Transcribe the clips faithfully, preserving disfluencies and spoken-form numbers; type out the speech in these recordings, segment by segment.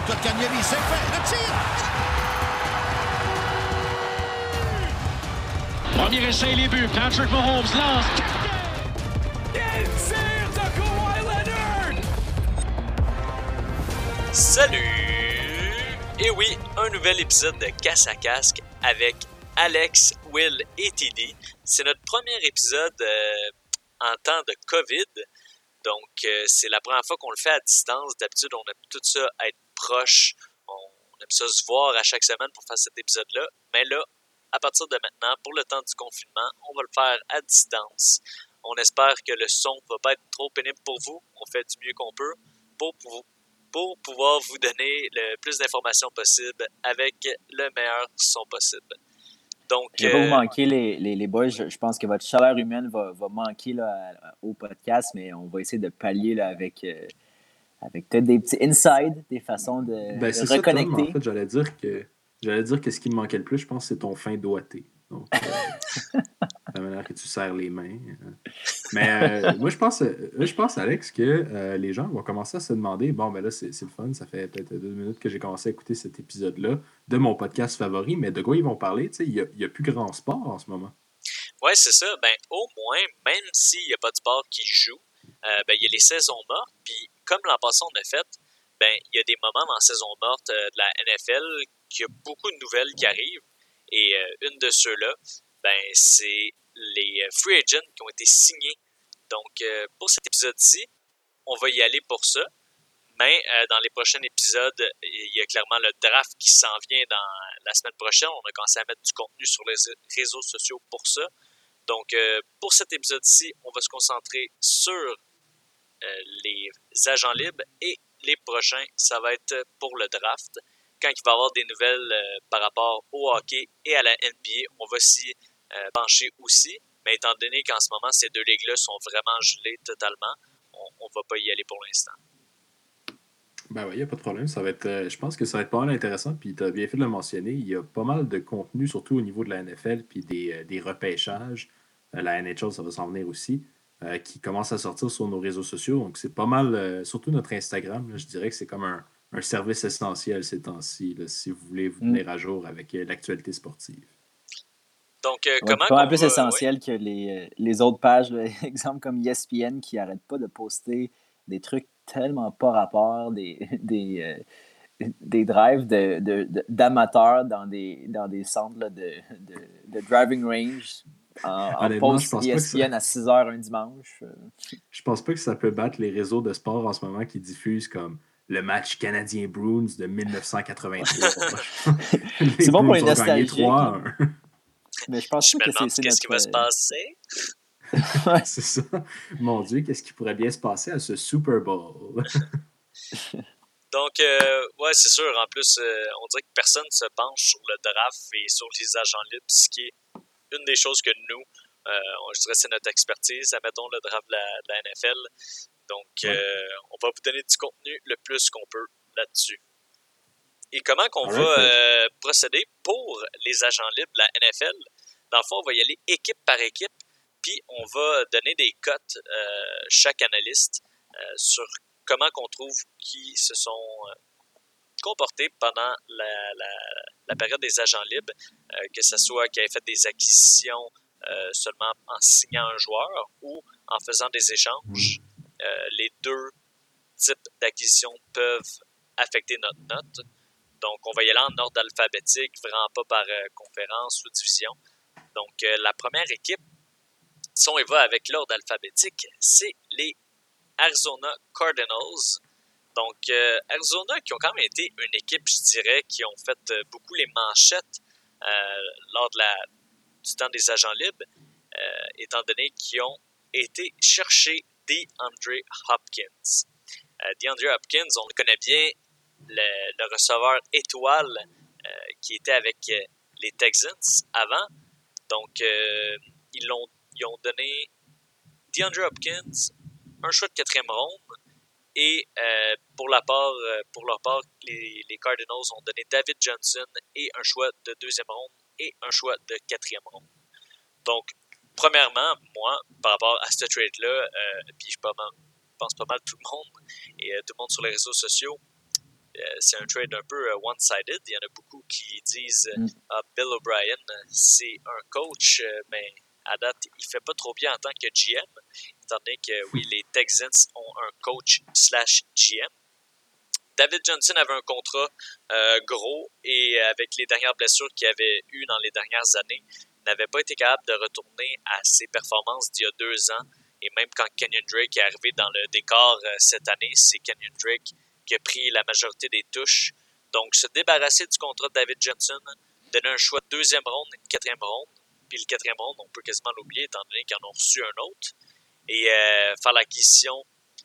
Kotkaniemi, c'est fait. Le tir! Premier essai, les buts. Patrick Mahomes lance. Quel tir de Kawhi Leonard! Salut! Et oui, un nouvel épisode de Casse à Casque avec Alex, Will et T D. C'est notre premier épisode euh, en temps de COVID. Donc, euh, c'est la première fois qu'on le fait à distance. D'habitude, on aime tout ça être proche. On aime ça se voir à chaque semaine pour faire cet épisode-là. Mais là, à partir de maintenant, pour le temps du confinement, on va le faire à distance. On espère que le son ne va pas être trop pénible pour vous. On fait du mieux qu'on peut pour, pour, pour pouvoir vous donner le plus d'informations possible avec le meilleur son possible. Donc, je vais pas vous manquer, les, les, les boys. Je, je pense que votre chaleur humaine va, va manquer là, au podcast, mais on va essayer de pallier là, avec, euh, avec peut-être des petits insides, des façons de, ben, de c'est reconnecter. Ça, Tom, en fait, j'allais dire que j'allais dire que ce qui me manquait le plus, je pense, c'est ton fin doigté. Donc, euh, la manière que tu serres les mains. Mais euh, moi, je pense, je pense, Alex, que euh, les gens vont commencer à se demander, bon, ben là, c'est, c'est le fun, ça fait peut-être deux minutes que j'ai commencé à écouter cet épisode-là de mon podcast favori, mais de quoi ils vont parler? Tu sais, il n'y a, a plus grand sport en ce moment. Oui, c'est ça. Ben, au moins, même s'il n'y a pas de sport qui joue, euh, ben, il y a les saisons mortes, puis comme l'an passé on a fait, ben, il y a des moments dans la saison morte euh, de la N F L qu'il y a beaucoup de nouvelles qui arrivent, et euh, une de ceux-là, ben, c'est les free agents qui ont été signés. Donc, euh, pour cet épisode-ci, on va y aller pour ça. Mais euh, dans les prochains épisodes, il y a clairement le draft qui s'en vient dans la semaine prochaine. On a commencé à mettre du contenu sur les réseaux sociaux pour ça. Donc, euh, pour cet épisode-ci, on va se concentrer sur euh, les agents libres et les prochains, ça va être pour le draft. Quand il va y avoir des nouvelles euh, par rapport au hockey et à la N B A, on va s'y euh, pencher aussi. Mais étant donné qu'en ce moment, ces deux ligues-là sont vraiment gelées totalement, on ne va pas y aller pour l'instant. Ben oui, il n'y a pas de problème. Ça va être, euh, je pense que ça va être pas mal intéressant. Puis tu as bien fait de le mentionner. Il y a pas mal de contenu, surtout au niveau de la N F L, puis des, euh, des repêchages. Euh, la N H L, ça va s'en venir aussi, euh, qui commence à sortir sur nos réseaux sociaux. Donc c'est pas mal, euh, surtout notre Instagram. Là, je dirais que c'est comme un, un service essentiel ces temps-ci, là, si vous voulez vous tenir à jour avec euh, l'actualité sportive. Donc, euh, ouais, comment pas mal plus va, essentiel ouais. que les, les autres pages, là, exemple comme E S P N qui n'arrête pas de poster des trucs tellement pas rapport, des, des, euh, des drives de, de, de, d'amateurs dans des, dans des centres là, de, de, de driving range en, en post E S P N ça... à six heures un dimanche. Je pense pas que ça peut battre les réseaux de sport en ce moment qui diffusent comme le match Canadien-Bruins de dix-neuf cent quatre-vingt-trois. C'est bon pour les nostalgiques. Mais je pense je pas me que c'est, c'est qu'est-ce notre... qui va se passer. Ouais. C'est ça. Mon Dieu, qu'est-ce qui pourrait bien se passer à ce Super Bowl? Donc, euh, ouais, c'est sûr. En plus, euh, on dirait que personne ne se penche sur le draft et sur les agents libres, ce qui est une des choses que nous, euh, on, je dirais c'est notre expertise, admettons le draft de la, de la N F L. Donc, ouais. euh, on va vous donner du contenu le plus qu'on peut là-dessus. Et comment qu'on right, va euh, procéder pour les agents libres de la N F L? Dans le fond, on va y aller équipe par équipe, puis on va donner des cotes euh, chaque analyste euh, sur comment qu'on trouve qui se sont euh, comportés pendant la, la, la période des agents libres, euh, que ce soit qui avaient fait des acquisitions euh, seulement en signant un joueur ou en faisant des échanges. Euh, les deux types d'acquisitions peuvent affecter notre note. Donc, on va y aller en ordre alphabétique, vraiment pas par euh, conférence ou division. Donc, euh, la première équipe, si on y va avec l'ordre alphabétique, c'est les Arizona Cardinals. Donc, euh, Arizona qui ont quand même été une équipe, je dirais, qui ont fait euh, beaucoup les manchettes euh, lors de la, du temps des agents libres, euh, étant donné qu'ils ont été chercher DeAndre Hopkins. Euh, DeAndre Hopkins, on le connaît bien, le, le receveur étoile euh, qui était avec euh, les Texans avant. Donc, euh, ils, l'ont, ils ont donné DeAndre Hopkins, un choix de quatrième ronde, et euh, pour, la part, euh, pour leur part, les, les Cardinals ont donné David Johnson et un choix de deuxième ronde et un choix de quatrième ronde. Donc, premièrement, moi, par rapport à ce trade-là, euh, puis je pense pas mal tout le monde, et euh, tout le monde sur les réseaux sociaux, c'est un trade un peu uh, one-sided. Il y en a beaucoup qui disent Mm. ah, Bill O'Brien, c'est un coach, mais à date, il fait pas trop bien en tant que G M, étant donné que, oui, les Texans ont un coach slash G M. David Johnson avait un contrat euh, gros et avec les dernières blessures qu'il avait eues dans les dernières années, n'avait pas été capable de retourner à ses performances d'il y a deux ans. Et même quand Kenyon Drake est arrivé dans le décor euh, cette année, c'est Kenyon Drake qui a pris la majorité des touches. Donc, se débarrasser du contrat de David Johnson, donner un choix de deuxième ronde et de quatrième ronde. Puis le quatrième ronde, on peut quasiment l'oublier étant donné qu'ils en ont reçu un autre. Et euh, faire l'acquisition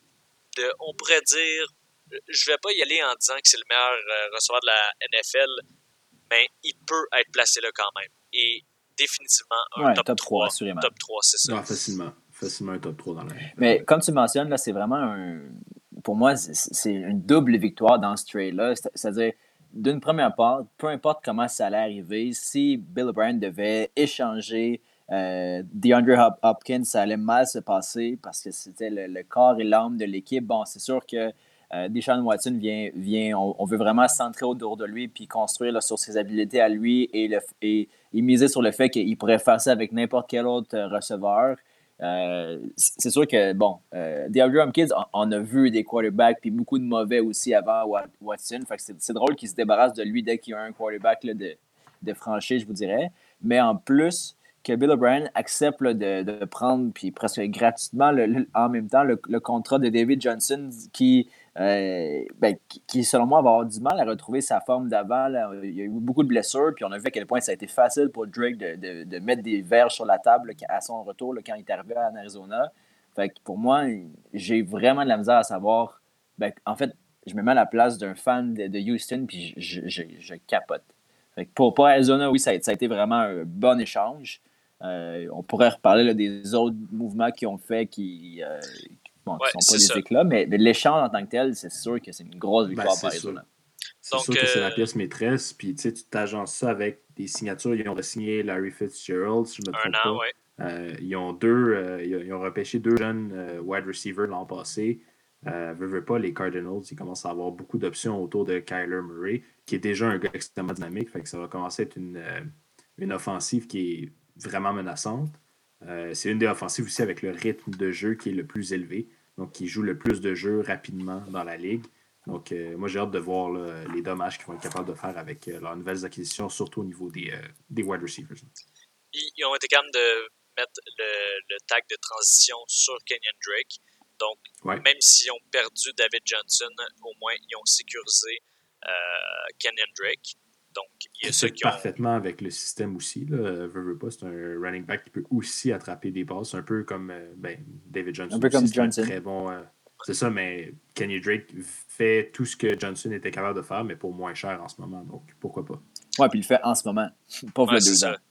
de, on pourrait dire, je vais pas y aller en disant que c'est le meilleur euh, receveur de la N F L, mais il peut être placé là quand même. Et définitivement un Ouais, top, top trois. assurément. Top trois, c'est ça. Non, facilement. Facilement un top trois dans la N F L. Mais comme tu mentionnes, là, c'est vraiment un. Pour moi, c'est, c'est une double victoire dans ce trade-là. C'est- C'est-à-dire, d'une première part, peu importe comment ça allait arriver, si Bill O'Brien devait échanger euh, DeAndre Hop- Hopkins, ça allait mal se passer parce que c'était le, le corps et l'âme de l'équipe. Bon, c'est sûr que euh, Deshaun Watson vient, vient on, on veut vraiment se centrer autour de lui puis construire là, sur ses habiletés à lui et, le, et, et miser sur le fait qu'il pourrait faire ça avec n'importe quel autre euh, receveur. Euh, c'est sûr que, bon, euh, DeAndre Hopkins, on, on a vu des quarterbacks, puis beaucoup de mauvais aussi avant Watson. Fait que c'est, c'est drôle qu'il se débarrasse de lui dès qu'il y a un quarterback là, de, de franchise, je vous dirais. Mais en plus, que Bill O'Brien accepte là, de, de prendre, puis presque gratuitement, le, le, en même temps, le, le contrat de David Johnson, qui, euh, ben, qui, qui, selon moi, va avoir du mal à retrouver sa forme d'avant. Là. Il y a eu beaucoup de blessures, puis on a vu à quel point ça a été facile pour Drake de, de, de mettre des verges sur la table là, à son retour là, quand il est arrivé en Arizona. Fait que pour moi, j'ai vraiment de la misère à savoir. Ben, en fait, je me mets à la place d'un fan de, de Houston, puis je, je, je, je capote. Fait que pour, pour Arizona, oui, ça a, ça a été vraiment un bon échange. Euh, on pourrait reparler là, des autres mouvements qu'ils ont fait qui euh, bon, Ouais, sont pas des ça. éclats, mais, mais l'échange en tant que tel, c'est sûr que c'est une grosse victoire ben, par Arizona. C'est Donc, sûr que c'est euh, la pièce maîtresse, puis tu t'agences ça avec des signatures. Ils ont signé Larry Fitzgerald, si je ne me trompe un an, pas. ouais. Euh, ils ont deux, euh, ils ont repêché deux jeunes euh, wide receivers l'an passé. Euh, veux, veux pas, les Cardinals, ils commencent à avoir beaucoup d'options autour de Kyler Murray, qui est déjà un gars extrêmement dynamique. Fait que ça va commencer à être une, euh, une offensive qui est vraiment menaçante. Euh, c'est une des offensives aussi avec le rythme de jeu qui est le plus élevé, donc qui joue le plus de jeux rapidement dans la ligue. Donc, euh, moi, j'ai hâte de voir là, les dommages qu'ils vont être capables de faire avec euh, leurs nouvelles acquisitions, surtout au niveau des, euh, des wide receivers. Ils, ils ont été capables de mettre le, le tag de transition sur Kenyon Drake. Donc, ouais. Même s'ils ont perdu David Johnson, au moins, ils ont sécurisé euh, Kenyon Drake. Donc, il y a qui ceux fit qui ont... parfaitement avec le système aussi. Là. Veux, veux pas, c'est un running back qui peut aussi attraper des passes, un peu comme euh, ben, David Johnson. Un peu aussi, comme c'est Johnson. Un très bon, euh, c'est ça, mais Kenny Drake fait tout ce que Johnson était capable de faire, mais pour moins cher en ce moment. Donc, pourquoi pas? Ouais, puis il le fait en ce moment. Pas Ouais, le deux ans.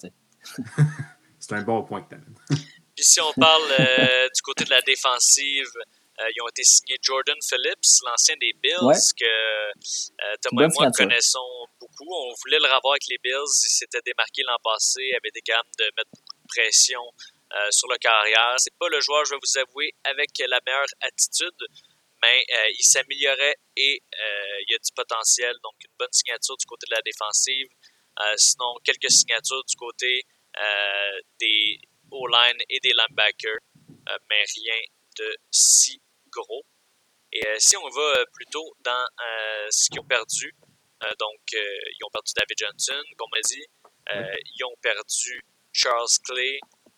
C'est un bon point que tu amènes. Puis si on parle euh, du côté de la défensive, euh, ils ont été signés Jordan Phillips, l'ancien des Bills, ouais. que euh, Thomas et moi signature. Connaissons beaucoup. On voulait le revoir avec les Bills. Il s'était démarqué l'an passé, il avait été capable de mettre beaucoup de pression euh, sur le carrière. C'est pas le joueur, je vais vous avouer, avec la meilleure attitude, mais euh, il s'améliorait et euh, il y a du potentiel. Donc une bonne signature du côté de la défensive. Euh, sinon, quelques signatures du côté euh, des O-line et des linebackers, euh, mais rien de si gros. Et euh, si on va euh, plutôt dans euh, ce qu'ils ont perdu, euh, donc euh, ils ont perdu David Johnson, comme on a dit, euh, oui. Ils ont perdu Charles Clay,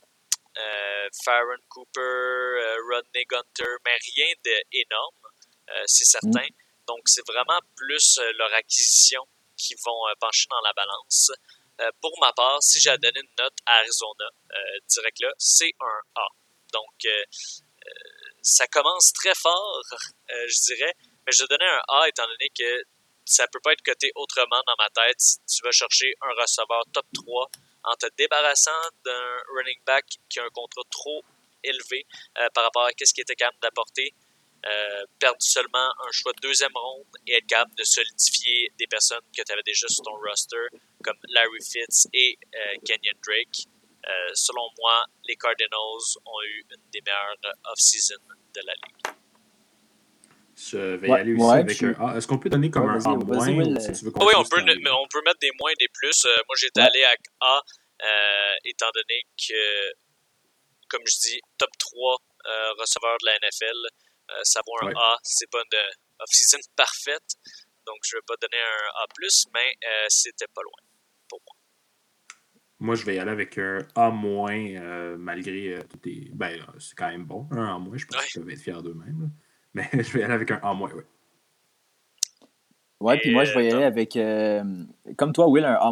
euh, Farron Cooper, euh, Rodney Gunter, mais rien d'énorme, euh, c'est certain. Mm. Donc c'est vraiment plus euh, leur acquisition qui vont euh, pencher dans la balance. Euh, pour ma part, si j'ai à donner une note à Arizona, euh, direct là, c'est un A. Donc, euh, euh, ça commence très fort, euh, je dirais, mais je donnais un A étant donné que ça peut pas être coté autrement dans ma tête. Si tu vas chercher un receveur top trois en te débarrassant d'un running back qui a un contrat trop élevé euh, par rapport à ce qu'il était capable d'apporter, Euh, perdre seulement un choix de deuxième ronde et être capable de solidifier des personnes que tu avais déjà sur ton roster, comme Larry Fitz et euh, Kenyon Drake. Euh, selon moi, les Cardinals ont eu une des meilleures off-season de la Ligue. Je vais Ouais, y aller aussi ouais, avec puis- un A. Est-ce qu'on peut donner comme Ouais, un vas-y, A vas-y, moins Will, ou si euh, tu veux Oui, on continuer, peut, c'est un- on peut mettre des moins, des plus. Euh, moi, j'étais Ouais. allé avec A, euh, étant donné que, comme je dis, top trois euh, receveurs de la N F L, euh, ça vaut un Ouais. A. C'est pas une off-season parfaite, donc je vais pas donner un A plus, mais euh, c'était pas loin pour moi. Moi, je vais y aller avec un A moins, euh, malgré euh, toutes les. Ben, là, c'est quand même bon. Un A moins, je pense Ouais. qu'ils peuvent être fiers d'eux-mêmes. là. Mais je vais y aller avec un A moins, oui. Ouais, Et, puis moi, je vais y euh, aller avec, euh, comme toi, Will, un A-.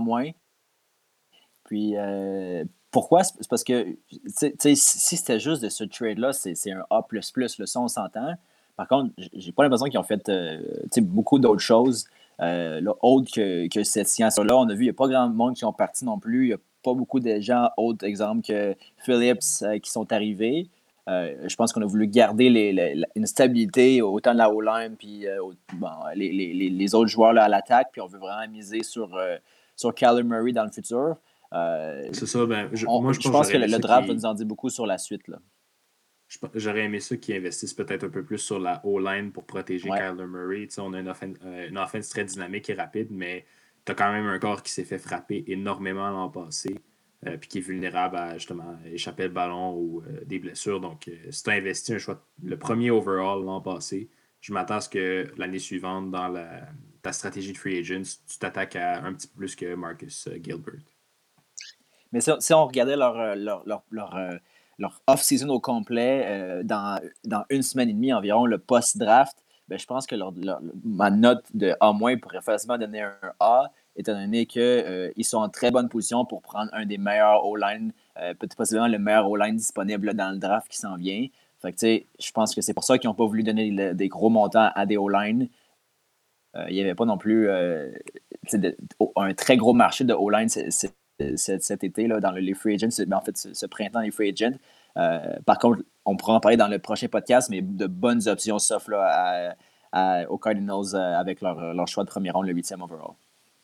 Puis euh, pourquoi? C'est parce que tu sais, tu sais, si si c'était juste de ce trade-là, c'est c'est un A plus plus, le ça, on s'entend. Par contre, j- j'ai pas l'impression qu'ils ont fait euh, tu sais, beaucoup d'autres choses euh, là, autres que, que cette science-là. On a vu, il n'y a pas grand monde qui sont partis non plus. Il n'y a pas beaucoup de gens, autres exemple que Phillips, euh, qui sont arrivés. Euh, je pense qu'on a voulu garder les, les- la- une stabilité autant de la O-line puis euh, au- bon, les, les- les- les autres joueurs là, à l'attaque. Puis on veut vraiment miser sur, euh, sur Kyler Murray dans le futur. Euh, C'est ça, ben, je- on- moi, je je pense que pense j'aurais que le, aimé le ça draft va qui. nous en dire beaucoup sur la suite. Là. Je pe- J'aurais aimé ça qu'ils investissent peut-être un peu plus sur la O-line pour protéger Ouais. Kyler Murray. Tu sais, on a une, offen- euh, une offense très dynamique et rapide, mais tu as quand même un corps qui s'est fait frapper énormément l'an passé, euh, puis qui est vulnérable à justement échapper le ballon ou euh, des blessures. Donc, euh, si tu as investi un choix, le premier overall l'an passé, je m'attends à ce que l'année suivante, dans la, ta stratégie de free agents, tu t'attaques à un petit peu plus que Marcus euh, Gilbert. Mais si, si on regardait leur, euh, leur, leur, leur, euh, leur off-season au complet euh, dans, dans une semaine et demie environ, le post-draft, ben, je pense que leur, leur- ma note de A- pourrait facilement donner un A, étant donné qu'ils euh, sont en très bonne position pour prendre un des meilleurs O-line, euh, peut-être possiblement le meilleur O-line disponible là, dans le draft qui s'en vient. Fait que, tu sais, je pense que c'est pour ça qu'ils n'ont pas voulu donner le- des gros montants à des O-line. Euh, il n'y avait pas non plus euh, tu sais, de- un très gros marché de O-line c'est- c'est- cet, cet été là, dans le- les free agents, c'est- ben, en fait ce, ce printemps les free agents. Euh, par contre, on pourra en parler dans le prochain podcast, mais de bonnes options s'offrent là, à- à- aux Cardinals euh, avec leur, leur choix de premier round, le huitième overall.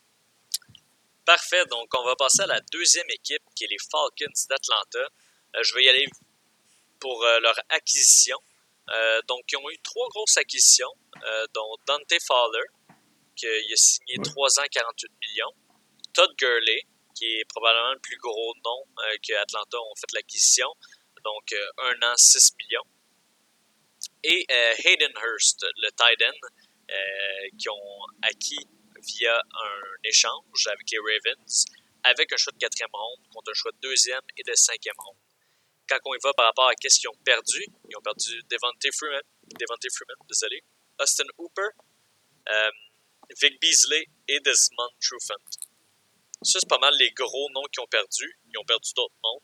Parfait, donc on va passer à la deuxième équipe qui est les Falcons d'Atlanta. Euh, je vais y aller pour euh, leur acquisition. Euh, donc, ils ont eu trois grosses acquisitions, euh, dont Dante Fowler, qui a signé Ouais. trois ans, quarante-huit millions. Todd Gurley, qui est probablement le plus gros nom euh, que Atlanta ont fait l'acquisition. Donc, euh, un an, six millions. Et euh, Hayden Hurst, le tight end, euh, qui ont acquis via un échange avec les Ravens, avec un choix de quatrième ronde contre un choix de deuxième et de cinquième ronde. Quand on y va par rapport à qu'est-ce qu'ils ont perdu, ils ont perdu Devontae Freeman, Devontae Freeman, désolé, Austin Hooper, euh, Vic Beasley et Desmond Trufant. Ça, c'est pas mal les gros noms qu'ils ont perdu. Ils ont perdu d'autres noms.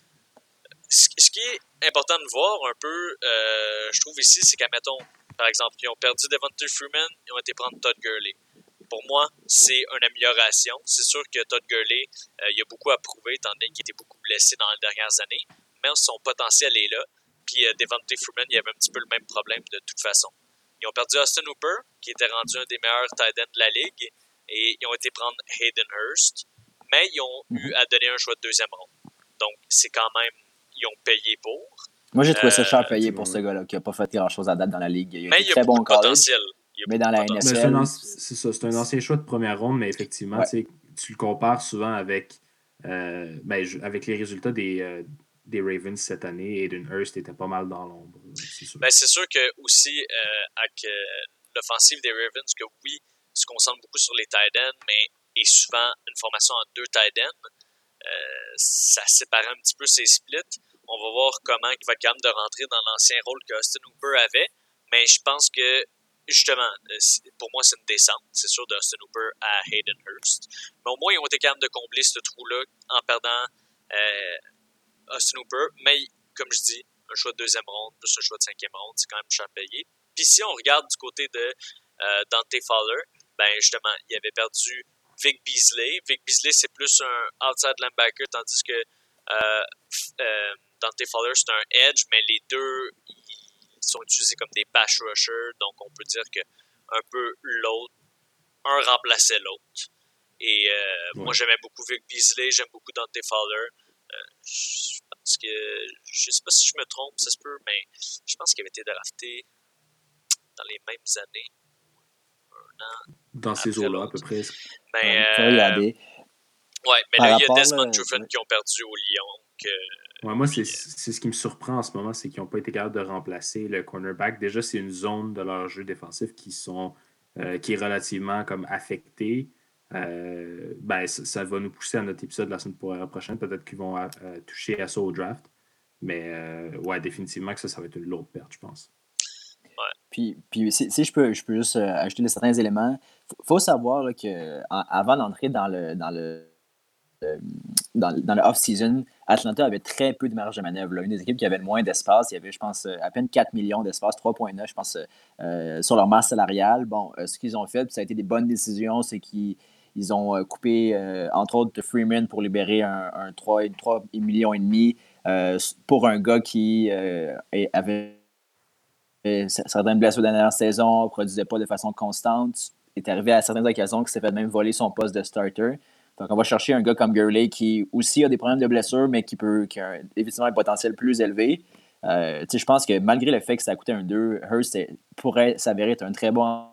Ce, ce qui est important de voir un peu, euh, je trouve ici, c'est qu'admettons, par exemple, ils ont perdu Devontae Freeman, ils ont été prendre Todd Gurley. Pour moi, c'est une amélioration. C'est sûr que Todd Gurley, euh, il a beaucoup à prouver, étant donné qu'il était beaucoup blessé dans les dernières années, mais son potentiel est là. Puis euh, Devontae Freeman, il avait un petit peu le même problème de toute façon. Ils ont perdu Austin Hooper, qui était rendu un des meilleurs tight ends de la ligue, et ils ont été prendre Hayden Hurst, mais ils ont mm-hmm. eu à donner un choix de deuxième ronde. Donc, c'est quand même, ils ont payé pour. Moi, j'ai trouvé ça cher Euh, payé pour ce gars-là, qui n'a pas fait grand-chose à date dans la ligue. Il a mais été il y a très beaucoup bon de college, potentiel. mais dans la N F L... Mais c'est, un anci- c'est ça, c'est un ancien choix de première ronde, mais effectivement, Ouais. tu le compares souvent avec, euh, ben, je- avec les résultats des, euh, des Ravens cette année. Hayden Hurst était pas mal dans l'ombre, c'est sûr. Ben, c'est sûr que aussi, euh, avec euh, l'offensive des Ravens, que oui, se concentre beaucoup sur les tight ends, mais est souvent une formation en deux tight ends. Euh, ça sépare un petit peu ses splits. On va voir comment il va être capable de rentrer dans l'ancien rôle que Austin Hooper avait, mais je pense que justement, pour moi, c'est une descente, c'est sûr, d'Austin Hooper à Hayden Hurst. Mais au moins, ils ont été capables de combler ce trou-là en perdant euh, Austin Hooper. Mais, comme je dis, un choix de deuxième ronde plus un choix de cinquième ronde, c'est quand même cher payé. Puis si on regarde du côté de euh, Dante Fowler, ben justement, il avait perdu Vic Beasley. Vic Beasley, c'est plus un outside linebacker, tandis que euh, euh, Dante Fowler, c'est un edge, mais les deux, ils sont utilisés comme des pass rushers, donc on peut dire que un peu l'autre, un remplaçait l'autre. Et euh, ouais. moi, j'aimais beaucoup Vic Beasley, j'aime beaucoup Dante Fowler. Euh, je pense que, je sais pas si je me trompe, ça se peut, mais je pense qu'il avait été drafté dans les mêmes années. Un an dans ces eaux-là, à peu près. Mais, Ouais, euh, faut regarder. Ouais, mais Par là, il y a rapport, Desmond là, Trufant ouais. qui ont perdu au Lyon. Que, Ouais, moi, puis, c'est c'est ce qui me surprend en ce moment, c'est qu'ils n'ont pas été capables de remplacer le cornerback. Déjà, c'est une zone de leur jeu défensif qui, sont, euh, qui est relativement comme affectée. Euh, ben, ça, ça va nous pousser à notre épisode la semaine prochaine. Peut-être qu'ils vont euh, toucher à ça au draft. Mais euh, ouais, définitivement que ça, ça va être une lourde perte, je pense. ouais. Puis, puis si, si je peux, je peux juste euh, ajouter de certains éléments, il faut savoir là, que en- avant d'entrer dans le dans le euh, dans, dans le off-season, Atlanta avait très peu de marge de manœuvre. Là. Une des équipes qui avait le moins d'espace, il y avait, je pense, euh, à peine quatre millions d'espace, trois virgule neuf, je pense, euh, sur leur masse salariale. Bon, euh, ce qu'ils ont fait, puis ça a été des bonnes décisions, c'est qu'ils ils ont euh, coupé, euh, entre autres, Freeman pour libérer un, un trois millions et demi euh, pour un gars qui euh, avait certaines blessures de la dernière saison, ne produisait pas de façon constante, est arrivé à certaines occasions qui s'est fait même voler son poste de starter. Donc, on va chercher un gars comme Gurley qui aussi a des problèmes de blessure, mais qui peut qui a évidemment un potentiel plus élevé. Euh, je pense que malgré le fait que ça a coûté un deux, Hurst pourrait s'avérer être un très bon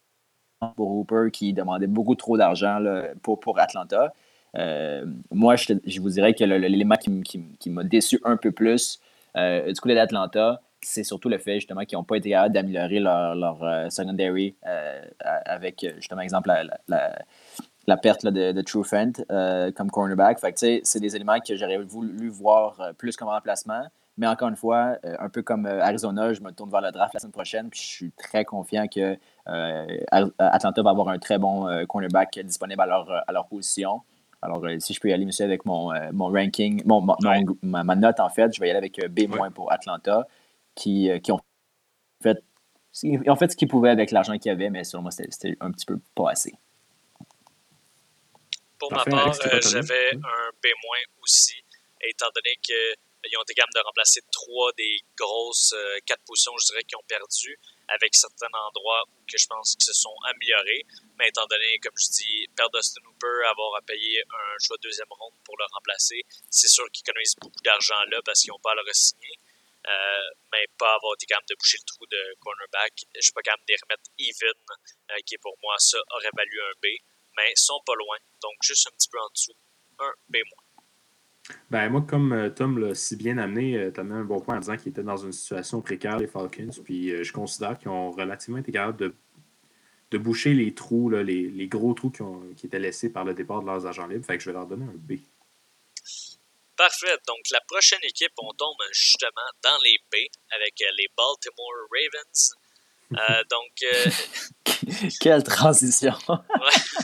pour Hooper qui demandait beaucoup trop d'argent là, pour, pour Atlanta. Euh, moi, je, te, je vous dirais que le, l'élément qui, qui, qui m'a déçu un peu plus euh, du côté d'Atlanta, c'est surtout le fait justement qu'ils n'ont pas été capables d'améliorer leur, leur uh, secondary euh, avec justement exemple la, la, la, la perte là, de, de Trufant euh, comme cornerback. Fait que, c'est des éléments que j'aurais voulu voir plus comme remplacement. Mais encore une fois, euh, un peu comme euh, Arizona, je me tourne vers le draft la semaine prochaine, puis je suis très confiant que euh, Atlanta va avoir un très bon euh, cornerback disponible à leur, à leur position. Alors, euh, si je peux y aller, monsieur, avec mon, euh, mon ranking, mon, mon, Ouais. mon, ma, ma note, en fait, je vais y aller avec euh, B- Ouais. pour Atlanta, qui, euh, qui ont fait, ils ont fait ce qu'ils pouvaient avec l'argent qu'ils avaient, mais selon moi, c'était, c'était un petit peu pas assez. Pour Parfait, ma part, Alex, euh, j'avais oui. un B- aussi, étant donné qu'ils ont été capables de remplacer trois des grosses euh, quatre positions, je dirais, qu'ils ont perdu, avec certains endroits où que je pense qu'ils se sont améliorés. Mais étant donné, comme je dis, perdre Austin Hooper, avoir à payer un choix de deuxième ronde pour le remplacer, c'est sûr qu'ils économisent beaucoup d'argent là parce qu'ils n'ont pas à le re-signer. Euh, mais pas avoir été capable de boucher le trou de cornerback. Je suis pas capable de les remettre even, euh, qui pour moi, ça aurait valu un B. Mais ils sont pas loin, donc juste un petit peu en dessous, un B-. Ben, moi, comme euh, Tom l'a si bien amené, euh, tu as mis un bon point en disant qu'ils étaient dans une situation précaire, les Falcons, puis euh, je considère qu'ils ont relativement été capables de, de boucher les trous, là, les, les gros trous qui, ont, qui étaient laissés par le départ de leurs agents libres, fait que je vais leur donner un B. Parfait, donc la prochaine équipe, on tombe justement dans les B avec les Baltimore Ravens. Euh, donc... Euh... Quelle transition! Ouais.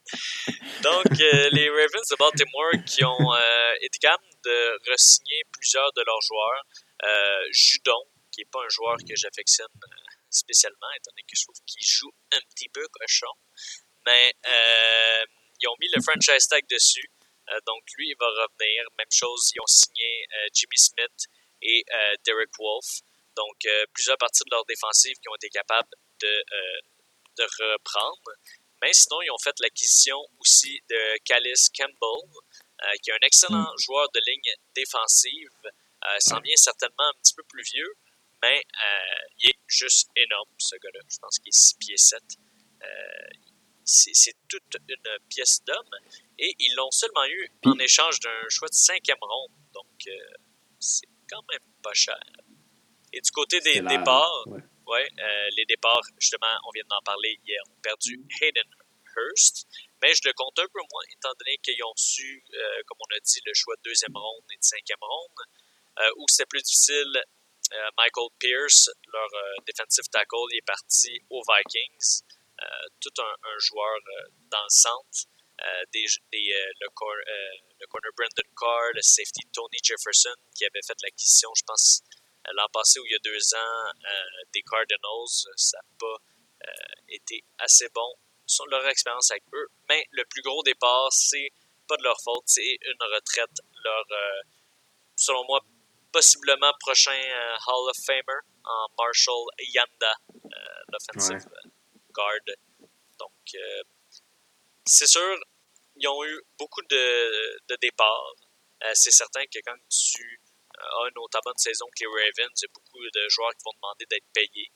Donc, euh, les Ravens de Baltimore qui ont euh, été capables de re-signer plusieurs de leurs joueurs. Euh, Judon, qui n'est pas un joueur que j'affectionne spécialement, étant donné que je trouve qu'il joue un petit peu cochon. Mais euh, ils ont mis le franchise tag dessus. Euh, donc, lui, il va revenir. Même chose, ils ont signé euh, Jimmy Smith et euh, Derek Wolfe. Donc, euh, plusieurs parties de leur défensive qui ont été capables de, euh, de reprendre. Mais sinon, ils ont fait l'acquisition aussi de Callis Campbell, euh, qui est un excellent mm. joueur de ligne défensive. Euh, s'en ouais. vient certainement un petit peu plus vieux, mais euh, il est juste énorme, ce gars-là. Je pense qu'il est six pieds sept. Euh, c'est, c'est toute une pièce d'homme. Et ils l'ont seulement eu Puis, en échange d'un choix de cinquième ronde. Donc, euh, c'est quand même pas cher. Et du côté des la... départs... Ouais. Ouais, euh, les départs, justement, on vient d'en parler hier, ont perdu Hayden Hurst, mais je le compte un peu moins, étant donné qu'ils ont su, euh, comme on a dit, le choix de deuxième ronde et de cinquième ronde, euh, où c'était plus difficile. Euh, Michael Pierce, leur euh, defensive tackle, il est parti aux Vikings. Euh, tout un, un joueur euh, dans le centre. Euh, des, des, euh, le, cor, euh, le corner Brandon Carr, le safety Tony Jefferson, qui avait fait l'acquisition, je pense, l'an passé ou il y a deux ans, euh, des Cardinals, ça n'a pas euh, été assez bon sur leur expérience avec eux. Mais le plus gros départ, c'est pas de leur faute, c'est une retraite. Leur, euh, selon moi, possiblement prochain euh, Hall of Famer en Marshall Yanda, euh, l'offensive ouais. guard. Donc, euh, c'est sûr, ils ont eu beaucoup de, de départs. Euh, c'est certain que quand tu a une autant bonne saison que les Ravens, il y a beaucoup de joueurs qui vont demander d'être payés.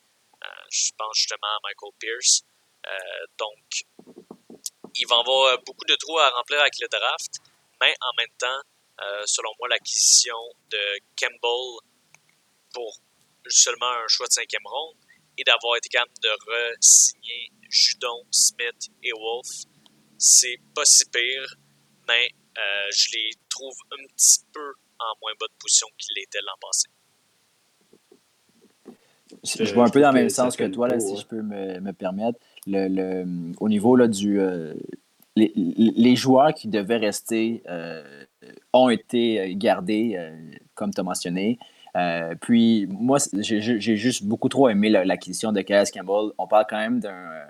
Euh, je pense justement à Michael Pierce. Euh, donc, il va y avoir beaucoup de trous à remplir avec le draft, mais en même temps, euh, selon moi, l'acquisition de Campbell pour seulement un choix de cinquième ronde et d'avoir été capable de re-signer Judon, Smith et Wolf, c'est pas si pire, mais euh, je les trouve un petit peu en moins bonne position qu'ils l'étaient l'an passé. Je, je vois un peu dans le même sens que toi, là, si je peux me, me permettre. Le, le, au niveau là, du... Euh, les, les joueurs qui devaient rester euh, ont été gardés, euh, comme tu as mentionné. Euh, puis, moi, j'ai, j'ai juste beaucoup trop aimé l'acquisition de Calais Campbell. On parle quand même d'un...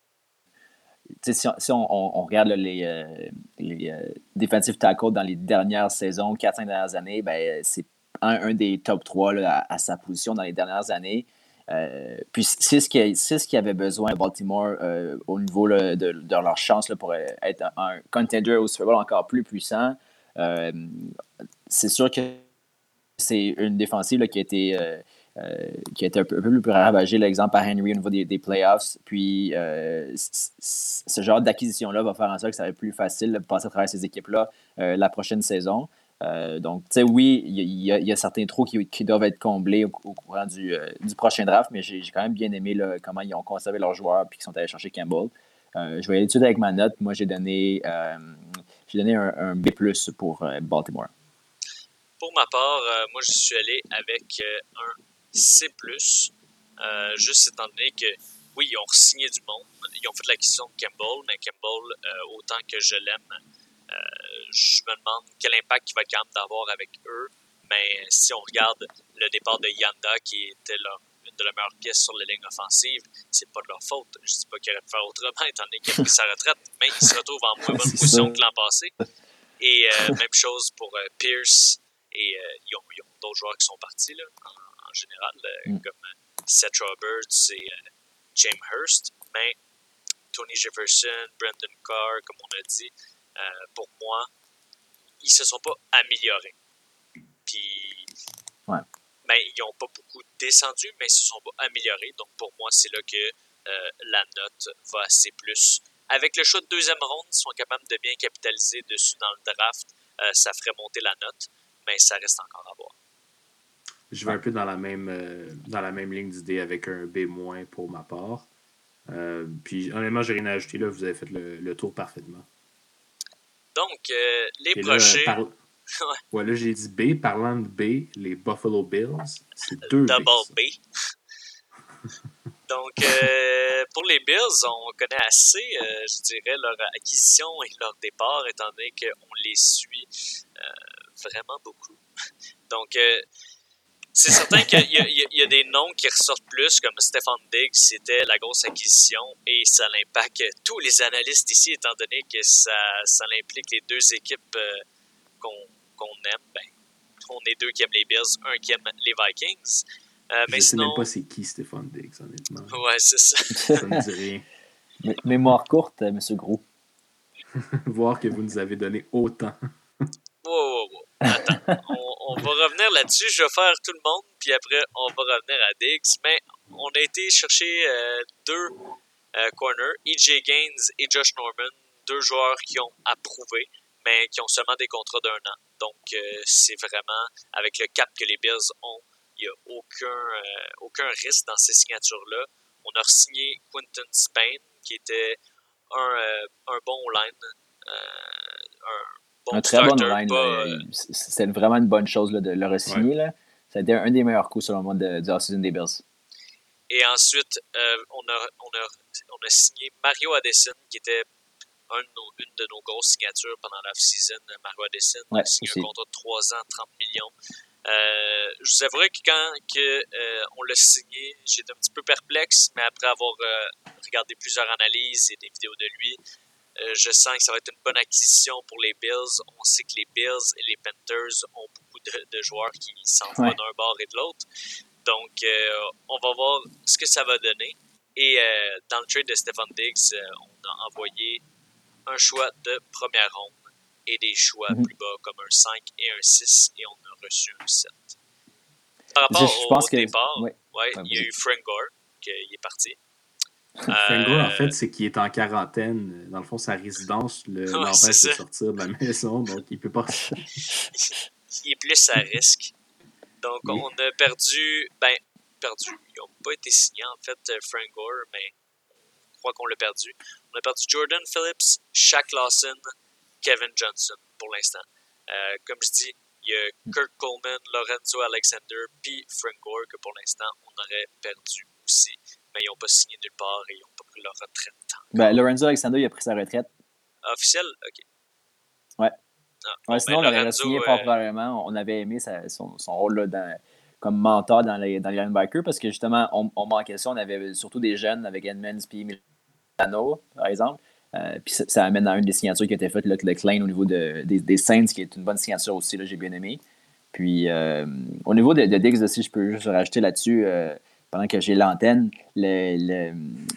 Si, si on, on, on regarde là, les, euh, les euh, defensive tackles dans les dernières saisons, quatre cinq dernières années, ben, c'est un, un des top trois là, à, à sa position dans les dernières années. Euh, puis c'est ce qu'il c'est ce qu'il avait besoin à Baltimore euh, au niveau là, de, de leur chance là, pour être un, un contender au Super Bowl encore plus puissant. Euh, c'est sûr que c'est une défensive là, qui a été, euh, euh, qui a été un, peu, un peu plus ravagée, l'exemple par Henry au niveau des, des playoffs. Puis euh, c- c- ce genre d'acquisition-là va faire en sorte que ça va être plus facile de passer à travers ces équipes-là euh, la prochaine saison. Euh, donc, tu sais, oui, il y, y, y a certains trous qui, qui doivent être comblés au, au courant du, euh, du prochain draft, mais j'ai, j'ai quand même bien aimé là, comment ils ont conservé leurs joueurs et qu'ils sont allés chercher Campbell. Euh, je vais aller tout de suite avec ma note. Moi, j'ai donné, euh, j'ai donné un, un B plus pour euh, Baltimore. Pour ma part, euh, moi, je suis allé avec euh, un C plus, euh, juste étant donné que, oui, ils ont re-signé du monde. Ils ont fait l'acquisition de Campbell, mais Campbell, euh, autant que je l'aime, Euh, je me demande quel impact il va être capable d'avoir avec eux. Mais si on regarde le départ de Yanda, qui était leur, une de leurs meilleures pièces sur la ligne offensive, c'est pas de leur faute. Je dis pas qu'il aurait pu faire autrement, étant donné qu'il a pris sa retraite, mais il se retrouve en moins bonne position ça. que l'an passé. Et euh, même chose pour euh, Pierce. Et euh, ils, ont, ils ont d'autres joueurs qui sont partis, là, en, en général, euh, mm. comme Seth Roberts et euh, James Hurst. Mais Tony Jefferson, Brandon Carr, comme on a dit, Euh, pour moi, ils se sont pas améliorés. Puis, ouais. ben, ils n'ont pas beaucoup descendu, mais ils se sont pas améliorés. Donc, pour moi, c'est là que euh, la note va assez plus. Avec le choix de deuxième ronde, ils sont capables de bien capitaliser dessus dans le draft. Euh, ça ferait monter la note, mais ça reste encore à voir. Je vais un peu dans la même, euh, dans la même ligne d'idée avec un B- pour ma part. Euh, puis, honnêtement, j'ai rien à ajouter là. Vous avez fait le, le tour parfaitement. Donc, euh, les Et prochains... Là, par... ouais. ouais, là, j'ai dit B. Parlant de B, les Buffalo Bills, c'est deux B. Double B. Donc, euh, pour les Bills, on connaît assez, euh, je dirais, leur acquisition et leur départ, étant donné qu'on les suit euh, vraiment beaucoup. Donc, euh, c'est certain qu'il y a, il y, a, il y a des noms qui ressortent plus, comme Stephon Diggs, c'était la grosse acquisition et ça l'impacte tous les analystes ici, étant donné que ça, ça implique les deux équipes euh, qu'on, qu'on aime. Ben, on est deux qui aiment les Bills, un qui aime les Vikings. Euh, Je mais sais sinon... même pas c'est qui Stephon Diggs, honnêtement. Ouais, c'est ça. Ça me dit rien. Mé- mémoire courte, M. Gros. Voir que vous nous avez donné autant. Wow, wow, wow. Attends, on, on va revenir là-dessus. Je vais faire tout le monde, puis après, on va revenir à Diggs. Mais on a été chercher euh, deux euh, corners, E J Gaines et Josh Norman, deux joueurs qui ont approuvé, mais qui ont seulement des contrats d'un an. Donc, euh, c'est vraiment, avec le cap que les Bills ont, il n'y a aucun, euh, aucun risque dans ces signatures-là. On a re-signé Quinton Spain, qui était un, euh, un bon line, euh, un Bon un très starter, bon line. pas, Là. C'est vraiment une bonne chose là, de le re-signer. Ouais. Là. Ça a été un des meilleurs coups, selon moi, de, de off-season des Bills. Et ensuite, euh, on, a, on, a, on a signé Mario Addison, qui était un de nos, une de nos grosses signatures pendant l'off-season. Mario Addison ouais, a signé aussi. un contrat de trois ans, trente millions. Euh, je vous avouerai que quand que, euh, on l'a signé, j'étais un petit peu perplexe, mais après avoir euh, regardé plusieurs analyses et des vidéos de lui, Euh, je sens que ça va être une bonne acquisition pour les Bills. On sait que les Bills et les Panthers ont beaucoup de, de joueurs qui s'en vont ouais. d'un bord et de l'autre. Donc, euh, on va voir ce que ça va donner. Et euh, dans le trade de Stephon Diggs, euh, on a envoyé un choix de première ronde et des choix mm-hmm. plus bas comme un cinq et un six, et on a reçu un sept. Par rapport je, je au pense départ, que... ouais. Ouais, ouais, il y a eu Frank Gore, euh, il est parti. Frank Gore, en Euh, fait, c'est qu'il est en quarantaine. Dans le fond, sa résidence le, Ouais, l'empêche c'est de ça. sortir de la maison, donc il peut pas. il est plus à risque. Donc, Oui. on a perdu... Ben, perdu. Ils n'ont pas été signés, en fait, euh, Frank Gore, mais je crois qu'on l'a perdu. On a perdu Jordan Phillips, Shaq Lawson, Kevin Johnson, pour l'instant. Euh, comme je dis, il y a Kurt Coleman, Lorenzo Alexander, puis Frank Gore, que pour l'instant, on aurait perdu aussi. Mais ils n'ont pas signé nulle part et ils n'ont pas pris leur retraite. Ben, Lorenzo Alexander, il a pris sa retraite. Officiel? OK. Ouais. Ah, Ouais, bon, sinon, ben, on l'aurait Lorenzo, signé euh, fort probablement. On avait aimé sa- son, son rôle là, dans, comme mentor dans les, dans les linebackers parce que justement, on, on manquait ça. On avait surtout des jeunes avec Edmonds et Milano, par exemple. Euh, puis ça, ça amène à une des signatures qui a été faite, là, le Klein au niveau de, des, des Saints, qui est une bonne signature aussi, là, j'ai bien aimé. Puis euh, au niveau de, de Diggs aussi, je peux juste rajouter là-dessus, euh, pendant que j'ai l'antenne, le, le,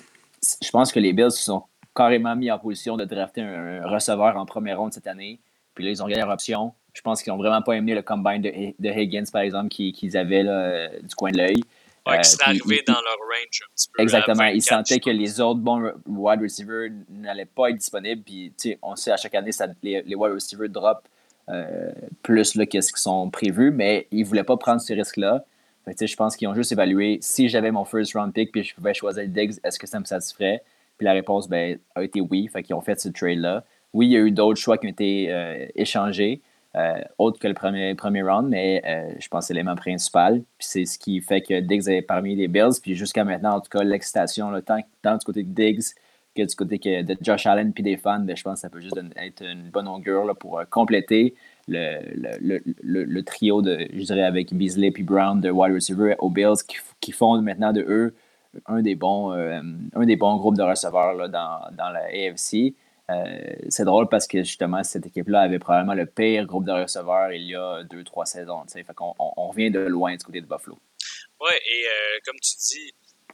je pense que les Bills se sont carrément mis en position de drafter un, un receveur en première ronde cette année. Puis là, ils ont gagné leur option. Je pense qu'ils n'ont vraiment pas aimé le combine de, de Higgins, par exemple, qu'ils, qu'ils avaient là, euh, du coin de l'œil. Ouais, Euh, qui serait puis, arrivé il- dans leur range un petit peu. Exactement. À Ils vingt-quatre, sentaient je que pense. les autres bons re- wide receivers n'allaient pas être disponibles. Puis, tu sais, on sait à chaque année, ça, les, les wide receivers drop euh, plus là, que ce qui sont prévus, mais ils ne voulaient pas prendre ce risque-là. Fait que, tu sais, je pense qu'ils ont juste évalué si j'avais mon first round pick puis je pouvais choisir le Diggs, est-ce que ça me satisferait? Puis la réponse ben, a été oui. Fait qu'ils ont fait ce trade-là. Oui, il y a eu d'autres choix qui ont été euh, échangés. Euh, autre que le premier, premier round, mais euh, je pense que c'est l'élément principal. Puis c'est ce qui fait que Diggs est parmi les Bills. Puis jusqu'à maintenant, en tout cas, l'excitation, là, tant, tant du côté de Diggs que du côté que de Josh Allen puis des fans, ben, je pense que ça peut juste être une bonne augure là, pour euh, compléter le, le, le, le, le trio, de, je dirais, avec Beasley puis Brown de wide receiver aux Bills qui, qui font maintenant de eux un des bons, euh, un des bons groupes de receveurs là, dans, dans la A F C. Euh, c'est drôle parce que justement, cette équipe-là avait probablement le pire groupe de receveurs il y a deux, trois saisons. Fait qu'on on, on revient de loin du côté de Buffalo. Ouais, et euh, comme tu dis,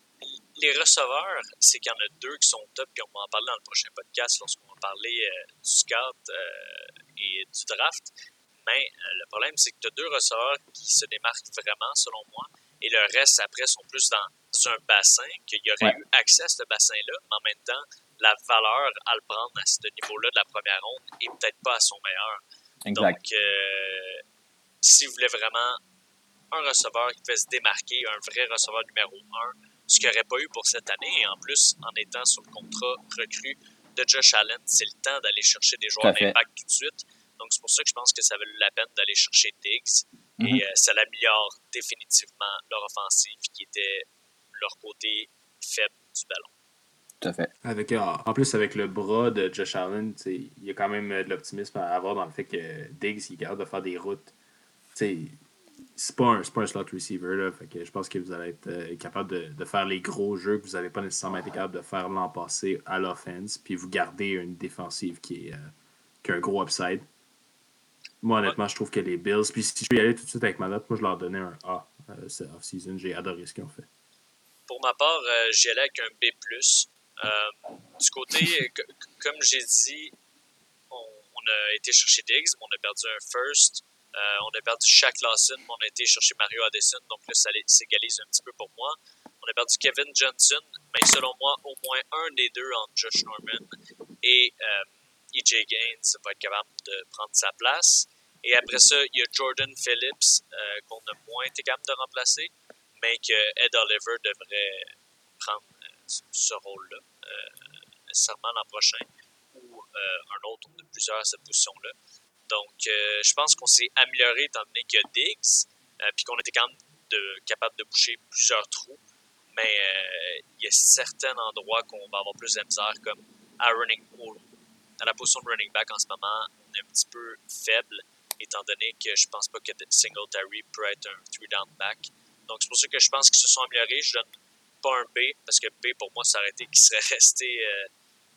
les receveurs, c'est qu'il y en a deux qui sont top, puis on va en parler dans le prochain podcast lorsqu'on va parler euh, du scout euh, et du draft. Mais euh, le problème, c'est que tu as deux receveurs qui se démarquent vraiment, selon moi, et le reste, après, sont plus dans un bassin, qu'il y aurait Ouais. eu accès à ce bassin-là, mais en même temps, la valeur à le prendre à ce niveau-là de la première ronde est peut-être pas à son meilleur. Exact. Donc, euh, s'il voulait vraiment un receveur qui pouvait se démarquer, un vrai receveur numéro un, ce qu'il n'y aurait pas eu pour cette année, et en plus, en étant sur le contrat recru de Josh Allen, c'est le temps d'aller chercher des joueurs Tout à fait. d'impact tout de suite. Donc, c'est pour ça que je pense que ça valait la peine d'aller chercher Diggs. Mhm. Et euh, ça l'améliore définitivement leur offensive, qui était leur côté faible du ballon. Tout à fait. Avec, en en plus, avec le bras de Josh Allen, tu sais, il y a quand même euh, de l'optimisme à avoir dans le fait que Diggs il est capable de faire des routes. Tu sais, c'est pas un, c'est pas un slot receiver, là, fait que je pense que vous allez être euh, capable de, de faire les gros jeux que vous n'avez pas nécessairement été capable de faire l'an passé à l'offense, puis vous gardez une défensive qui, est, euh, qui a un gros upside. Moi, honnêtement, je trouve que les Bills, puis si je peux y aller tout de suite avec ma note, moi je leur donnais un A euh, cette off-season. J'ai adoré ce qu'ils ont fait. Pour ma part, euh, j'y allais avec un B plus. Euh, du côté, c- comme j'ai dit, on, on a été chercher Diggs, mais on a perdu un first. Euh, on a perdu Shaq Lawson, mais on a été chercher Mario Addison, donc là, ça s'égalise un petit peu pour moi. On a perdu Kevin Johnson, mais selon moi, au moins un des deux entre Josh Norman et euh, E J Gaines va être capable de prendre sa place. Et après ça, il y a Jordan Phillips, euh, qu'on a moins été capable de remplacer, mais que Ed Oliver devrait prendre euh, ce rôle-là, euh, nécessairement l'an prochain, ou euh, un autre, on a plusieurs à cette position-là. Donc, euh, je pense qu'on s'est amélioré étant donné qu'il y a Diggs, euh, puis qu'on était quand même de, capable de boucher plusieurs trous, mais euh, il y a certains endroits qu'on va avoir plus de misère, comme à, running, au, à la position de running back en ce moment, on est un petit peu faible, étant donné que je pense pas que Singletary peut être un three-down back. Donc, c'est pour ça que je pense qu'ils se sont améliorés. Je donne pas un B, parce que B, pour moi, ça aurait été qu'il serait resté euh,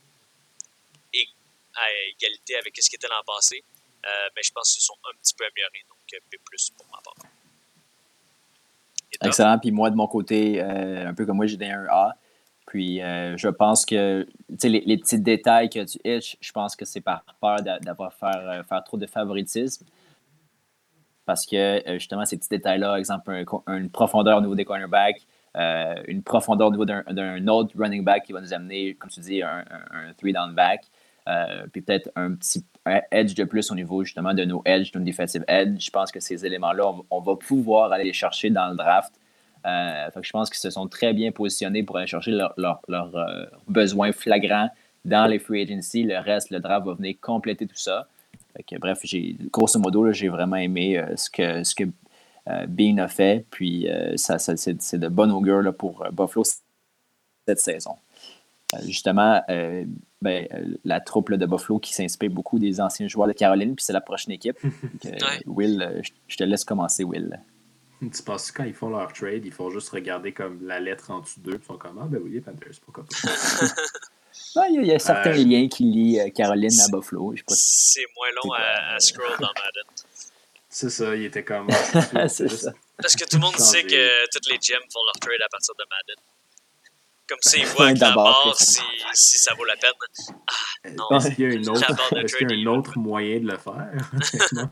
à égalité avec ce qui était l'an passé. Euh, mais je pense qu'ils se sont un petit peu améliorés. Donc, B plus pour ma part. Excellent. Puis moi, de mon côté, euh, un peu comme moi, j'ai donné un A. Puis euh, je pense que les, les petits détails que tu hitches, je pense que c'est par peur d'avoir faire, faire trop de favoritisme. Parce que justement, ces petits détails-là, exemple, un, une profondeur au niveau des cornerbacks, euh, une profondeur au niveau d'un, d'un autre running back qui va nous amener, comme tu dis, un, un, un three-down back. Euh, puis peut-être un petit un edge de plus au niveau justement de nos edge, de nos defensive edge. Je pense que ces éléments-là, on, on va pouvoir aller les chercher dans le draft. Euh, fait que je pense qu'ils se sont très bien positionnés pour aller chercher leurs leur, leur, euh, besoins flagrants dans les free agency. Le reste, le draft va venir compléter tout ça. Fait que, bref, j'ai, grosso modo, là, j'ai vraiment aimé euh, ce que, ce que euh, Bean a fait. Puis euh, ça, ça, c'est, c'est de bon augure là, pour euh, Buffalo cette saison. Euh, justement, euh, ben, euh, la troupe là, de Buffalo qui s'inspire beaucoup des anciens joueurs de Caroline, puis c'est la prochaine équipe. Donc, euh, Ouais. Will, euh, je te laisse commencer, Will. Tu penses que quand ils font leur trade, ils font juste regarder comme la lettre en dessous d'eux, puis ils sont comme ah ben oui, les Panthers, pourquoi pas. Ouais, il y a, il y a certains Euh, liens qui lient euh, Caroline à Buffalo. Je sais pas si C'est moins long à, à scroll dans Madden. C'est ça, il était comme. Ah, c'est c'est juste- ça. Parce que tout le monde Changer. sait que toutes les G M font leur trade à partir de Madden. Comme ça, ils voient avec la D'abord, barre que ça- si, si ça vaut la peine. Ah, non. Est-ce qu'il y a, une autre, La barre de est-ce qu'il y a trade, un autre moyen de le faire? honnêtement?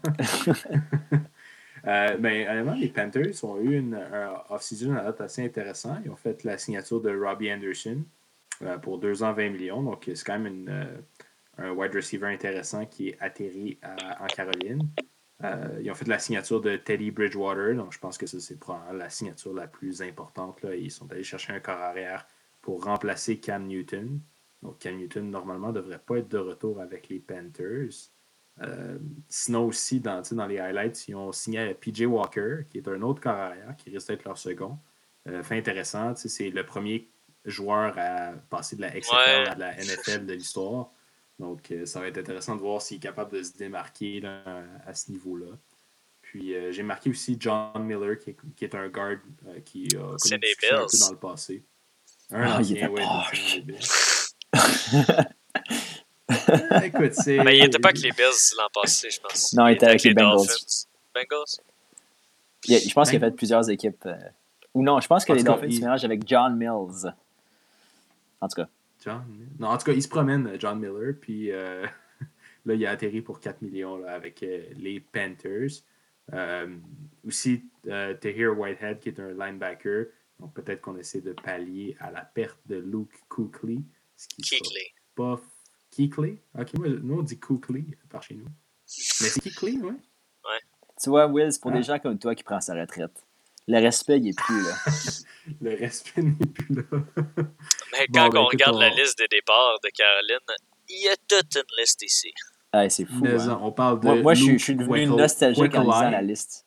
euh, ben, honnêtement, les Panthers ont eu une, un off-season à date assez intéressant. Ils ont fait la signature de Robbie Anderson euh, pour deux ans, vingt millions. Donc, c'est quand même une, euh, un wide receiver intéressant qui est atterri à- en Caroline. Euh, ils ont fait la signature de Teddy Bridgewater. Donc, je pense que ça, c'est probablement la signature la plus importante. Là. Ils sont allés chercher un corps arrière pour remplacer Cam Newton. Donc, Cam Newton, normalement, ne devrait pas être de retour avec les Panthers. Euh, sinon aussi, dans, dans les highlights, ils ont signé P J Walker, qui est un autre corps arrière, qui risque d'être leur second. Euh, fait intéressant, c'est le premier joueur à passer de la X F L Ouais. à de la N F L de l'histoire. Donc, euh, ça va être intéressant de voir s'il est capable de se démarquer là, à ce niveau-là. Puis, euh, j'ai marqué aussi John Miller, qui est, qui est un guard euh, qui a C'est connu des une discussion un peu Bills. dans le passé. Un Ah, il ancien, était ouais, poche. des Bills. Euh, écoute, c'est... Mais il n'était pas avec les Bills l'an passé, je pense. Non, il était avec les Bengals. Dolphins. Bengals? Il y a- je pense qu'il a Ben- fait plusieurs équipes. euh, Ou non, je pense que En les tout cas, Dolphins il- se mélangent avec John Mills. En tout cas. John... Non, en tout cas, il se promène, John Miller, puis euh, là, il a atterri pour quatre millions là, avec euh, les Panthers. Euh, aussi, euh, Tahir Whitehead, qui est un linebacker. Donc, peut-être qu'on essaie de pallier à la perte de Luke Kuechly. Ce qui sera Kuechly. Pas... Kuechly? Ok, moi, nous, on dit Kuechly par chez nous. Mais c'est Kuechly, oui? Tu vois, Will, c'est pour Ah. des gens comme toi qui prennent sa retraite. Le respect, il n'est plus là. Le respect n'est plus là. Mais Bon, quand ben, on écoute, regarde on- la liste des départs de Caroline, il y a toute une liste ici. Ah, c'est fou. Mais, hein. on parle de Moi, moi je, suis, Luke je suis devenu Kuechly- nostalgique en lisant Kuechly. la liste.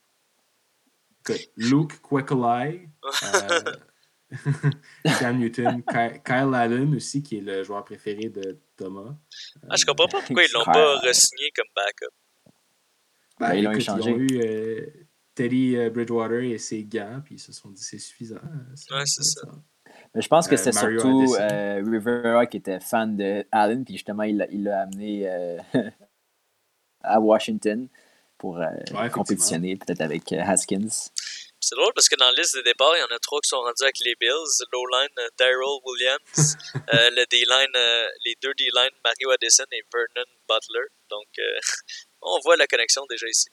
Écoute, Luke Kuechly, euh, Cam Newton, Ky- Kyle Allen aussi, qui est le joueur préféré de Thomas. Ah, je comprends pas pourquoi ils l'ont Frère. pas re-signé comme backup. Ben, Ben, ils l'ont écoute, échangé. Ils ont eu euh, Teddy euh, Bridgewater et ses gants, puis ils se sont dit c'est suffisant. Ça, Ouais, c'est ça. Mais je pense que Euh, c'était Mario surtout Addison. euh, Rivera qui était fan de Allen, puis justement, il l'a, il l'a amené euh, à Washington pour euh, effectivement. compétitionner peut-être avec euh, Haskins. C'est drôle parce que dans la liste des départs, il y en a trois qui sont rendus avec les Bills. Low-line, euh, Daryl Williams. euh, le D-line, euh, les deux D-line, Mario Addison et Vernon Butler. Donc, euh, on voit la connexion déjà ici.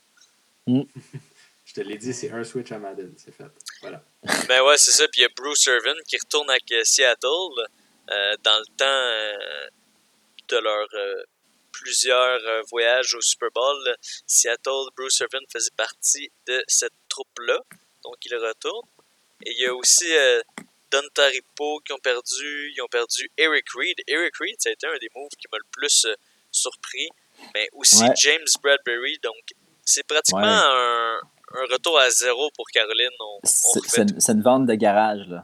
Je te l'ai dit, c'est un switch à Madden, c'est fait. Voilà. Ben ouais, c'est ça. Puis il y a Bruce Irvin qui retourne avec euh, Seattle euh, dans le temps euh, de leurs euh, plusieurs euh, voyages au Super Bowl. Seattle, Bruce Irvin faisait partie de cette troupe-là. Donc il retourne. Et il y a aussi euh, Don Taripo qui ont perdu. Ils ont perdu Eric Reed. Eric Reed, ça a été un des moves qui m'a le plus euh, surpris. Mais aussi Ouais. James Bradbury. Donc c'est pratiquement Ouais. un, un retour à zéro pour Caroline. On, on C'est, refait c'est une, c'est une vente de garage, là.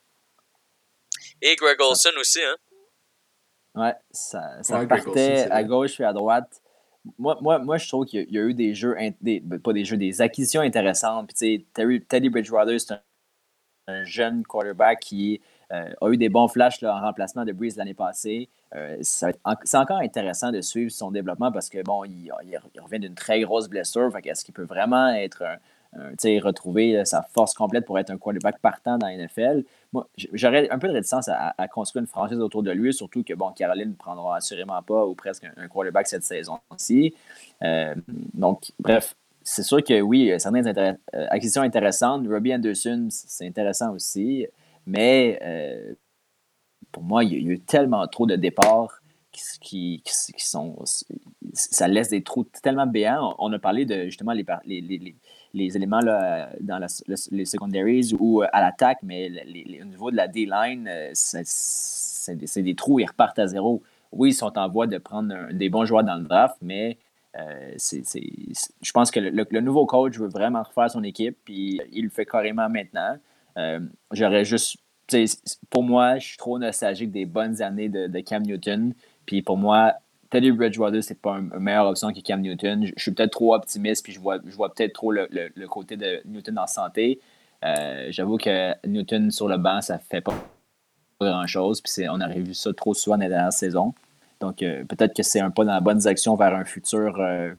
Et Greg Olson aussi, hein? Ouais, ça, ça Ouais, Greg Olsen, partait c'est à vrai. gauche et à droite. Moi, moi, moi je trouve qu'il y a, il y a eu des jeux, in- des, ben, pas des jeux, des acquisitions intéressantes. Puis, tu sais, Terry- Teddy Bridgewater, c'est un, un jeune quarterback qui euh, a eu des bons flashs là, en remplacement de Breeze l'année passée. Euh, ça va être en- c'est encore intéressant de suivre son développement parce que, bon, il, il- il revient d'une très grosse blessure. Fait est-ce qu'il peut vraiment être un, un, tu sais, retrouver euh, sa force complète pour être un quarterback partant dans la N F L? Moi, j- j'aurais un peu de réticence à, à construire une franchise autour de lui, surtout que, bon, Caroline ne prendra assurément pas ou presque un, un quarterback cette saison-ci. Euh, donc, bref, c'est sûr que oui, certaines intéress- euh, acquisitions intéressantes. Robbie Anderson, c'est intéressant aussi. Mais euh, pour moi, il y, a, il y a eu tellement trop de départs qui, qui, qui, qui sont. Ça laisse des trous tellement béants. On a parlé de justement les, les, les, les éléments là, dans la, les secondaries ou à l'attaque, mais les, les, au niveau de la D-line, c'est, c'est, des, c'est des trous, ils repartent à zéro. Oui, ils sont en voie de prendre un, des bons joueurs dans le draft, mais euh, c'est, c'est, c'est, je pense que le, le, le nouveau coach veut vraiment refaire son équipe, puis il le fait carrément maintenant. Euh, j'aurais juste. Pour moi, je suis trop nostalgique des bonnes années de, de Cam Newton. Puis pour moi, Teddy Bridgewater, c'est pas une meilleure option que Cam Newton. Je, je suis peut-être trop optimiste, puis je vois, je vois peut-être trop le, le, le côté de Newton en santé. Euh, j'avoue que Newton sur le banc, ça fait pas grand-chose. Puis c'est, on aurait vu ça trop souvent dans la dernière saison. Donc euh, peut-être que c'est un pas dans la bonne direction vers un futur euh,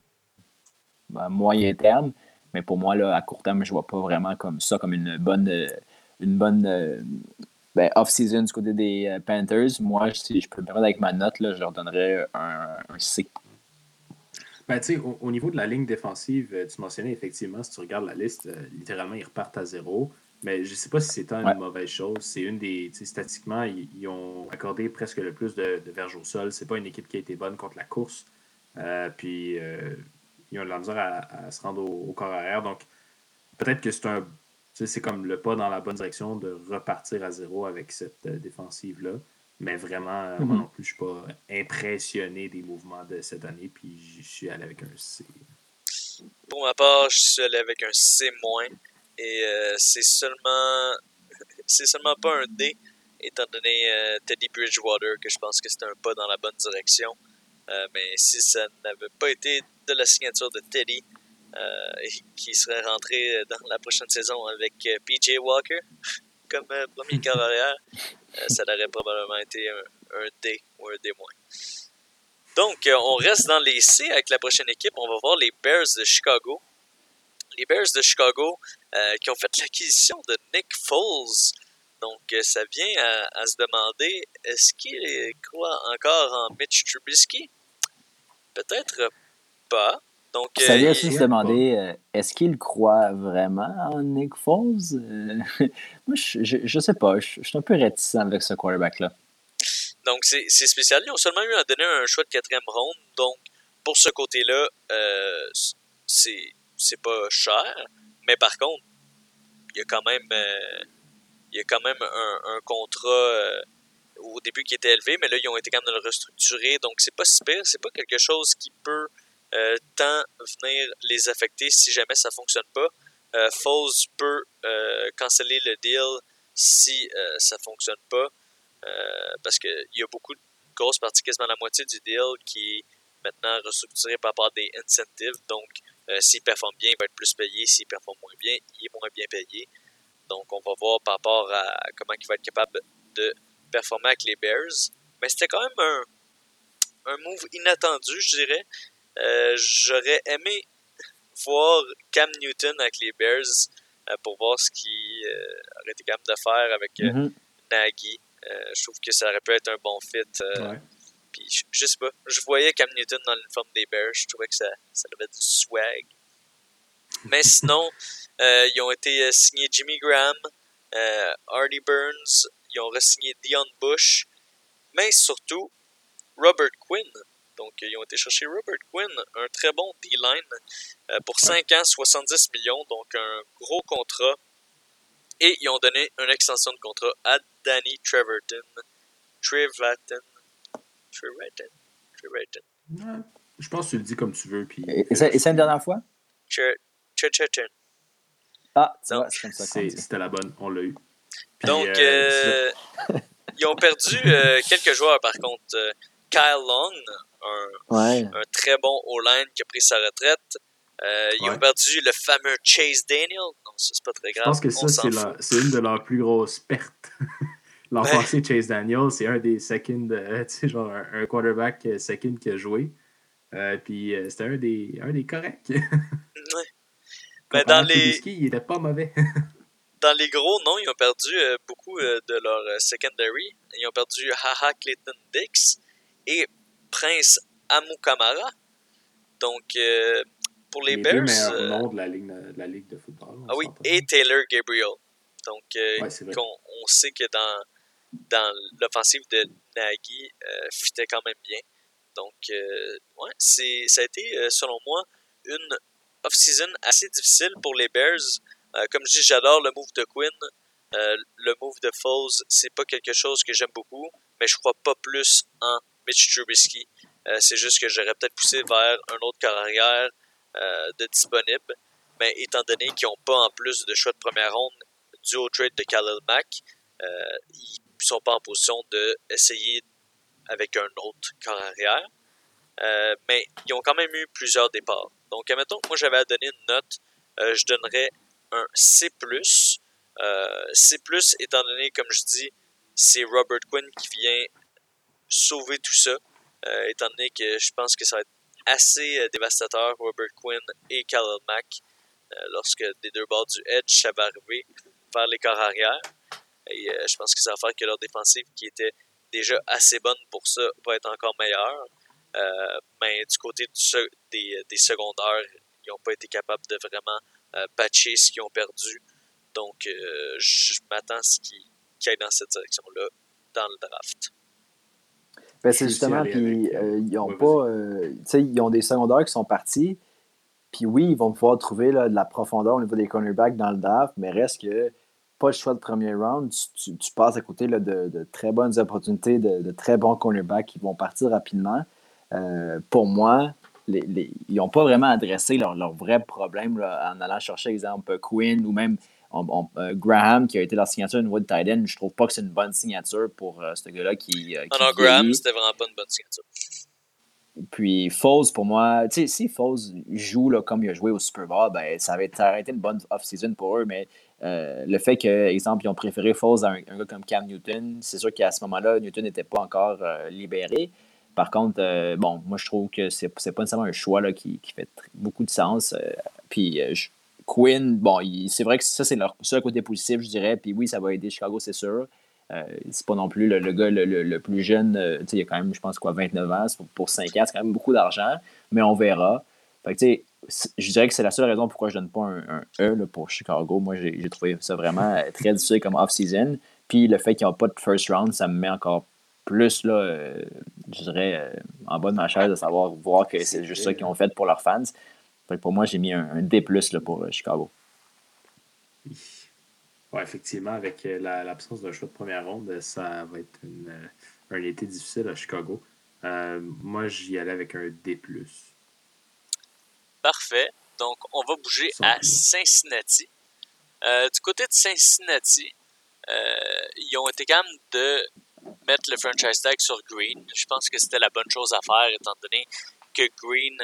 à moyen terme. Mais pour moi, là, à court terme, je vois pas vraiment comme ça comme une bonne... Euh, une bonne euh, ben, off-season du côté des euh, Panthers. Moi, si je peux me permettre avec ma note, là, je leur donnerais un, un C. Ben, tu sais, au, au niveau de la ligne défensive, tu mentionnais effectivement, si tu regardes la liste, euh, littéralement, ils repartent à zéro. Mais je ne sais pas si c'est tant une ouais. mauvaise chose. C'est une des. Statistiquement, ils, ils ont accordé presque le plus de, de verges au sol. C'est pas une équipe qui a été bonne contre la course. Euh, puis, euh, ils ont de la misère à, à se rendre au, au corps arrière. Donc, peut-être que c'est un. C'est comme le pas dans la bonne direction de repartir à zéro avec cette euh, défensive-là. Mais vraiment, euh, mm-hmm. moi non plus, je ne suis pas impressionné des mouvements de cette année. Puis je suis allé avec un C. Pour ma part, je suis allé avec un C-. Et euh, c'est seulement c'est seulement pas un D, étant donné euh, Teddy Bridgewater, que je pense que c'était un pas dans la bonne direction. Euh, mais si ça n'avait pas été de la signature de Teddy, Euh, qui serait rentré dans la prochaine saison avec euh, P J Walker comme euh, premier quart arrière, euh, ça aurait probablement été un, un D ou un D-. Donc, euh, on reste dans les C avec la prochaine équipe. On va voir les Bears de Chicago. Les Bears de Chicago euh, qui ont fait l'acquisition de Nick Foles. Donc, euh, ça vient à, à se demander, est-ce qu'il croit encore en Mitch Trubisky? Peut-être pas. Donc, ça vient euh, aussi se demander, euh, est-ce qu'il croit vraiment en Nick Foles? Euh, moi, je, je, je sais pas. Je, je suis un peu réticent avec ce quarterback-là. Donc, c'est, c'est spécial. Ils ont seulement eu à donner un choix de quatrième ronde. Donc, pour ce côté-là, euh, c'est, c'est pas cher. Mais par contre, il y a quand même, euh, il y a quand même un, un contrat euh, au début qui était élevé. Mais là, ils ont été quand même de le restructurer. Donc, c'est pas si pire. C'est pas quelque chose qui peut... Euh, tant venir les affecter si jamais ça ne fonctionne pas. Euh, Foles peut euh, canceller le deal si euh, ça ne fonctionne pas euh, parce qu'il y a beaucoup de grosses parties, quasiment la moitié du deal qui est maintenant restructuré par rapport à des incentives. Donc, euh, s'il performe bien, il va être plus payé. S'il performe moins bien, il est moins bien payé. Donc, on va voir par rapport à comment il va être capable de performer avec les Bears. Mais c'était quand même un, un move inattendu, je dirais. Euh, j'aurais aimé voir Cam Newton avec les Bears euh, pour voir ce qu'il euh, aurait été capable de faire avec euh, mm-hmm. Nagy. Euh, je trouve que ça aurait pu être un bon fit. Euh, ouais. Puis je, je sais pas, je voyais Cam Newton dans l'uniforme des Bears. Je trouvais que ça, ça avait du swag. Mais sinon, euh, ils ont été signés Jimmy Graham, euh, Artie Burns, ils ont re-signé Dion Bush, mais surtout Robert Quinn. Donc, ils ont été chercher Robert Quinn, un très bon D-line, euh, pour cinq ans, soixante-dix millions, donc un gros contrat. Et ils ont donné une extension de contrat à Danny Treverton. Treverton. Treverton. Treverton. Ouais, je pense que tu le dis comme tu veux. Puis et, et, c'est, et c'est une dernière fois? Treverton. Ah, tu vois, c'est comme ça qu'on dit. C'était la bonne, on l'a eu. Puis, donc, euh, euh, ils ont perdu euh, quelques joueurs, par contre. Euh, Kyle Long, un, ouais. un très bon O-line qui a pris sa retraite. Euh, ils ouais. ont perdu le fameux Chase Daniel. Non, ça, c'est pas très grave. Je pense que ça, c'est, la, c'est une de leurs plus grosses pertes. L'an ben... passé, Chase Daniel, c'est un des second, euh, tu sais, genre un, un quarterback second qui a joué. Euh, puis euh, c'était un des, un des corrects. ouais. Mais dans les... Trubisky, il était pas mauvais. Dans les gros noms, ils ont perdu euh, beaucoup euh, de leur euh, secondary. Ils ont perdu Haha Clayton Dix et Prince Amukamara. Donc, euh, pour les, les Bears... deux meilleurs euh, noms de la Ligue de, la ligue de football. Ah oui, et Taylor Gabriel. Donc, euh, ouais, c'est vrai. on, on sait que dans, dans l'offensive de Nagy, euh, fitait quand même bien. Donc, euh, ouais, c'est, ça a été, euh, selon moi, une off-season assez difficile pour les Bears. Euh, comme je dis, j'adore le move de Quinn. Euh, le move de Foles, c'est pas quelque chose que j'aime beaucoup, mais je crois pas plus en Mitch Trubisky. Euh, c'est juste que j'aurais peut-être poussé vers un autre carrière euh, de disponible. Mais étant donné qu'ils n'ont pas en plus de choix de première ronde dû au trade de Khalil Mack, euh, ils sont pas en position d'essayer avec un autre carrière. Euh, mais ils ont quand même eu plusieurs départs. Donc, admettons que moi j'avais à donner une note, euh, je donnerais un C plus. Euh, C plus, étant donné, comme je dis, c'est Robert Quinn qui vient sauver tout ça. Euh, étant donné que je pense que ça va être assez euh, dévastateur, Robert Quinn et Khalil Mack, euh, lorsque des deux bords du edge, ça va arriver vers les corps arrière. Et euh, je pense que ça va faire que leur défensive, qui était déjà assez bonne pour ça, va être encore meilleure. Euh, mais du côté du, des, des secondaires, ils n'ont pas été capables de vraiment euh, patcher ce qu'ils ont perdu. Donc, euh, je m'attends à ce qu'ils, qu'ils aillent dans cette direction-là dans le draft. Ben, c'est justement, puis avec, euh, ils ont ouais, pas. Euh, tu sais, ils ont des secondaires qui sont partis. Puis oui, ils vont pouvoir trouver là, de la profondeur au niveau des cornerbacks dans le draft, mais reste que pas le choix de premier round. Tu, tu, tu passes à côté là, de, de très bonnes opportunités, de, de très bons cornerbacks qui vont partir rapidement. Euh, pour moi, les, les, ils n'ont pas vraiment adressé leur, leur vrai problème là, en allant chercher, exemple, Quinn ou même on, on, euh, Graham, qui a été leur signature au niveau de tight end. Je trouve pas que c'est une bonne signature pour euh, ce gars-là qui, euh, qui non, non, Graham, c'était vraiment pas une bonne signature. Puis Foles, pour moi, tu sais, si Foles joue là, comme il a joué au Super Bowl, ben, ça va être, ça aurait été une bonne off-season pour eux, mais euh, le fait que, exemple, ils ont préféré Foles à un, un gars comme Cam Newton, c'est sûr qu'à ce moment-là, Newton n'était pas encore euh, libéré. Par contre, euh, bon, moi, je trouve que c'est, c'est pas nécessairement un choix là, qui, qui fait tr- beaucoup de sens. Euh, puis euh, je, Quinn, bon, il, c'est vrai que ça, c'est leur seul côté positif, je dirais. Puis oui, ça va aider Chicago, c'est sûr. Euh, c'est pas non plus le, le gars le, le, le plus jeune. Euh, il y a quand même, je pense, quoi, vingt-neuf ans. Pour, pour cinq ans, c'est quand même beaucoup d'argent. Mais on verra. Fait que, je dirais que c'est la seule raison pourquoi je donne pas un, un E là, pour Chicago. Moi, j'ai, j'ai trouvé ça vraiment très difficile comme off-season. Puis le fait qu'il n'y a pas de first round, ça me met encore plus, là, euh, je dirais, euh, en bas de ma chaise de savoir voir que c'est, c'est juste ça qu'ils ont fait pour leurs fans. Fait que pour moi, j'ai mis un, un D plus là, pour euh, Chicago. Oui, effectivement, avec la, l'absence d'un choix de première ronde, ça va être une, un été difficile à Chicago. Euh, moi, j'y allais avec un D plus. Parfait. Donc, on va bouger Sans à plus. Cincinnati. Euh, du côté de Cincinnati, euh, ils ont été capables de mettre le franchise tag sur Green. Je pense que c'était la bonne chose à faire, étant donné que Green,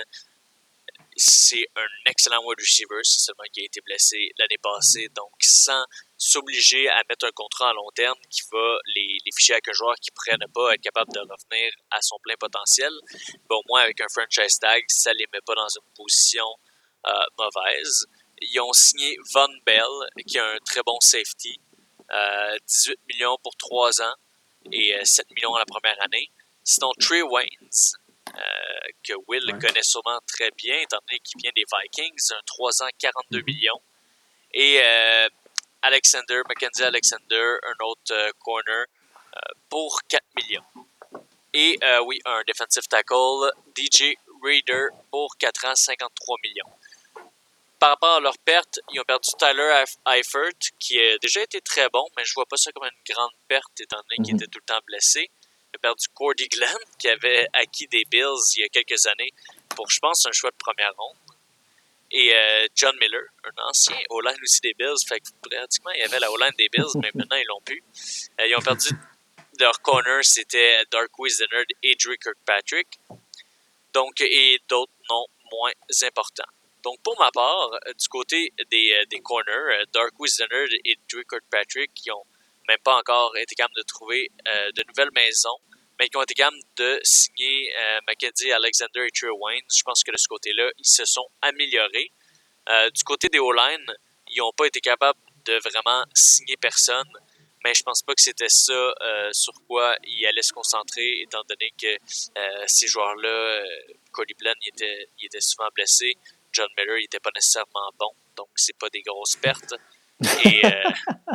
c'est un excellent wide receiver, c'est seulement qu'il a été blessé l'année passée, donc sans s'obliger à mettre un contrat à long terme qui va les, les ficher avec un joueur qui pourrait ne pas être capable de revenir à son plein potentiel, ben au moins avec un franchise tag, ça les met pas dans une position euh, mauvaise. Ils ont signé Von Bell, qui a un très bon safety, euh, dix-huit millions pour trois ans et euh, sept millions la première année. Sinon, Trey Waynes, Euh, que Will ouais. connaît sûrement très bien, étant donné qu'il vient des Vikings, un trois ans, quarante-deux mm-hmm. millions. Et euh, Alexander, Mackenzie Alexander, un autre euh, corner, euh, pour quatre millions. Et euh, oui, un defensive tackle, D J Reader, pour quatre ans, cinquante-trois millions. Par rapport à leur perte, ils ont perdu Tyler Eifert, qui a déjà été très bon, mais je vois pas ça comme une grande perte, étant donné mm-hmm. qu'il était tout le temps blessé. Il a perdu Cordy Glenn, qui avait acquis des Bills il y a quelques années pour, je pense, un choix de première ronde. Et euh, John Miller, un ancien O-line aussi des Bills. Fait que pratiquement, il y avait la O-line des Bills, mais maintenant, ils l'ont plus. Euh, ils ont perdu leur corner, c'était Darqueze Dennard et Drew Kirkpatrick. Donc, et d'autres noms moins importants. Donc, pour ma part, du côté des, des corners, Darqueze Dennard et Drew Kirkpatrick, qui ont même pas encore été capables de trouver euh, de nouvelles maisons, mais qui ont été capables de signer euh, Mackenzie Alexander et Trey Waynes. Je pense que de ce côté-là, ils se sont améliorés. Euh, du côté des O-line, ils n'ont pas été capables de vraiment signer personne, mais je pense pas que c'était ça euh, sur quoi ils allaient se concentrer, étant donné que euh, ces joueurs-là, euh, Cordy Glenn, il était, il était souvent blessé, John Miller n'était pas nécessairement bon, donc c'est pas des grosses pertes. Et, euh,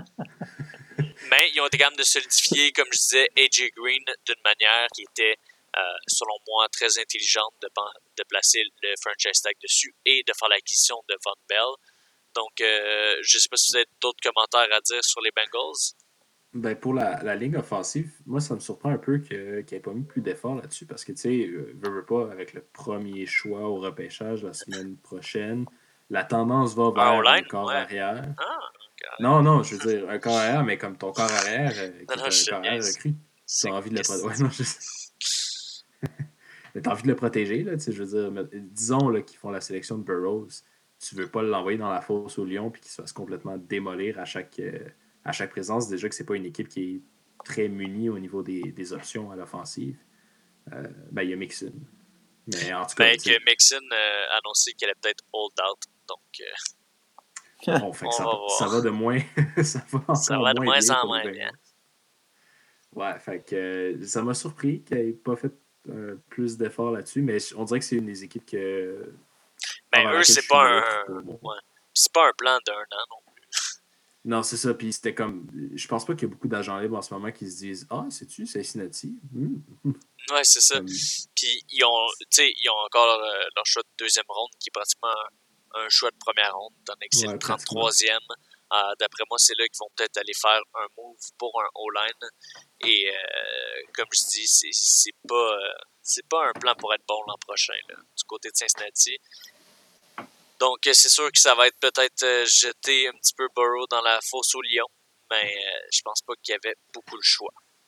mais ils ont été capables de solidifier, comme je disais, A J Green d'une manière qui était, euh, selon moi, très intelligente de, de placer le franchise tag dessus et de faire l'acquisition de Von Bell. Donc, euh, je ne sais pas si vous avez d'autres commentaires à dire sur les Bengals. Ben pour la, la ligne offensive, moi, ça me surprend un peu que, qu'il n'ait pas mis plus d'efforts là-dessus parce que, tu sais, euh, veut, veut pas, avec le premier choix au repêchage la semaine prochaine, la tendance va vers un un corps ouais. arrière. Ah, okay. Non, non, je veux dire, un corps arrière, mais comme ton corps arrière, euh, qui non, non, est un corps arrière recru, tu as envie de le protéger. Ouais, non, je sais. Mais tu as envie de le protéger, là, tu sais, je veux dire, mais, disons là, qu'ils font la sélection de Burroughs, tu veux pas l'envoyer dans la fosse au lion puis qu'il se fasse complètement démolir à chaque... Euh, à chaque présence, déjà que c'est pas une équipe qui est très munie au niveau des, des options à l'offensive. Euh, ben, il y a Mixon. Mais en tout cas... Ben, que Mixon euh, a annoncé qu'elle allait peut-être hold out, donc... Euh... Bon, fait que ça, ça va de moins... ça va encore ça va de moins, moins bien en moins bien. Ouais, fait que euh, ça m'a surpris qu'il n'ait pas fait euh, plus d'efforts là-dessus, mais on dirait que c'est une des équipes que... Ben, eux, c'est pas un... Bon. Ouais. C'est pas un plan d'un an, non. Non, c'est ça. Puis c'était comme. Je pense pas qu'il y a beaucoup d'agents libres en ce moment qui se disent ah, sais-tu, c'est Cincinnati. Mm. Ouais, c'est ça. Comme... Puis ils ont, ils ont encore leur, leur choix de deuxième ronde qui est pratiquement un, un choix de première ronde, étant donné que c'est ouais, le trente-troisième. Euh, d'après moi, c'est là qu'ils vont peut-être aller faire un move pour un O-line. Et euh, comme je dis, c'est, c'est, pas, euh, c'est pas un plan pour être bon l'an prochain là, du côté de Cincinnati. Donc, c'est sûr que ça va être peut-être euh, jeter un petit peu Burrow dans la fosse au lion, mais euh, je pense pas qu'il y avait beaucoup le choix.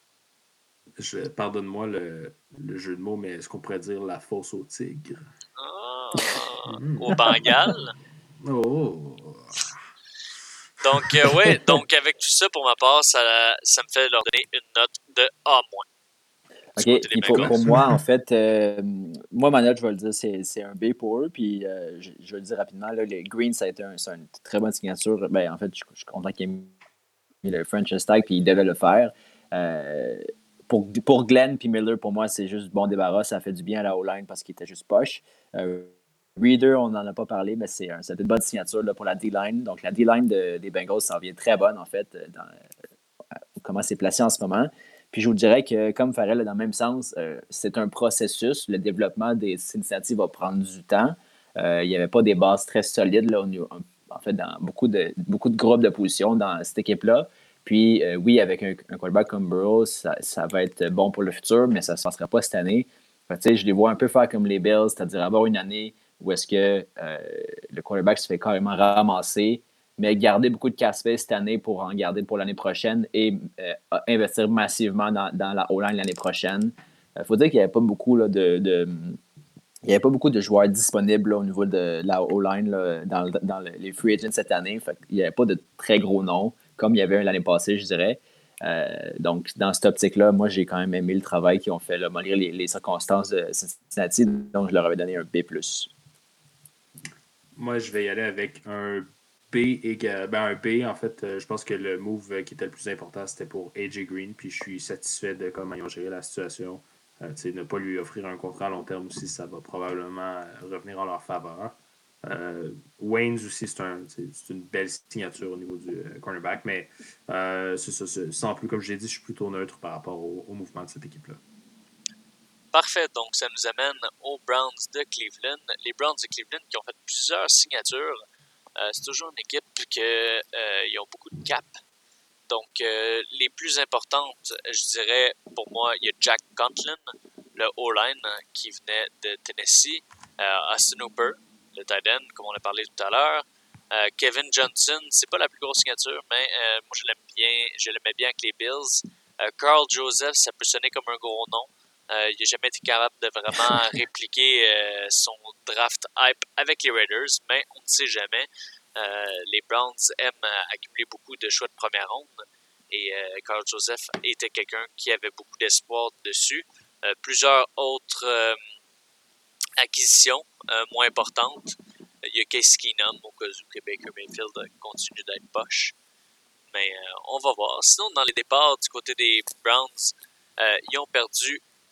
Je, pardonne-moi le, le jeu de mots, mais est-ce qu'on pourrait dire la fosse au tigre? Ah, mmh. Au Bengale? Oh! Donc, euh, oui, donc avec tout ça, pour ma part, ça, ça me fait leur donner une note de A-. OK, puis pour, pour moi, en fait, euh, moi, ma note, je vais le dire, c'est, c'est un B pour eux. Puis, euh, je, je vais le dire rapidement, là, les Green, ça a été un, c'est une très bonne signature. Ben, en fait, je, je suis content qu'il ait mis le franchise tag, puis il devait le faire. Euh, pour, pour Glenn puis Miller, pour moi, c'est juste bon débarras. Ça fait du bien à la O-line parce qu'il était juste poche. Euh, Reader, on n'en a pas parlé, mais c'est, un, c'est une bonne signature là, pour la D-line. Donc, la D-line de, des Bengals, ça en vient très bonne, en fait, dans euh, comment c'est placé en ce moment. Puis je vous dirais que, comme Farrell, dans le même sens, euh, c'est un processus. Le développement des Cincinnati va prendre du temps. Euh, il n'y avait pas des bases très solides, là, en fait, dans beaucoup de, beaucoup de groupes de positions dans cette équipe-là. Puis, euh, oui, avec un, un quarterback comme Burroughs, ça, ça va être bon pour le futur, mais ça ne se passera pas cette année. Fait, je les vois un peu faire comme les Bills, c'est-à-dire avoir une année où est-ce que euh, le quarterback se fait carrément ramasser, mais garder beaucoup de casse-pieds cette année pour en garder pour l'année prochaine et euh, investir massivement dans, dans la O-line l'année prochaine. Il euh, faut dire qu'il n'y avait pas beaucoup là, de, de, il y avait pas beaucoup de joueurs disponibles là, au niveau de la O-line là, dans, dans les free agents cette année. Fait il n'y avait pas de très gros noms, comme il y avait l'année passée, je dirais. Euh, donc, dans cette optique-là, moi, j'ai quand même aimé le travail qu'ils ont fait, là, malgré les, les circonstances de Cincinnati, donc je leur avais donné un B plus. Moi, je vais y aller avec un B. Égal, ben un B, en fait, euh, je pense que le move qui était le plus important, c'était pour A J Green, puis je suis satisfait de comment ils ont géré la situation. Euh, ne pas lui offrir un contrat à long terme aussi, ça va probablement revenir en leur faveur. Euh, Waynes aussi, c'est, un, c'est, c'est une belle signature au niveau du euh, cornerback, mais euh, c'est ça, c'est, sans plus, comme je l'ai dit, je suis plutôt neutre par rapport au, au mouvement de cette équipe-là. Parfait, donc ça nous amène aux Browns de Cleveland. Les Browns de Cleveland qui ont fait plusieurs signatures. Euh, c'est toujours une équipe qui euh, ont beaucoup de cap. Donc, euh, les plus importantes, je dirais, pour moi, il y a Jack Conklin, le O-line qui venait de Tennessee, euh, Austin Hooper, le tight end, comme on a parlé tout à l'heure, euh, Kevin Johnson, c'est pas la plus grosse signature, mais euh, moi, je l'aime bien, je l'aimais bien avec les Bills. Euh, Carl Joseph, ça peut sonner comme un gros nom. Euh, il n'a jamais été capable de vraiment répliquer euh, son draft hype avec les Raiders, mais on ne sait jamais. Euh, les Browns aiment euh, accumuler beaucoup de choix de première ronde et euh, Carl Joseph était quelqu'un qui avait beaucoup d'espoir dessus. Euh, plusieurs autres euh, acquisitions euh, moins importantes. Il y a Case Keenum au cas où que Baker Mayfield continue d'être poche. Mais euh, on va voir. Sinon, dans les départs du côté des Browns, euh, ils ont perdu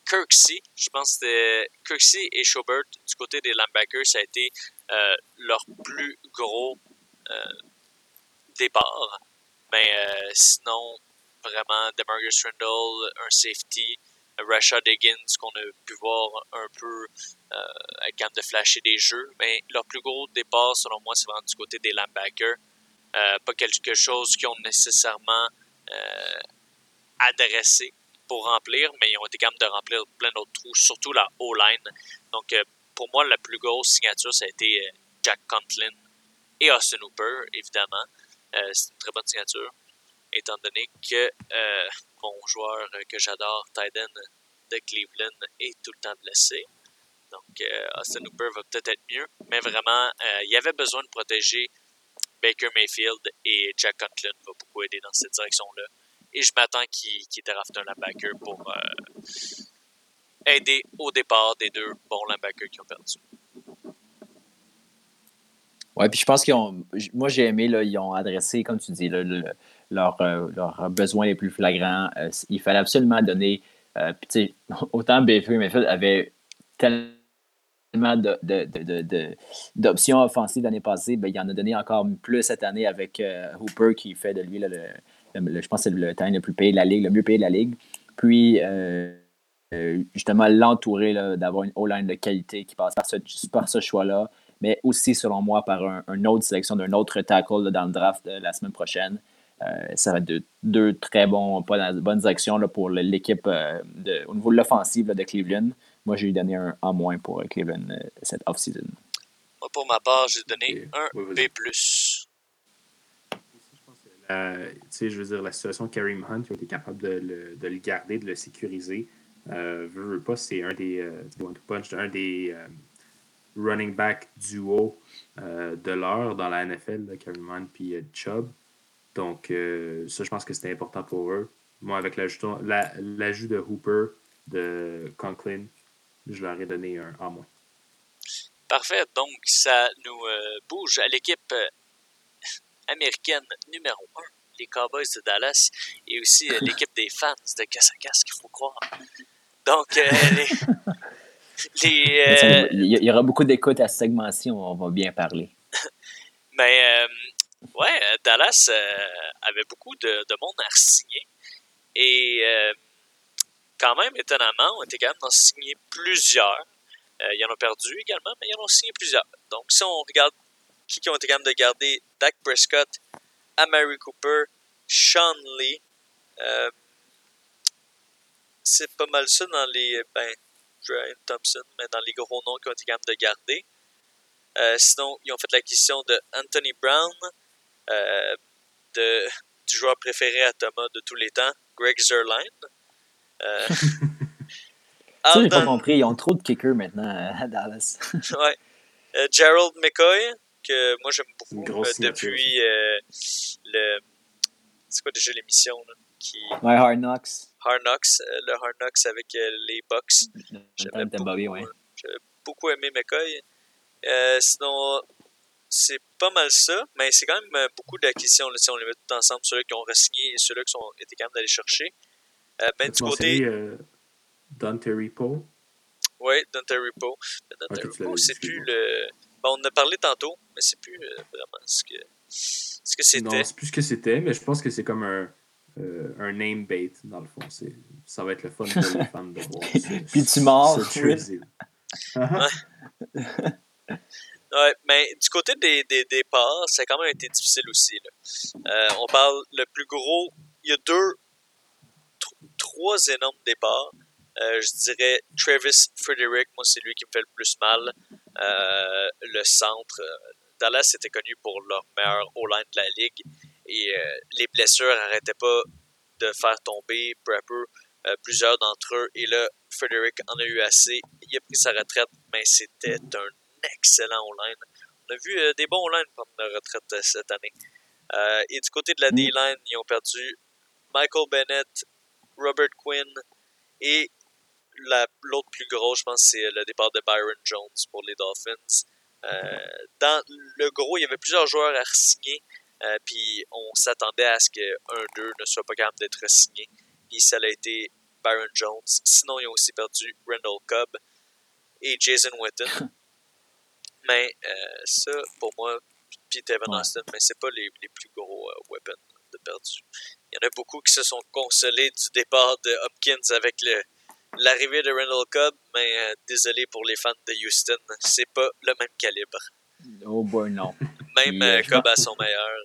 Kirksey, je pense que c'était Kirksey et Schobert du côté des linebackers, ça a été euh, leur plus gros euh, départ. Mais euh, sinon, vraiment, DeMarcus Randall, un safety, Rashad Higgins, qu'on a pu voir un peu euh, être capable de flasher des jeux. Mais leur plus gros départ, selon moi, c'est vraiment du côté des linebackers. Euh, pas quelque chose qu'ils ont nécessairement euh, adressé pour remplir, mais ils ont été capables de remplir plein d'autres trous, surtout la O-line. Donc, euh, pour moi, la plus grosse signature, ça a été euh, Jack Conklin et Austin Hooper, évidemment. Euh, c'est une très bonne signature, étant donné que euh, mon joueur que j'adore, Tyden de Cleveland, est tout le temps blessé. Donc, euh, Austin Hooper va peut-être être mieux, mais vraiment, euh, il y avait besoin de protéger Baker Mayfield et Jack Conklin va beaucoup aider dans cette direction-là. Et je m'attends qu'il, qu'il drafte un linebacker pour euh, aider au départ des deux bons linebackers qui ont perdu. Ouais, puis je pense qu'ils ont. Moi, j'ai aimé, là, ils ont adressé, comme tu dis, là, le, leurs euh, leurs besoins les plus flagrants. Euh, il fallait absolument donner. Euh, puis, tu sais, autant Baker Mayfield avait tellement de, de, de, de, de, d'options offensives l'année passée, ben, il en a donné encore plus cette année avec euh, Hooper qui fait de lui, là, le, le, le, je pense que c'est le temps le plus payé de la Ligue, le mieux payé de la Ligue. Puis, euh, euh, justement, l'entourer là, d'avoir une O-line de qualité qui passe par ce, par ce choix-là, mais aussi, selon moi, par un, un autre sélection d'un autre tackle là, dans le draft de la semaine prochaine. Euh, ça va être deux, deux très bons pas dans la bonne direction là, pour l'équipe euh, de, au niveau de l'offensive là, de Cleveland. Moi, j'ai donné un A- pour Cleveland euh, cette off-season. Moi, pour ma part, j'ai donné Et, un ouais, B plus. Euh, tu sais, je veux dire, la situation de Kareem Hunt, qui a été capable de le, de le garder, de le sécuriser, euh, veux, veux pas, c'est un des, euh, punch, un des euh, running back duo euh, de l'heure dans la N F L, là, Kareem Hunt et euh, Chubb. Donc, euh, ça, je pense que c'était important pour eux. Moi, avec l'ajout, la, l'ajout de Hooper, de Conklin, je leur ai donné un A-. Parfait. Donc, ça nous euh, bouge à l'équipe euh, américaine numéro un, les Cowboys de Dallas, et aussi euh, l'équipe des fans de Casse à Casque, il faut croire. Donc, euh, les... les euh... Il y aura beaucoup d'écoute à cette segment-ci, on va bien parler. Mais, euh, ouais, Dallas euh, avait beaucoup de, de monde à signer, et euh, quand même, étonnamment, on était capable d'en signer plusieurs. Euh, ils en ont perdu également, mais ils en ont signé plusieurs. Donc, si on regarde qui, qui ont été capables de garder Dak Prescott, Amari Cooper, Sean Lee, euh, c'est pas mal ça dans les. Ben, Brian Thompson, mais dans les gros noms qui ont été capables de garder. Euh, sinon, ils ont fait l'acquisition de Anthony Brown, euh, de, du joueur préféré à Thomas de tous les temps, Greg Zuerlein. Euh, Ça, j'ai pas compris. Ils ont trop de kickers maintenant à Dallas. Ouais. Euh, Gerald McCoy, que moi j'aime beaucoup euh, depuis euh, le. C'est quoi déjà l'émission là, qui... Ouais, Hard Knocks. Hard Knocks, euh, le Hard Knocks avec euh, les Bucks. J'aimais beaucoup, Bobby, ouais. J'avais beaucoup aimé McCoy. Euh, sinon, c'est pas mal ça, mais c'est quand même beaucoup d'acquisitions là, si on les met tout ensemble, ceux-là qui ont re-signé et ceux-là qui ont été capables d'aller chercher. Euh, ben, du côté. Euh, Dante Repo. Oui, Dante Repo. Dante okay, Repo, c'est plus le. Bon, on en a parlé tantôt, mais c'est plus euh, vraiment ce que, ce que c'était. Non, c'est plus ce que c'était, mais je pense que c'est comme un, euh, un name bait, dans le fond. C'est, ça va être le fun pour les fans de voir. Puis tu mords. Ouais. Ouais, mais du côté des, des départs, ça a quand même été difficile aussi. Là. Euh, on parle le plus gros. Il y a deux, t- trois énormes départs. Euh, je dirais Travis Frederick, moi c'est lui qui me fait le plus mal. Euh, le centre, euh, Dallas était connu pour leur meilleur O-line de la ligue et euh, les blessures n'arrêtaient pas de faire tomber peu à peu euh, plusieurs d'entre eux. Et là, Frederick en a eu assez. Il a pris sa retraite, mais c'était un excellent O-line. On a vu euh, des bons O-line pendant la retraite euh, cette année. Euh, et du côté de la D-line, ils ont perdu Michael Bennett, Robert Quinn et La, l'autre plus gros, je pense, c'est le départ de Byron Jones pour les Dolphins. Euh, dans le gros, il y avait plusieurs joueurs à signer, euh, puis on s'attendait à ce qu'un d'eux ne soit pas capable d'être signé. Puis ça a été Byron Jones. Sinon, ils ont aussi perdu Randall Cobb et Jason Witten. Mais euh, ça, pour moi, puis Tevin Ouais. Austin, mais c'est pas les, les plus gros euh, weapons de perdu. Il y en a beaucoup qui se sont consolés du départ de Hopkins avec le, l'arrivée de Randall Cobb, mais euh, désolé pour les fans de Houston, c'est pas le même calibre. Oh boy, non. Même Puis, euh, euh, je Cobb pense- à son meilleur.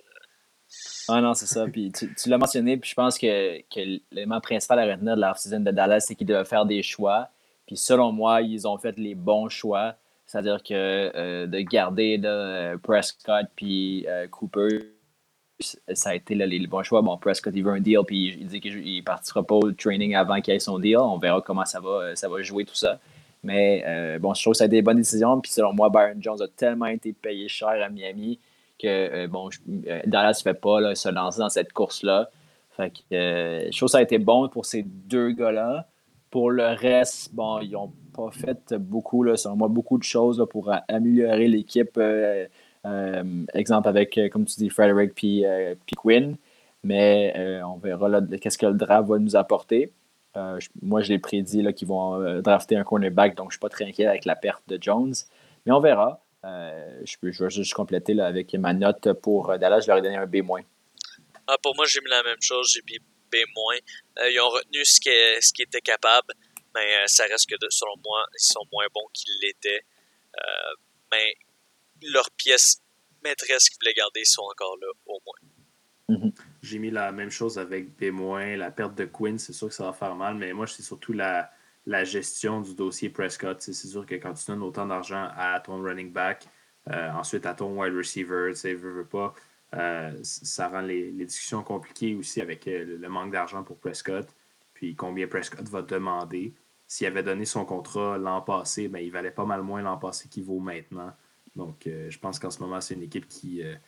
Ah non, c'est ça. Puis tu, tu l'as mentionné, puis je pense que, que l'élément principal à retenir de la off-season de Dallas, c'est qu'ils devaient faire des choix. Puis selon moi, ils ont fait les bons choix. C'est-à-dire que euh, de garder là, euh, Prescott puis euh, Cooper, ça a été là, les, les bons choix. Bon, Prescott, il veut un deal, puis il dit qu'il ne partira pas au training avant qu'il ait son deal. On verra comment ça va, ça va jouer tout ça. Mais euh, bon, je trouve que ça a été des bonnes décisions. Puis selon moi, Byron Jones a tellement été payé cher à Miami que euh, bon, je, euh, Dallas ne fait pas là, se lancer dans cette course-là. Fait que euh, je trouve que ça a été bon pour ces deux gars-là. Pour le reste, bon, ils n'ont pas fait beaucoup, là, selon moi, beaucoup de choses là, pour améliorer l'équipe. Euh, euh, exemple avec, euh, comme tu dis, Frederick puis, euh, puis Quinn. Mais euh, on verra là, qu'est-ce que le draft va nous apporter. Euh, je, moi, je l'ai prédit là, qu'ils vont euh, drafter un cornerback, donc je ne suis pas très inquiet avec la perte de Jones. Mais on verra. Euh, je, peux, je vais juste compléter là, avec ma note pour Dallas. Je leur ai donné un B-. Ah, pour moi, j'ai mis la même chose, j'ai mis B-. Euh, ils ont retenu ce qu'ils ce qui étaient capables, mais euh, ça reste que, de, selon moi, ils sont moins bons qu'ils l'étaient. Euh, mais leurs pièces maîtresses qu'ils voulaient garder sont encore là, au moins. Mm-hmm. J'ai mis la même chose avec B-. La perte de Quinn, c'est sûr que ça va faire mal, mais moi, c'est surtout la, la gestion du dossier Prescott. C'est sûr que quand tu donnes autant d'argent à ton running back, euh, ensuite à ton wide receiver, tu sais, veux, veux pas, euh, ça rend les, les discussions compliquées aussi avec euh, le, le manque d'argent pour Prescott. Puis combien Prescott va demander. S'il avait donné son contrat l'an passé, ben, il valait pas mal moins l'an passé qu'il vaut maintenant. Donc, euh, je pense qu'en ce moment, c'est une équipe qui... Euh,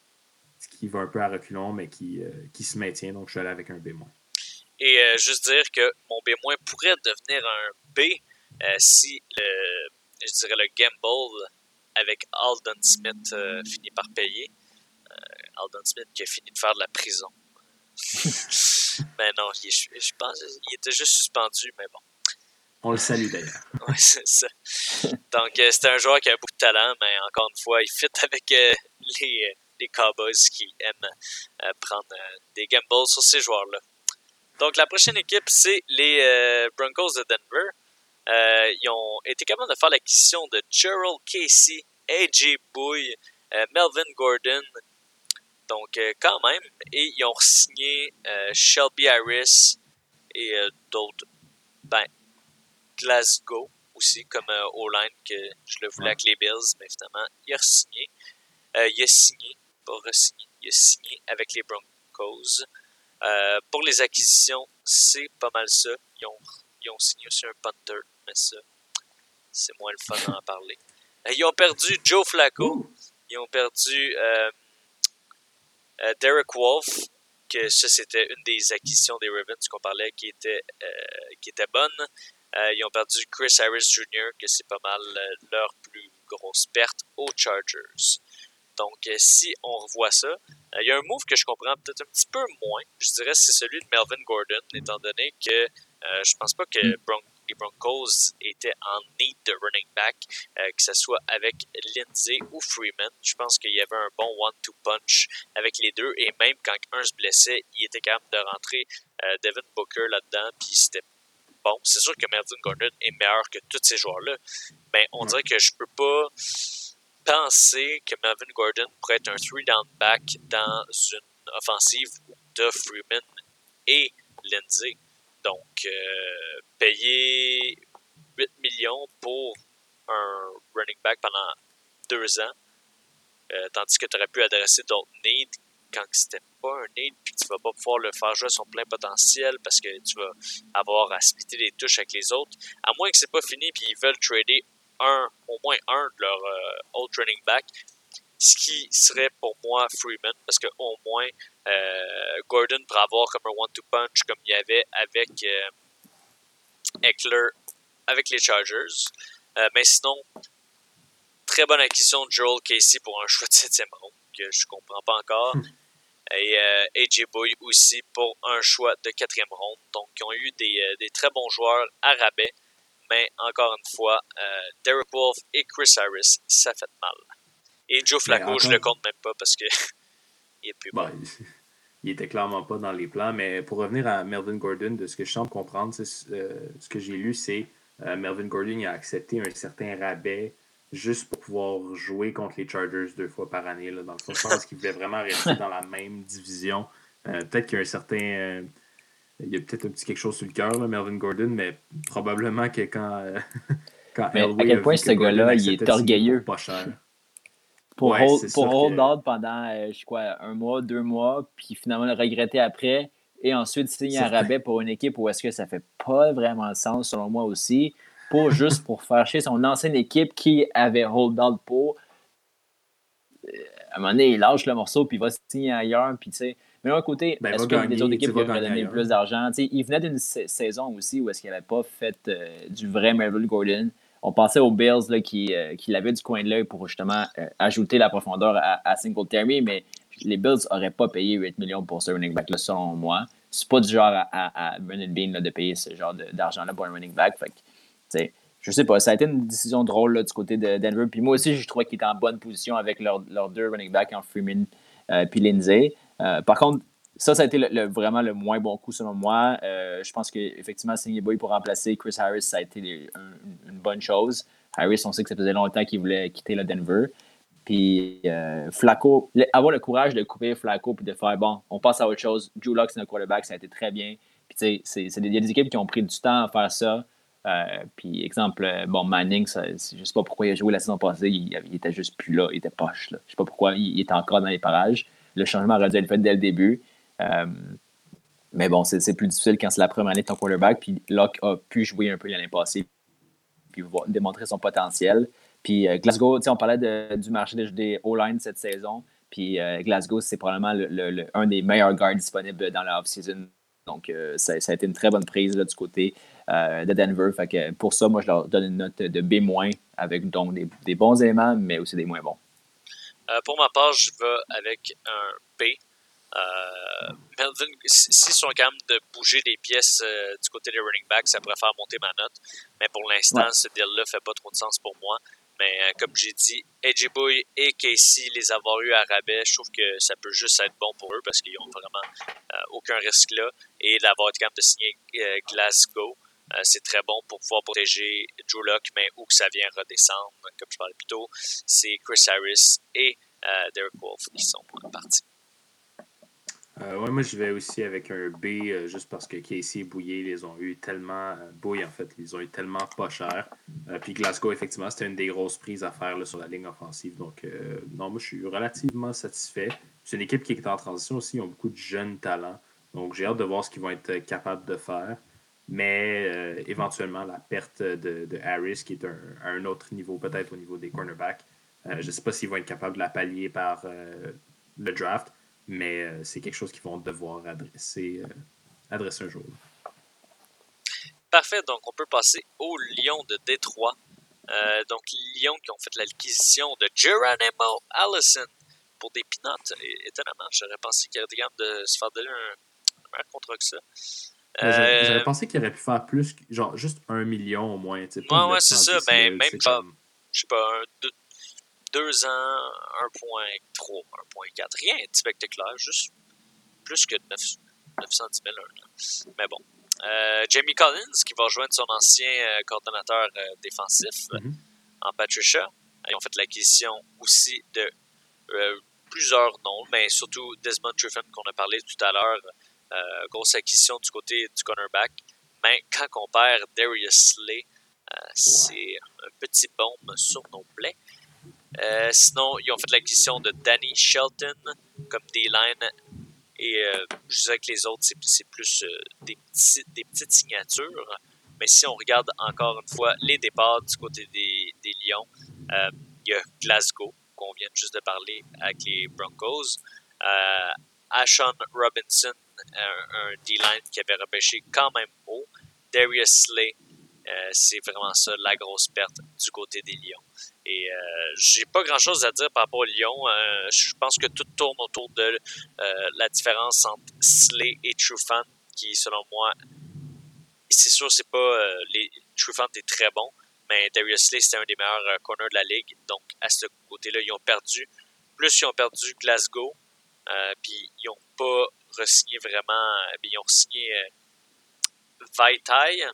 qui va un peu à reculons, mais qui, euh, qui se maintient. Donc, je suis allé avec un B-. Et euh, juste dire que mon B- pourrait devenir un B euh, si, le, je dirais, le gamble avec Aldon Smith euh, finit par payer. Euh, Aldon Smith qui a fini de faire de la prison. Mais non, il, je, je pense il était juste suspendu, mais bon. On le salue d'ailleurs. Oui, c'est ça. Donc, euh, c'était un joueur qui a beaucoup de talent, mais encore une fois, il fit avec euh, les... Euh, les Cowboys qui aiment euh, prendre euh, des gambles sur ces joueurs-là. Donc, la prochaine équipe, c'est les euh, Broncos de Denver. Euh, ils ont été capables de faire l'acquisition de Gerald Casey, A J Bouye, euh, Melvin Gordon. Donc, euh, quand même. Et ils ont signé euh, Shelby Harris et euh, d'autres. Ben, Glasgow aussi, comme euh, O-line, que je le voulais ouais. avec les Bills, mais finalement, il a signé. Euh, il a signé. Pas re-signé. Il a signé avec les Broncos. Euh, pour les acquisitions, c'est pas mal ça. Ils ont, ils ont signé aussi un punter, mais ça, c'est moins le fun d'en parler. Euh, ils ont perdu Joe Flacco. Ils ont perdu euh, euh, Derek Wolfe, que ça, c'était une des acquisitions des Ravens qu'on parlait qui était, euh, qui était bonne. Euh, ils ont perdu Chris Harris junior, que c'est pas mal euh, leur plus grosse perte aux Chargers. Donc, euh, si on revoit ça, il euh, y a un move que je comprends peut-être un petit peu moins. Je dirais c'est celui de Melvin Gordon, étant donné que euh, je pense pas que Bron- les Broncos étaient en need de running back, euh, que ce soit avec Lindsay ou Freeman. Je pense qu'il y avait un bon one-two punch avec les deux, et même quand un se blessait, il était capable de rentrer euh, Devin Booker là-dedans, puis c'était bon. C'est sûr que Melvin Gordon est meilleur que tous ces joueurs-là, mais on dirait que je peux pas penser que Melvin Gordon pourrait être un three-down back dans une offensive où t'as Freeman et Lindsay. Donc, euh, payer huit millions pour un running back pendant deux ans, euh, tandis que tu aurais pu adresser d'autres needs quand c'était pas un need, puis tu vas pas pouvoir le faire jouer à son plein potentiel parce que tu vas avoir à splitter les touches avec les autres, à moins que c'est pas fini puis ils veulent trader un, au moins un de leurs euh, autres running back, ce qui serait pour moi Freeman, parce que au moins euh, Gordon pourrait avoir comme un one-two punch comme il y avait avec euh, Eckler avec les Chargers. Euh, mais sinon, très bonne acquisition de Joel Casey pour un choix de septième ronde que je comprends pas encore. Et euh, A J Bouye aussi pour un choix de quatrième ronde. donc ils ont eu des, euh, des très bons joueurs à rabais, mais encore une fois, euh, Derek Wolfe et Chris Harris, ça fait mal. Et Joe Flacco, encore... je le compte même pas parce que il est plus bon. bon il, il était clairement pas dans les plans, mais pour revenir à Melvin Gordon, de ce que je semble comprendre, euh, ce que j'ai lu, c'est euh, Melvin Gordon a accepté un certain rabais juste pour pouvoir jouer contre les Chargers deux fois par année. Là. Dans le fond, je pense qu'il voulait vraiment rester dans la même division. Euh, peut-être qu'il y a un certain... Euh, il y a peut-être un petit quelque chose sur le cœur, là, Melvin Gordon, mais probablement que quand, euh, quand mais Elway à quel point ce gars-là, il est orgueilleux. Pas cher. Pour ouais, hold, pour hold que... out pendant, euh, je sais quoi, un mois, deux mois, puis finalement le regretter après, et ensuite signer un rabais pour une équipe où est-ce que ça fait pas vraiment de sens, selon moi aussi, pas juste pour faire chier son ancienne équipe qui avait hold out pour. À un moment donné, il lâche le morceau, puis il va signer ailleurs, puis tu sais. Mais d'un côté, ben, est-ce que gagner, les autres équipes vont donner ailleurs. plus d'argent? T'sais, il venait d'une saison aussi où est-ce qu'il n'avait pas fait euh, du vrai Melvin Gordon. On pensait aux Bills là, qui, euh, qui l'avaient du coin de l'œil pour justement euh, ajouter la profondeur à, à Singletary, mais les Bills n'auraient pas payé huit millions pour ce running back-là, selon moi. C'est pas du genre à, à, à Brennan Bean là, de payer ce genre de, d'argent-là pour un running back. Fait que, je sais pas, ça a été une décision drôle là, du côté de Denver. Puis moi aussi, je trouvais qu'ils étaient en bonne position avec leurs leur deux running backs en Freeman et euh, Lindsay. Euh, par contre, ça, ça a été le, le, vraiment le moins bon coup selon moi. Euh, je pense qu'effectivement, signer Boy pour remplacer Chris Harris, ça a été les, un, une bonne chose. Harris, on sait que ça faisait longtemps qu'il voulait quitter le Denver. Puis euh, Flacco, le, avoir le courage de couper Flacco puis de faire, bon, on passe à autre chose. Drew Lock, c'est notre quarterback, ça a été très bien. Puis tu sais, c'est, c'est, il y a des équipes qui ont pris du temps à faire ça. Euh, puis exemple, bon, Manning, ça, je ne sais pas pourquoi il a joué la saison passée, il, il était juste plus là, il était poche. Là. Je ne sais pas pourquoi, il, il était encore dans les parages. Le changement aurait dû être fait dès le début. Euh, mais bon, c'est, c'est plus difficile quand c'est la première année de ton quarterback. Puis Locke a pu jouer un peu l'année passée, puis démontrer son potentiel. Puis euh, Glasgow, on parlait de, du marché des, des O-line cette saison. Puis euh, Glasgow, c'est probablement le, le, le, un des meilleurs guards disponibles dans la off-season. Donc, euh, ça, ça a été une très bonne prise là, du côté euh, de Denver. Fait que pour ça, moi, je leur donne une note de B-, avec donc des, des bons éléments, mais aussi des moins bons. Euh, pour ma part, je vais avec un B. Euh, Melvin, s'ils sont capables de bouger des pièces euh, du côté des running backs, ça pourrait faire monter ma note. Mais pour l'instant, ouais. ce deal-là ne fait pas trop de sens pour moi. Mais euh, comme j'ai dit, A J Boy et Casey, les avoir eu à rabais, je trouve que ça peut juste être bon pour eux parce qu'ils n'ont vraiment euh, aucun risque là. Et d'avoir été capable de signer euh, Glasgow, euh, c'est très bon pour pouvoir protéger Drew Lock, mais où que ça vient redescendre, comme je parlais plus tôt, c'est Chris Harris et euh, Derek Wolfe qui sont euh, partis. Euh, ouais, moi, je vais aussi avec un B, euh, juste parce que Casey et Bouillet les ont eu tellement... Euh, Bouillet, en fait, ils ont eu tellement pas cher. Euh, puis Glasgow, effectivement, c'était une des grosses prises à faire là, sur la ligne offensive. Donc, euh, non, moi, je suis relativement satisfait. C'est une équipe qui est en transition aussi. Ils ont beaucoup de jeunes talents. Donc, j'ai hâte de voir ce qu'ils vont être capables de faire. Mais, euh, éventuellement, la perte de, de Harris, qui est un, à un autre niveau, peut-être au niveau des cornerbacks, euh, je ne sais pas s'ils vont être capables de la pallier par euh, le draft. Mais euh, c'est quelque chose qu'ils vont devoir adresser, euh, adresser un jour. Parfait, donc on peut passer aux Lions de Détroit. Euh, donc, les Lions qui ont fait l'acquisition de Geronimo Allison pour des peanuts. Et, étonnamment, j'aurais pensé qu'il aurait été capable de se faire donner un meilleur contrat que ça. Euh, j'aurais, j'aurais pensé qu'il aurait pu faire plus, genre juste un million au moins. Ouais, ouais, c'est ça. Ben, même pas, comme... je sais pas, un, deux, deux ans, un virgule trois, un virgule quatre. Rien de spectaculaire, juste plus que neuf cent dix mille un an. Mais bon. Euh, Jamie Collins qui va rejoindre son ancien euh, coordonnateur euh, défensif mm-hmm. euh, en Patricia. Ils ont fait l'acquisition aussi de euh, plusieurs noms, mais surtout Desmond Trufant qu'on a parlé tout à l'heure. Euh, grosse acquisition du côté du cornerback. Mais quand on perd Darius Slay, euh, c'est un petit baume sur nos plaies. Euh, sinon, ils ont fait l'acquisition de Danny Shelton comme D-line. Et euh, je dirais que les autres, c'est, c'est plus euh, des, petits, des petites signatures. Mais si on regarde encore une fois les départs du côté des, des Lions, euh, il y a Glasgow, qu'on vient juste de parler avec les Broncos. Euh, Ashon Robinson, un, un D-line qui avait repêché quand même haut. Darius Slay, euh, c'est vraiment ça la grosse perte du côté des Lions. Et euh, j'ai pas grand chose à dire par rapport aux Lions. Euh, je pense que tout tourne autour de euh, la différence entre Slay et Trufant, qui selon moi c'est sûr, c'est pas euh, les Trufant est très bon, mais Darius Slay, c'était un des meilleurs euh, corners de la ligue. Donc, à ce côté-là, ils ont perdu. Plus, ils ont perdu Glasgow. Euh, puis, ils n'ont pas re-signé vraiment. Euh, ils ont signé euh, Vaitai.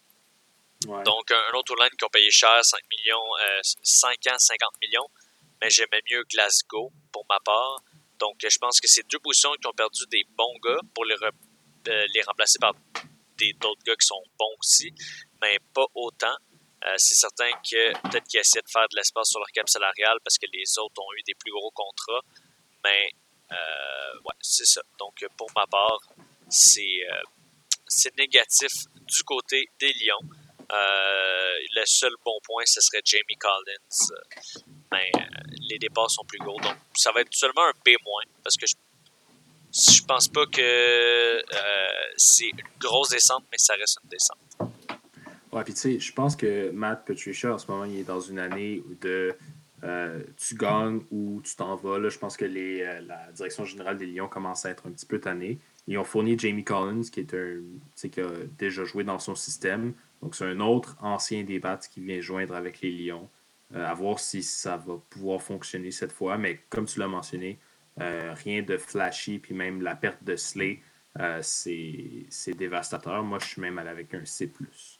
Ouais. Donc, un, un autre line qui ont payé cher, cinq millions, euh, cinq ans, cinquante millions. Mais j'aimais mieux Glasgow, pour ma part. Donc, je pense que c'est deux positions qui ont perdu des bons gars pour les, re- euh, les remplacer par des, d'autres gars qui sont bons aussi, mais pas autant. Euh, c'est certain que peut-être qu'ils essaient de faire de l'espace sur leur cap salarial parce que les autres ont eu des plus gros contrats. Mais, euh, ouais, c'est ça. Donc, pour ma part, c'est, euh, c'est négatif du côté des Lions. Euh, le seul bon point, ce serait Jamie Collins. Euh, mais euh, les départs sont plus gros. Donc, ça va être seulement un B-, parce que je, je pense pas que euh, c'est une grosse descente, mais ça reste une descente. Ouais, puis tu sais, je pense que Matt Patricia, en ce moment, il est dans une année où de, euh, tu gagnes ou tu t'en vas. Là, je pense que les, euh, la direction générale des Lions commence à être un petit peu tannée. Ils ont fourni Jamie Collins, qui est un, tu sais, qui a déjà joué dans son système. Donc, c'est un autre ancien des Bats qui vient joindre avec les Lions. Euh, à voir si ça va pouvoir fonctionner cette fois. Mais comme tu l'as mentionné, euh, rien de flashy. Puis même la perte de Slay, euh, c'est, c'est dévastateur. Moi, je suis même allé avec un C plus.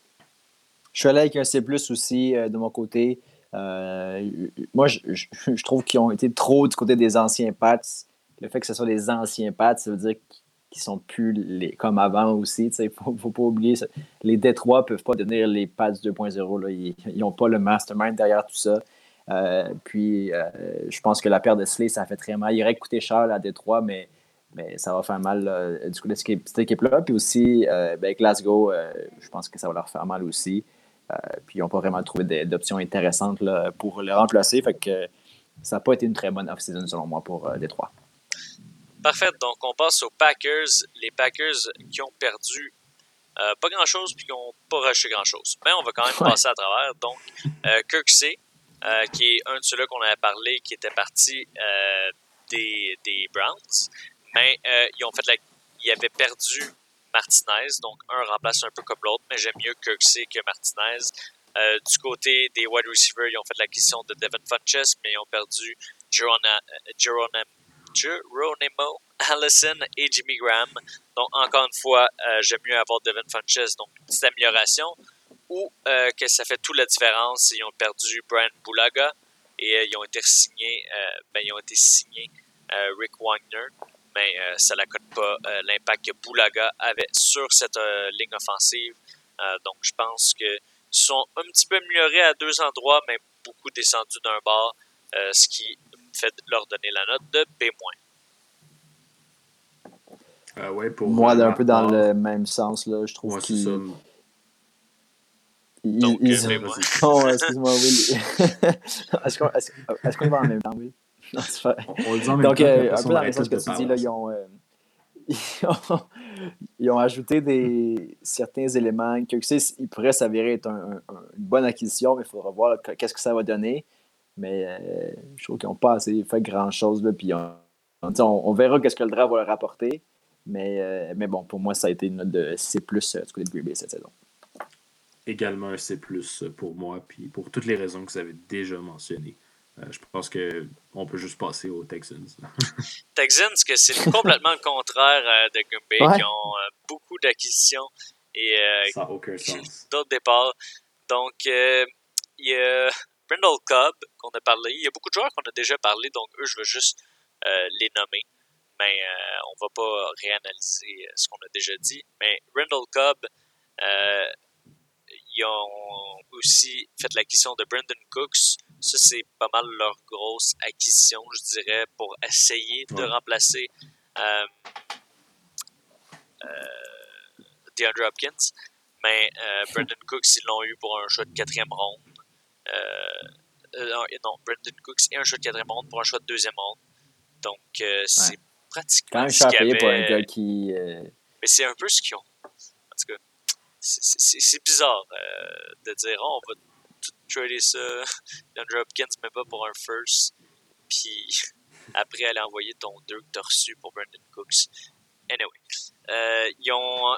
Je suis allé avec un C plus aussi euh, de mon côté. Euh, moi, je, je, je trouve qu'ils ont été trop du côté des anciens Pats. Le fait que ce soit des anciens Pats, ça veut dire qu'ils sont plus les, comme avant aussi. Il ne faut, faut pas oublier ça. Les Détroits ne peuvent pas devenir les Pats deux point zéro. Là. Ils n'ont pas le mastermind derrière tout ça. Euh, puis, euh, je pense que la perte de Slay, ça a fait très mal. Il aurait coûté cher là, à Détroit, mais, mais ça va faire mal là, du coup de cette équipe-là. Puis aussi, euh, ben, Glasgow, euh, je pense que ça va leur faire mal aussi. Euh, puis ils n'ont pas vraiment trouvé d'options intéressantes là, pour le remplacer. Fait que ça n'a pas été une très bonne off-season selon moi pour euh, Détroit. Parfait. Donc, on passe aux Packers. Les Packers qui ont perdu euh, pas grand-chose puis qui n'ont pas racheté grand-chose. Mais on va quand même ouais. passer à travers. Donc, euh, Kirksey, euh, qui est un de ceux-là qu'on avait parlé, qui était parti euh, des, des Browns. Mais euh, ils ont fait la... ils avaient perdu Martinez, donc un remplace un peu comme l'autre, mais j'aime mieux Kirksey que Martinez. Euh, du côté des wide receivers, ils ont fait l'acquisition de Devin Funchess, mais ils ont perdu Geronimo, Geronimo Allison et Jimmy Graham. Donc, encore une fois, euh, j'aime mieux avoir Devin Funchess, donc une petite amélioration, ou euh, que ça fait toute la différence. Ils ont perdu Brian Bulaga et euh, ils ont été signés, euh, ben, ils ont été signés euh, Rick Wagner. Mais euh, ça ne cote pas euh, l'impact que Bulaga avait sur cette euh, ligne offensive. Euh, donc, je pense qu'ils sont un petit peu améliorés à deux endroits, mais beaucoup descendus d'un bord, euh, ce qui fait leur donner la note de B-. Euh, ouais, pour Moi, euh, un peu dans le même sens, là, je trouve ouais, qu'ils... ça. Ils, donc, ils... B-. Oh, excuse-moi, oui. est-ce, qu'on, est-ce, est-ce qu'on y va en même temps, oui? Non, c'est pas... on, on le dit en même Donc, temps, euh, un peu dans le sens que tu dis, là, ils ont, euh, ils, ont, ils ont ajouté des, certains éléments que ils pourraient s'avérer être un, un, une bonne acquisition, mais il faudra voir là, qu'est-ce que ça va donner. Mais euh, je trouve qu'ils n'ont pas assez fait grand-chose. Là, puis on, on, on verra qu'est-ce que le draft va leur apporter. Mais, euh, mais bon, pour moi, ça a été une note de C plus euh, du côté de Green Bay cette saison. Également un C plus pour moi, puis pour toutes les raisons que vous avez déjà mentionnées. Euh, je pense qu'on peut juste passer aux Texans. Texans, que c'est complètement le contraire euh, de Green Bay, ouais. qui ont euh, beaucoup d'acquisitions et euh, ça n'a aucun sens. D'autres départs. Donc, euh, il y a Brendel Cobb qu'on a parlé. Il y a beaucoup de joueurs qu'on a déjà parlé, donc eux, je veux juste euh, les nommer. Mais euh, on ne va pas réanalyser ce qu'on a déjà dit. Mais Brendel Cobb, euh, ils ont aussi fait l'acquisition de Brandon Cooks. Ça, c'est pas mal leur grosse acquisition, je dirais, pour essayer de ouais. remplacer euh, euh, DeAndre Hopkins. Mais euh, Brandon Cooks, ils l'ont eu pour un choix de quatrième ronde. Euh, euh, non, Brandon Cooks et un choix de quatrième ronde pour un choix de deuxième ronde. Donc, euh, c'est ouais. pratiquement quand même ce qu'il y avait... pour un gars qui... Euh... Mais c'est un peu ce qu'ils ont. En tout cas, c'est, c'est, c'est bizarre euh, de dire oh, on va tout trader ça, DeAndre Hopkins, mais pas pour un first, puis après aller envoyer ton deux que tu as reçu pour Brandon Cooks. Anyway, euh, ils ont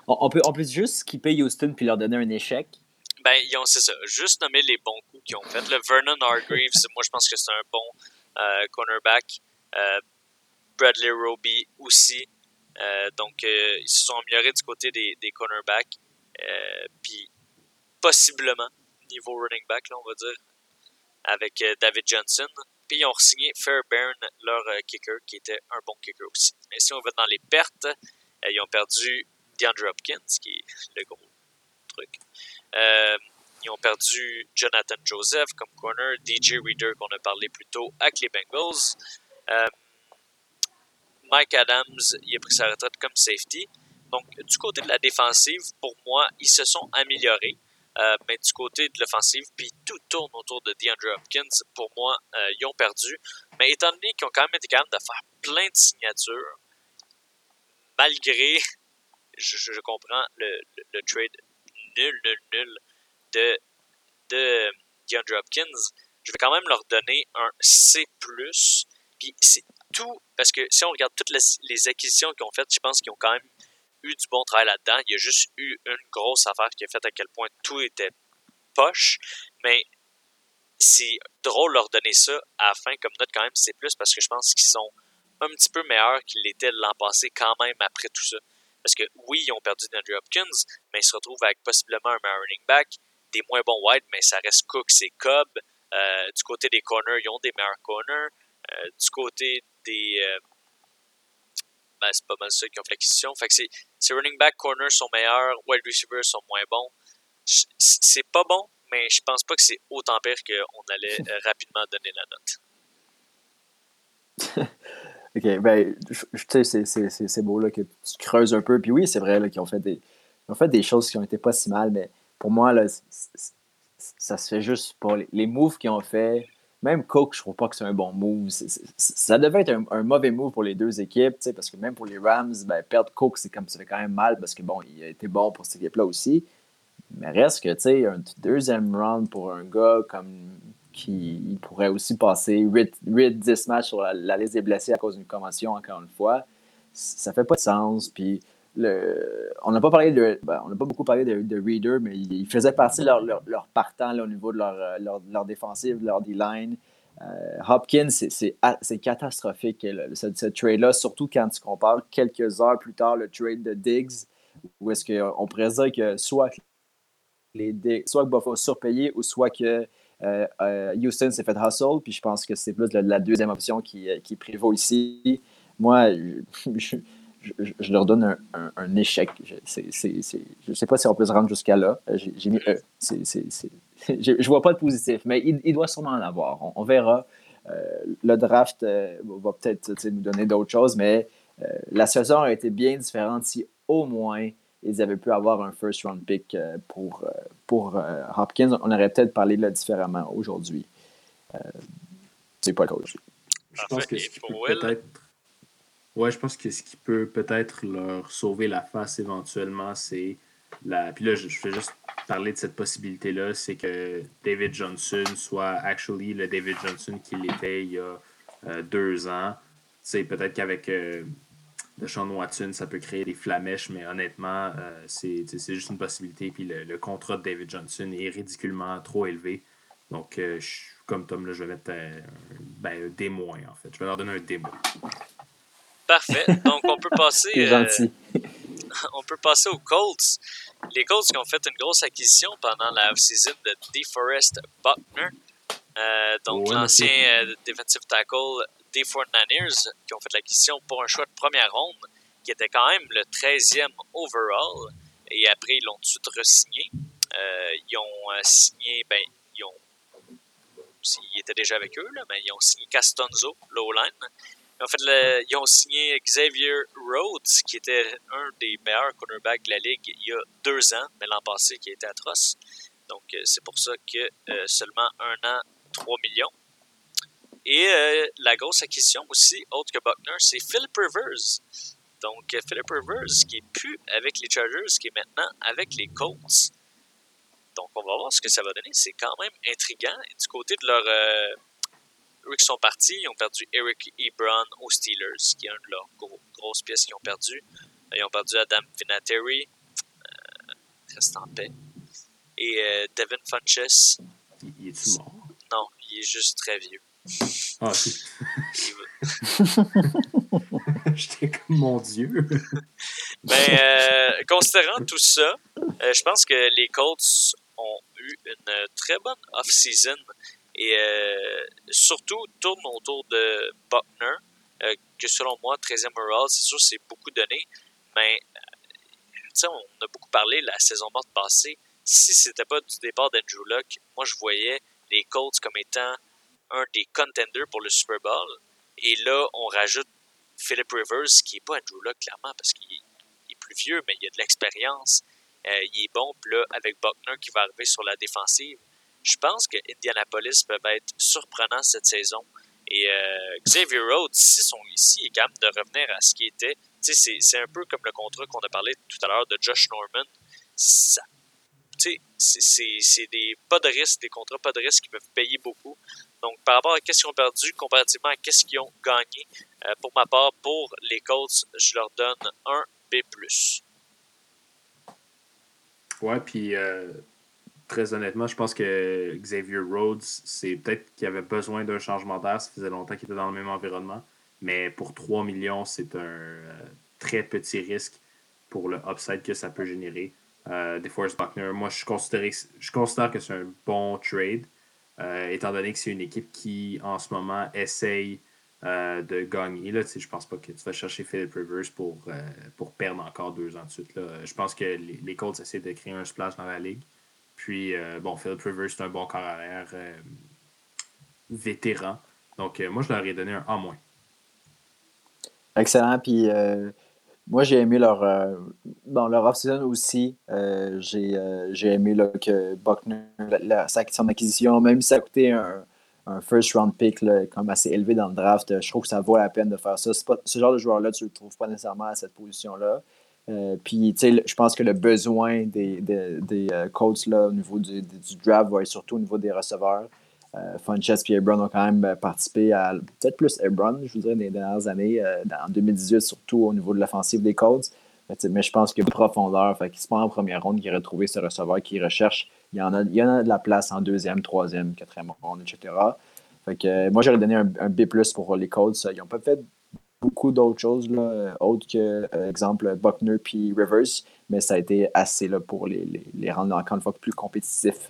On, on, peut, on peut juste skipper Houston puis leur donner un échec. Ben, ils ont, c'est ça. Juste nommer les bons coups qu'ils ont fait. Le Vernon Hargreaves, moi, je pense que c'est un bon euh, cornerback. Euh, Bradley Roby aussi. Euh, donc, euh, ils se sont améliorés du côté des, des cornerbacks. Euh, puis, possiblement, niveau running back, là, on va dire, avec euh, David Johnson. Puis, ils ont re-signé Fairbairn, leur euh, kicker, qui était un bon kicker aussi. Mais si on va dans les pertes, euh, ils ont perdu DeAndre Hopkins, qui est le gros truc. Euh, ils ont perdu Jonathan Joseph comme corner, D J Reader qu'on a parlé plus tôt avec les Bengals. Euh, Mike Adams, il a pris sa retraite comme safety. Donc, du côté de la défensive, pour moi, ils se sont améliorés. Euh, mais du côté de l'offensive, puis tout tourne autour de DeAndre Hopkins. Pour moi, euh, ils ont perdu. Mais étant donné qu'ils ont quand même été capables de faire plein de signatures, malgré, je, je comprends, le, le, le trade nul, nul, nul de, de DeAndre Hopkins, je vais quand même leur donner un C plus. Puis c'est tout, parce que si on regarde toutes les, les acquisitions qu'ils ont faites, je pense qu'ils ont quand même eu du bon travail là-dedans. Il y a juste eu une grosse affaire qui a fait à quel point tout était poche. Mais c'est drôle de leur donner ça à la fin comme note quand même C plus, parce que je pense qu'ils sont un petit peu meilleurs qu'ils l'étaient l'an passé quand même après tout ça. Parce que oui, ils ont perdu DeAndre Hopkins, mais ils se retrouvent avec possiblement un meilleur running back, des moins bons wide, mais ça reste Cooks et Cobb. Euh, du côté des corners, ils ont des meilleurs corners. Euh, du côté des... Euh, ben, c'est pas mal ça qui ont fait l'acquisition. Fait que c'est, c'est running back, corners sont meilleurs, wide receivers sont moins bons. C'est pas bon, mais je pense pas que c'est autant pire qu'on allait euh, rapidement donner la note. OK, ben, tu sais, c'est, c'est, c'est, c'est beau là, que tu creuses un peu. Puis oui, c'est vrai là, qu'ils ont fait, des, ils ont fait des choses qui ont été pas si mal, mais pour moi, là, c'est, c'est, ça se fait juste pas. Les, les moves qu'ils ont fait, même Cook, je trouve pas que c'est un bon move. C'est, c'est, ça devait être un, un mauvais move pour les deux équipes, parce que même pour les Rams, ben, perdre Cook, c'est comme ça fait quand même mal, parce que bon, il a été bon pour cette équipe-là aussi. Mais reste que, tu sais, un deuxième round pour un gars comme qui pourrait aussi passer huit dix matchs sur la, la liste des blessés à cause d'une convention, encore une fois, ça fait pas de sens. Puis, le, on n'a pas parlé de, ben, on n'a pas beaucoup parlé de, de Reader, mais il, il faisait partie de leur, leur, leur partant là, au niveau de leur, leur, leur défensive, de leur D-line. Euh, Hopkins, c'est, c'est, c'est catastrophique, le, ce, ce trade-là, surtout quand tu compares quelques heures plus tard le trade de Diggs, où est-ce qu'on pourrait dire que soit les Diggs, soit que Buffalo a surpayé ou soit que euh, euh, Houston s'est fait hustle, puis je pense que c'est plus la, la deuxième option qui, qui prévaut ici. Moi, je, je, je leur donne un, un, un échec. Je ne sais pas si on peut se rendre jusqu'à là. J'ai, j'ai mis E. C'est, c'est, c'est, je ne vois pas de positif, mais il, il doit sûrement en avoir. On, on verra. Euh, le draft euh, va peut-être nous donner d'autres choses, mais euh, la saison a été bien différente si au moins ils avaient pu avoir un first round pick euh, pour, euh, pour euh, Hopkins. On aurait peut-être parlé de là différemment aujourd'hui. Euh, c'est pas le cas. Je pense que ce qui peut peut-être... Ouais, je pense que ce qui peut peut-être leur sauver la face éventuellement, c'est la... Puis là, je, je vais juste parler de cette possibilité-là, c'est que David Johnson soit actually le David Johnson qu'il était il y a euh, deux ans. C'est peut-être qu'avec euh, Deshaun Watson, ça peut créer des flamèches, mais honnêtement, euh, c'est, c'est juste une possibilité. Puis le, le contrat de David Johnson est ridiculement trop élevé. Donc, euh, je, comme Tom, là, je vais mettre euh, ben, un D-, en fait. Je vais leur donner un D-. Parfait. Donc, on peut passer... C'est gentil. Euh, on peut passer aux Colts. Les Colts qui ont fait une grosse acquisition pendant la off-season de DeForest Buckner. Euh, donc, ouais, l'ancien euh, defensive tackle des forty-niners qui ont fait l'acquisition pour un choix de première ronde qui était quand même le treizième overall. Et après, ils l'ont tout de suite re-signé. Euh, ils ont euh, signé... Ben, ils ont... Ils étaient déjà avec eux, là, mais ils ont signé Castonzo, l'O-line. En fait, le, ils ont signé Xavier Rhodes, qui était un des meilleurs cornerbacks de la Ligue il y a deux ans, mais l'an passé, qui était atroce. Donc, euh, c'est pour ça que euh, seulement un an, trois millions. Et euh, la grosse acquisition aussi, autre que Buckner, c'est Philip Rivers. Donc, euh, Philip Rivers, qui est plus avec les Chargers, qui est maintenant avec les Colts. Donc, on va voir ce que ça va donner. C'est quand même intriguant. Et du côté de leur... Euh, eux qui sont partis, ils ont perdu Eric Ebron aux Steelers, qui est une de leurs gros, grosses pièces qu'ils ont perdu. Ils ont perdu Adam Vinatieri. reste en paix. Et euh, Devin Funchess. Il, il est-tu mort? Non, il est juste très vieux. Ah, si. J'étais comme mon Dieu. Ben, euh, considérant tout ça, euh, je pense que les Colts ont eu une très bonne off-season et euh, surtout tournent autour de Buckner, euh, que selon moi, treizième overall, c'est sûr c'est beaucoup donné, mais euh, on a beaucoup parlé la saison morte passée. Si c'était pas du départ d'Andrew Luck, moi je voyais les Colts comme étant un des contenders pour le Super Bowl. Et là, on rajoute Philip Rivers, qui n'est pas Andrew Luck, clairement, parce qu'il est plus vieux, mais il a de l'expérience. Euh, il est bon. Puis là, avec Buckner qui va arriver sur la défensive, je pense que Indianapolis peut être surprenant cette saison. Et euh, Xavier Rhodes, si son ici, est capable de revenir à ce qu'il était. Tu sais, c'est, c'est un peu comme le contrat qu'on a parlé tout à l'heure de Josh Norman. Ça, tu sais, c'est, c'est, c'est des pas de risque, des contrats pas de risque qui peuvent payer beaucoup. Donc, par rapport à ce qu'ils ont perdu, comparativement à ce qu'ils ont gagné, euh, pour ma part, pour les Colts, je leur donne un B plus. Ouais, puis euh, très honnêtement, je pense que Xavier Rhodes, c'est peut-être qu'il avait besoin d'un changement d'air. Ça faisait longtemps qu'il était dans le même environnement. Mais pour trois millions, c'est un euh, très petit risque pour le upside que ça peut générer. Euh, DeForest Buckner, moi, je, je considère que c'est un bon trade. Euh, étant donné que c'est une équipe qui, en ce moment, essaye euh, de gagner. Là, je pense pas que tu vas chercher Philip Rivers pour, euh, pour perdre encore deux ans de suite. Là. Je pense que les, les Colts essaient de créer un splash dans la ligue. Puis, euh, bon, Philip Rivers, c'est un bon corps arrière euh, vétéran. Donc, euh, moi, je leur ai donné un A-. Excellent. Puis, euh, moi, j'ai aimé leur, euh, bon, leur off-season aussi. Euh, j'ai, euh, j'ai aimé là, que Buckner, la, la, son acquisition, même si ça a coûté un, un first round pick là, comme assez élevé dans le draft, je trouve que ça vaut la peine de faire ça. C'est pas, ce genre de joueur-là, tu ne le trouves pas nécessairement à cette position-là. Euh, puis, tu sais, je pense que le besoin des, des, des uh, Colts là, au niveau du, du draft va être surtout au niveau des receveurs. Euh, Funchess et Ebron ont quand même participé à peut-être plus Ebron, je vous dirais, dans les dernières années, euh, en deux mille dix-huit, surtout au niveau de l'offensive des Colts. Mais, mais je pense qu'il y a de profondeur. Fait qu'il se prend en première ronde, qu'il aurait trouvé ce receveur qu'il recherche. Il y en a, il y en a de la place en deuxième, troisième, quatrième ronde, et cetera. Fait que, euh, moi, j'aurais donné un, un B plus pour les Colts. Ils n'ont pas fait beaucoup d'autres choses, là, autres que, euh, exemple, Buckner puis Rivers, mais ça a été assez là, pour les, les, les rendre encore une fois plus compétitifs.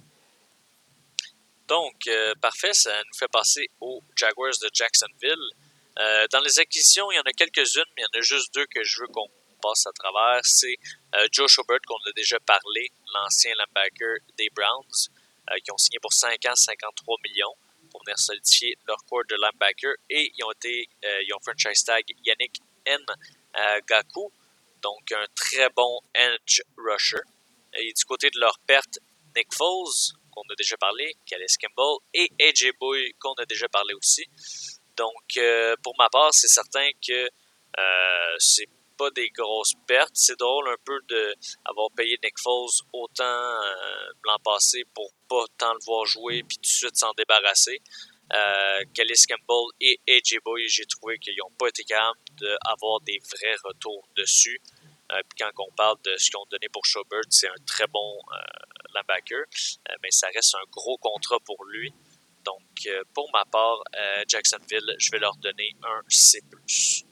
Donc, euh, parfait, ça nous fait passer aux Jaguars de Jacksonville. Euh, dans les acquisitions, il y en a quelques-unes, mais il y en a juste deux que je veux qu'on passe à travers. C'est euh, Joe Schobert, qu'on a déjà parlé, l'ancien linebacker des Browns, euh, qui ont signé pour cinq ans, cinquante-trois millions pour venir solidifier leur corps de linebacker. Et ils ont été, euh, ils ont franchise tag Yannick Ngakoue, donc un très bon edge rusher. Et du côté de leur perte, Nick Foles, qu'on a déjà parlé, Calais Campbell et A J Boy, qu'on a déjà parlé aussi. Donc, euh, pour ma part, c'est certain que euh, c'est pas des grosses pertes. C'est drôle un peu d'avoir payé Nick Foles autant euh, l'an passé pour pas tant le voir jouer puis tout de suite s'en débarrasser. Euh, Calais Campbell et A J Boy, j'ai trouvé qu'ils n'ont pas été capables d'avoir des vrais retours dessus. Euh, puis quand on parle de ce qu'ils ont donné pour Schobert, c'est un très bon euh, linebacker, euh, mais ça reste un gros contrat pour lui. Donc, euh, pour ma part, euh, Jacksonville, je vais leur donner un C plus.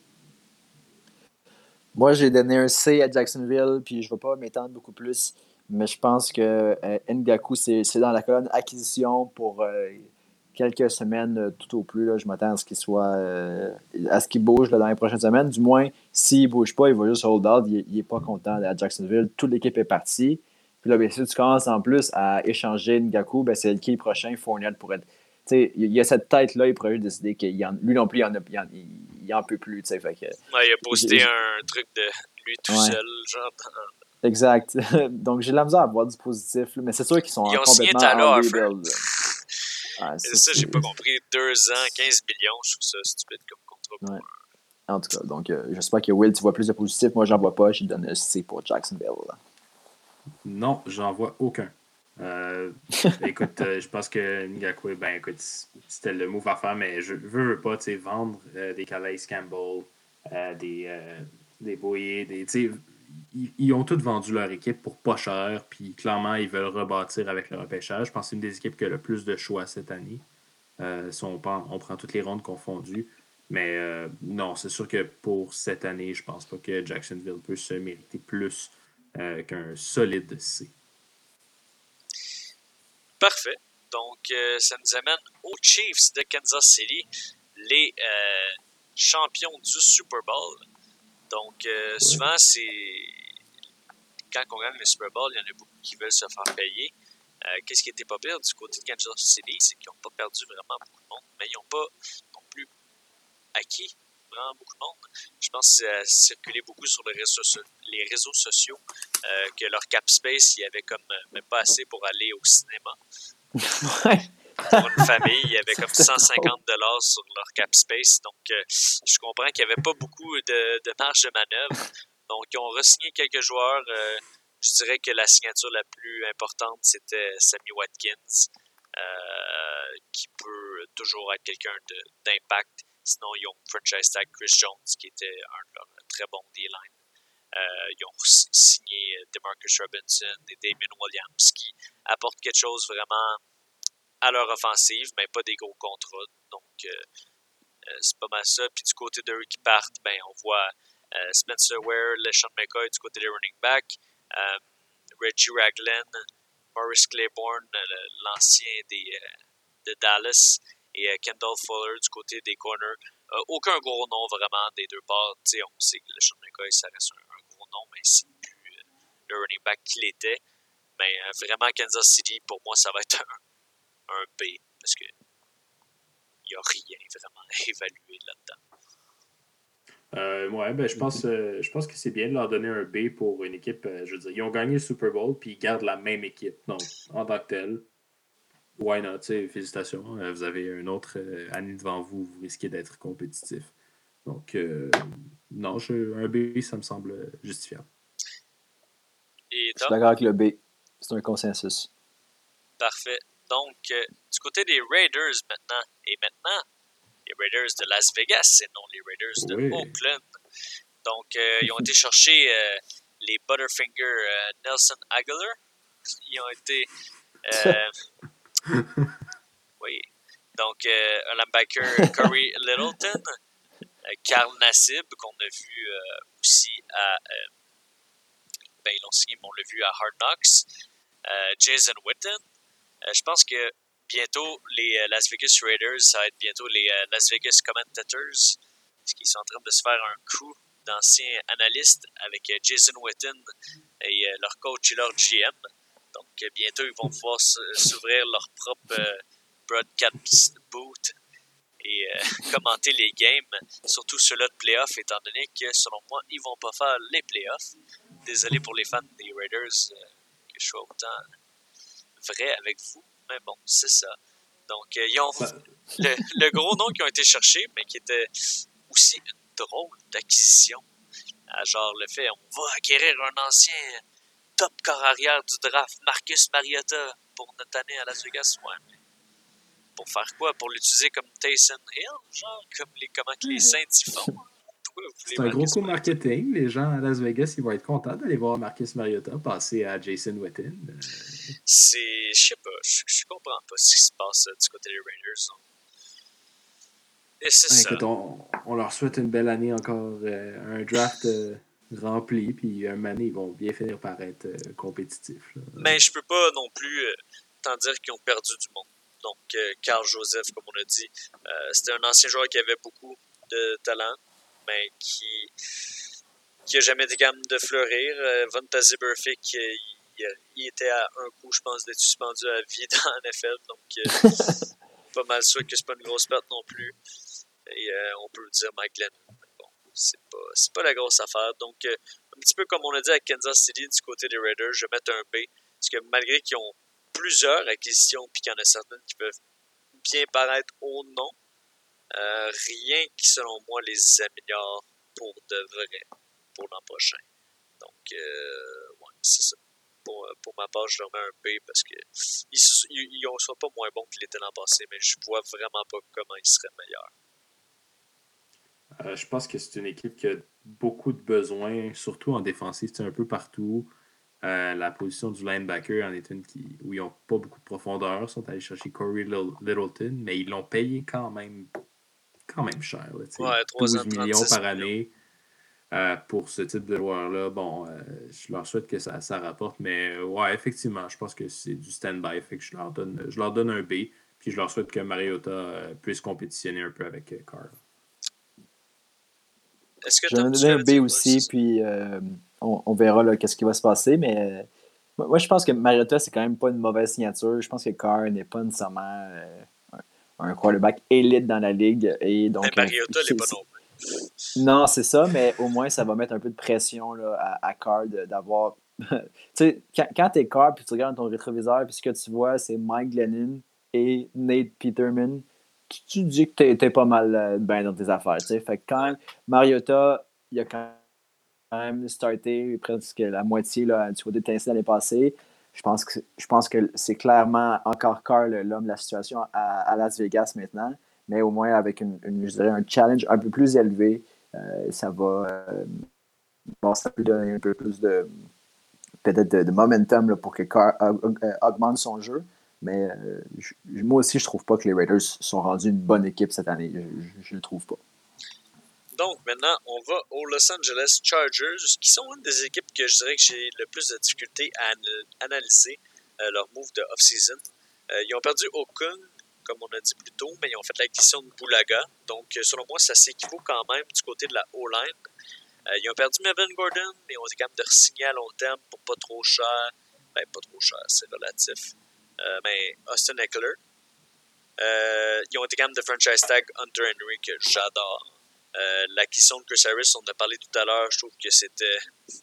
Moi, j'ai donné un C à Jacksonville, puis je ne vais pas m'étendre beaucoup plus, mais je pense que euh, Ngakoue, c'est, c'est dans la colonne acquisition pour euh, quelques semaines euh, tout au plus. Là, je m'attends à ce qu'il soit euh, à ce qu'il bouge là, dans les prochaines semaines. Du moins, s'il ne bouge pas, il va juste hold out. Il n'est pas content à Jacksonville. Toute l'équipe est partie. Puis là, bien sûr, tu commences en plus à échanger Ngakoue, ben, c'est le qui prochain, Fournette pour être. T'sais, il y a cette tête-là, il pourrait juste décider que lui non plus, il en, a, il en, il en peut plus. Fait que, ouais, il a posté j'ai, un truc de lui tout ouais. seul. Genre. Exact. Donc, j'ai de la misère à voir du positif, mais c'est sûr qu'ils sont ils ont complètement signé en rebuild. Ouais, c'est ça, j'ai pas compris. Deux ans, quinze millions, je trouve ça stupide comme contrat. Ouais. En tout cas, donc, euh, j'espère que Will, tu vois plus de positif. Moi, j'en vois pas. Je donne un C pour Jacksonville. Là. Non, j'en vois aucun. Euh, écoute, euh, je pense que Ngakoue, ben écoute, c'était le move à faire, mais je veux, veux pas, tu sais, vendre euh, des Calais Campbell, euh, des, euh, des Boyer, des, tu sais, ils, ils ont tous vendu leur équipe pour pas cher, puis clairement, ils veulent rebâtir avec le repêchage. Je pense que c'est une des équipes qui a le plus de choix cette année. Euh, si on prend, on prend toutes les rondes confondues. Mais euh, non, c'est sûr que pour cette année, je pense pas que Jacksonville peut se mériter plus euh, qu'un solide C. Parfait. Donc, euh, ça nous amène aux Chiefs de Kansas City, les euh, champions du Super Bowl. Donc, euh, ouais. souvent, c'est quand on gagne le Super Bowl, il y en a beaucoup qui veulent se faire payer. Euh, qu'est-ce qui était pas pire du côté de Kansas City, c'est qu'ils n'ont pas perdu vraiment beaucoup de monde, mais ils n'ont pas non plus acquis vraiment beaucoup de monde. Je pense que ça a circulé beaucoup sur les réseaux, les réseaux sociaux, euh, que leur cap space, il y avait comme même pas assez pour aller au cinéma. Pour une famille, il y avait comme cent cinquante dollars sur leur cap space. Donc, euh, je comprends qu'il n'y avait pas beaucoup de, de marge de manœuvre. Donc, ils ont re-signé quelques joueurs. Euh, je dirais que la signature la plus importante, c'était Sammy Watkins, euh, qui peut toujours être quelqu'un de, d'impact. Sinon, ils ont franchise tag Chris Jones, qui était un de leurs très bons D-line. Euh, ils ont signé DeMarcus Robinson et Damien Williams, qui apportent quelque chose vraiment à leur offensive, mais pas des gros contrats. Donc, euh, euh, c'est pas mal ça. Puis du côté d'eux qui partent, ben, on voit euh, Spencer Ware, LeSean McCoy du côté des running backs, euh, Reggie Ragland, Maurice Claiborne, l'ancien des, euh, de Dallas, et euh, Kendall Fuller du côté des corners. Euh, aucun gros nom vraiment des deux parts. T'sais, on sait que LeSean McCoy, ça reste un, un gros nom, mais c'est plus euh, le running back qu'il était. Mais euh, vraiment, Kansas City, pour moi, ça va être un, un B, parce que il n'y a rien vraiment à évaluer là-dedans. Euh, ouais, ben je pense, euh, je pense que c'est bien de leur donner un B pour une équipe. Euh, je veux dire, ils ont gagné le Super Bowl puis ils gardent la même équipe. Donc, en tant que tel, why not? T'sais, félicitations. Euh, vous avez une autre euh, année devant vous. Vous risquez d'être compétitif. Donc, euh, non, je, un B, ça me semble justifiable. Et je suis d'accord avec le B. C'est un consensus. Parfait. Donc, euh, du côté des Raiders maintenant, et maintenant, les Raiders de Las Vegas et non les Raiders de oui. Oakland. Donc, euh, ils ont été chercher euh, les Butterfinger euh, Nelson Aguilar. Ils ont été... Euh, oui. Donc, euh, un linebacker Corey Littleton, euh, Carl Nassib, qu'on a vu euh, aussi à... Euh, ben, ils l'ont signé, mais on l'a vu à Hard Knocks. Euh, Jason Witten. Euh, je pense que bientôt, les euh, Las Vegas Raiders, ça va être bientôt les euh, Las Vegas Commentators, parce qu'ils sont en train de se faire un coup d'anciens analystes avec euh, Jason Witten et euh, leur coach et leur G M. Donc, euh, bientôt, ils vont pouvoir s'ouvrir leur propre euh, broadcast booth et euh, commenter les games, surtout ceux-là de playoffs, étant donné que, selon moi, ils vont pas faire les playoffs. Désolé pour les fans des Raiders euh, que je sois autant vrai avec vous. Mais bon, c'est ça. Donc, euh, ils ont le, le gros nom qui ont été cherchés, mais qui était aussi une drôle d'acquisition. À genre le fait, on va acquérir un ancien top corps arrière du draft, Marcus Mariota, pour notre année à Las Vegas. Ouais, mais pour faire quoi? Pour l'utiliser comme Taysom Hill, genre, comme les, comment que les Saints y font? C'est un gros coup marketing. Les gens à Las Vegas, ils vont être contents d'aller voir Marcus Mariota passer à Jason Witten. C'est... Je sais pas. Je, je comprends pas ce qui se passe du côté des Raiders. Et c'est ouais, ça. Écoute, on, on leur souhaite une belle année encore. Euh, un draft euh, rempli. Puis un année, ils vont bien finir par être euh, compétitifs. Là. Mais je peux pas non plus euh, t'en dire qu'ils ont perdu du monde. Donc, euh, Carl Joseph, comme on a dit, euh, c'était un ancien joueur qui avait beaucoup de talent, mais qui qui a jamais été capable de fleurir. Euh, Von Taziburfic, il, il, il était à un coup, je pense, d'être suspendu à vie dans la N F L. Donc, euh, pas mal sûr que c'est pas une grosse perte non plus. Et euh, on peut dire Mike Glennon. Mais bon, c'est pas, c'est pas la grosse affaire. Donc, euh, un petit peu comme on a dit à Kansas City du côté des Raiders, je vais mettre un B. Parce que malgré qu'ils ont plusieurs acquisitions, puis qu'il y en a certaines qui peuvent bien paraître au nom, euh, rien qui, selon moi, les améliore pour de vrai pour l'an prochain. Donc, euh, ouais, c'est ça. Pour, pour ma part, je leur mets un B parce que ils ne sont pas moins bons qu'ils étaient l'an passé, mais je vois vraiment pas comment ils seraient meilleurs. Euh, je pense que c'est une équipe qui a beaucoup de besoins, surtout en défensif, un peu partout. Euh, la position du linebacker en est une qui, où ils n'ont pas beaucoup de profondeur. Ils sont allés chercher Corey Littleton, mais ils l'ont payé quand même, quand même cher. Là, ouais, trois ans, douze millions par millions. année euh, pour ce type de joueur-là. Bon, euh, je leur souhaite que ça, ça rapporte, mais euh, ouais, effectivement, je pense que c'est du stand-by. Fait que je leur donne, je leur donne un B, puis je leur souhaite que Mariota euh, puisse compétitionner un peu avec euh, Carr. Est-ce que Je vais Tom, donner tu un avais B dit, ouais, aussi, c'est ça. puis euh, on, on verra là, qu'est-ce qui va se passer. Mais euh, moi, je pense que Mariota, c'est quand même pas une mauvaise signature. Je pense que Carr n'est pas nécessairement euh, un, un quarterback élite dans la ligue. Et Mais donc, un- Mariota l'est c'est- pas c'est- non plus. non, c'est ça, mais au moins, ça va mettre un peu de pression là, à, à Carr de- d'avoir. Tu sais, quand, quand t'es Carr, puis tu regardes ton rétroviseur, puis ce que tu vois, c'est Mike Glennon et Nate Peterman, tu, tu dis que t'es, t'es pas mal euh, ben dans tes affaires. Tu sais. Fait que quand Ouais. Mariota, il a quand même starté presque la moitié là, du côté de Tennessee l'année passée, je pense que, je pense que c'est clairement encore Carr le- l'homme de la situation à, à Las Vegas maintenant, mais au moins avec une, une, je dirais un challenge un peu plus élevé, euh, ça va. Euh, bon, ça peut donner un peu plus de peut-être de, de momentum là, pour que Carr euh, euh, augmente son jeu. Mais euh, je, moi aussi, je trouve pas que les Raiders sont rendus une bonne équipe cette année. Je ne le trouve pas. Donc, maintenant, on va aux Los Angeles Chargers, qui sont une des équipes que je dirais que j'ai le plus de difficulté à analyser euh, leur move de off-season. Euh, ils ont perdu Okung, comme on a dit plus tôt, mais ils ont fait l'acquisition de Boulaga. Donc, selon moi, ça s'équivaut quand même du côté de la O-line. Euh, ils ont perdu Melvin Gordon, mais ils ont été quand même de re-signer à long terme pour pas trop cher. Ben, pas trop cher, c'est relatif. Euh, mais Austin Eckler. Euh, ils ont été quand même de franchise tag Hunter Henry, que j'adore. Euh, l'acquisition de Chris Harris, on en a parlé tout à l'heure, je trouve que c'était.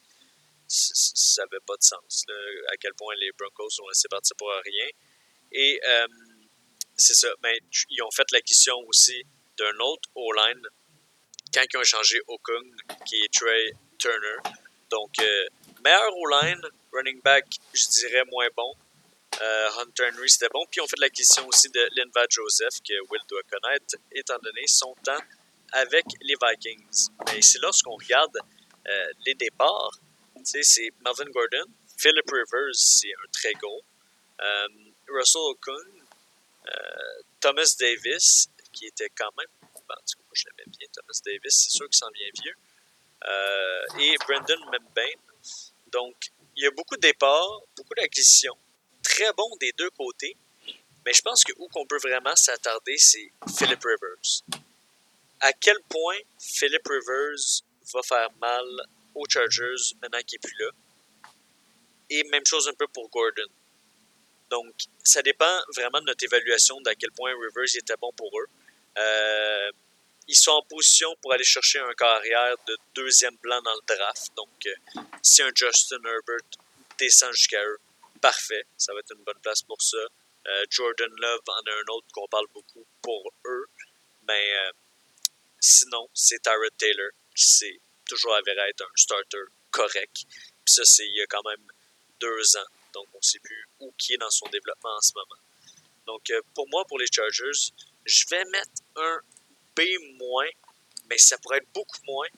Ça n'avait pas de sens, là, à quel point les Broncos ont laissé partir pour rien. Et euh, c'est ça, mais ils ont fait l'acquisition aussi d'un autre O-line quand ils ont échangé Okung, qui est Trey Turner. Donc, euh, meilleur O-line, running back, je dirais moins bon. Euh, Hunter Henry, c'était bon. Puis, on fait l'acquisition aussi de Linval Joseph, que Will doit connaître, étant donné son temps avec les Vikings. Mais c'est lorsqu'on regarde euh, les départs, tu sais, c'est Melvin Gordon, Philip Rivers, c'est un très gros, euh, Russell Okung, euh, Thomas Davis, qui était quand même, ben, en tout cas, moi je l'aimais bien, Thomas Davis, c'est sûr qu'il s'en vient vieux, euh, et Brendan Mbane. Donc, il y a beaucoup de départs, beaucoup d'acquisitions, très bon des deux côtés, mais je pense que où qu'on peut vraiment s'attarder, c'est Philip Rivers. À quel point Philip Rivers va faire mal aux Chargers maintenant qu'il n'est plus là. Et même chose un peu pour Gordon. Donc, ça dépend vraiment de notre évaluation d'à quel point Rivers était bon pour eux. Euh, ils sont en position pour aller chercher un carrière de deuxième plan dans le draft. Donc, euh, si un Justin Herbert descend jusqu'à eux, parfait. Ça va être une bonne place pour ça. Euh, Jordan Love en a un autre qu'on parle beaucoup pour eux. Mais euh, sinon, c'est Tyrod Taylor qui s'est toujours avéré être un starter correct. Puis ça, c'est il y a quand même deux ans. Donc, on ne sait plus où qui est dans son développement en ce moment. Donc, euh, pour moi, pour les Chargers, je vais mettre un B-, mais ça pourrait être beaucoup moins.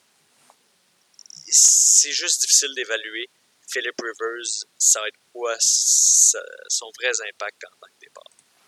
C'est juste difficile d'évaluer. Philip Rivers, ça va être quoi ça, son vrai impact en tant que départ.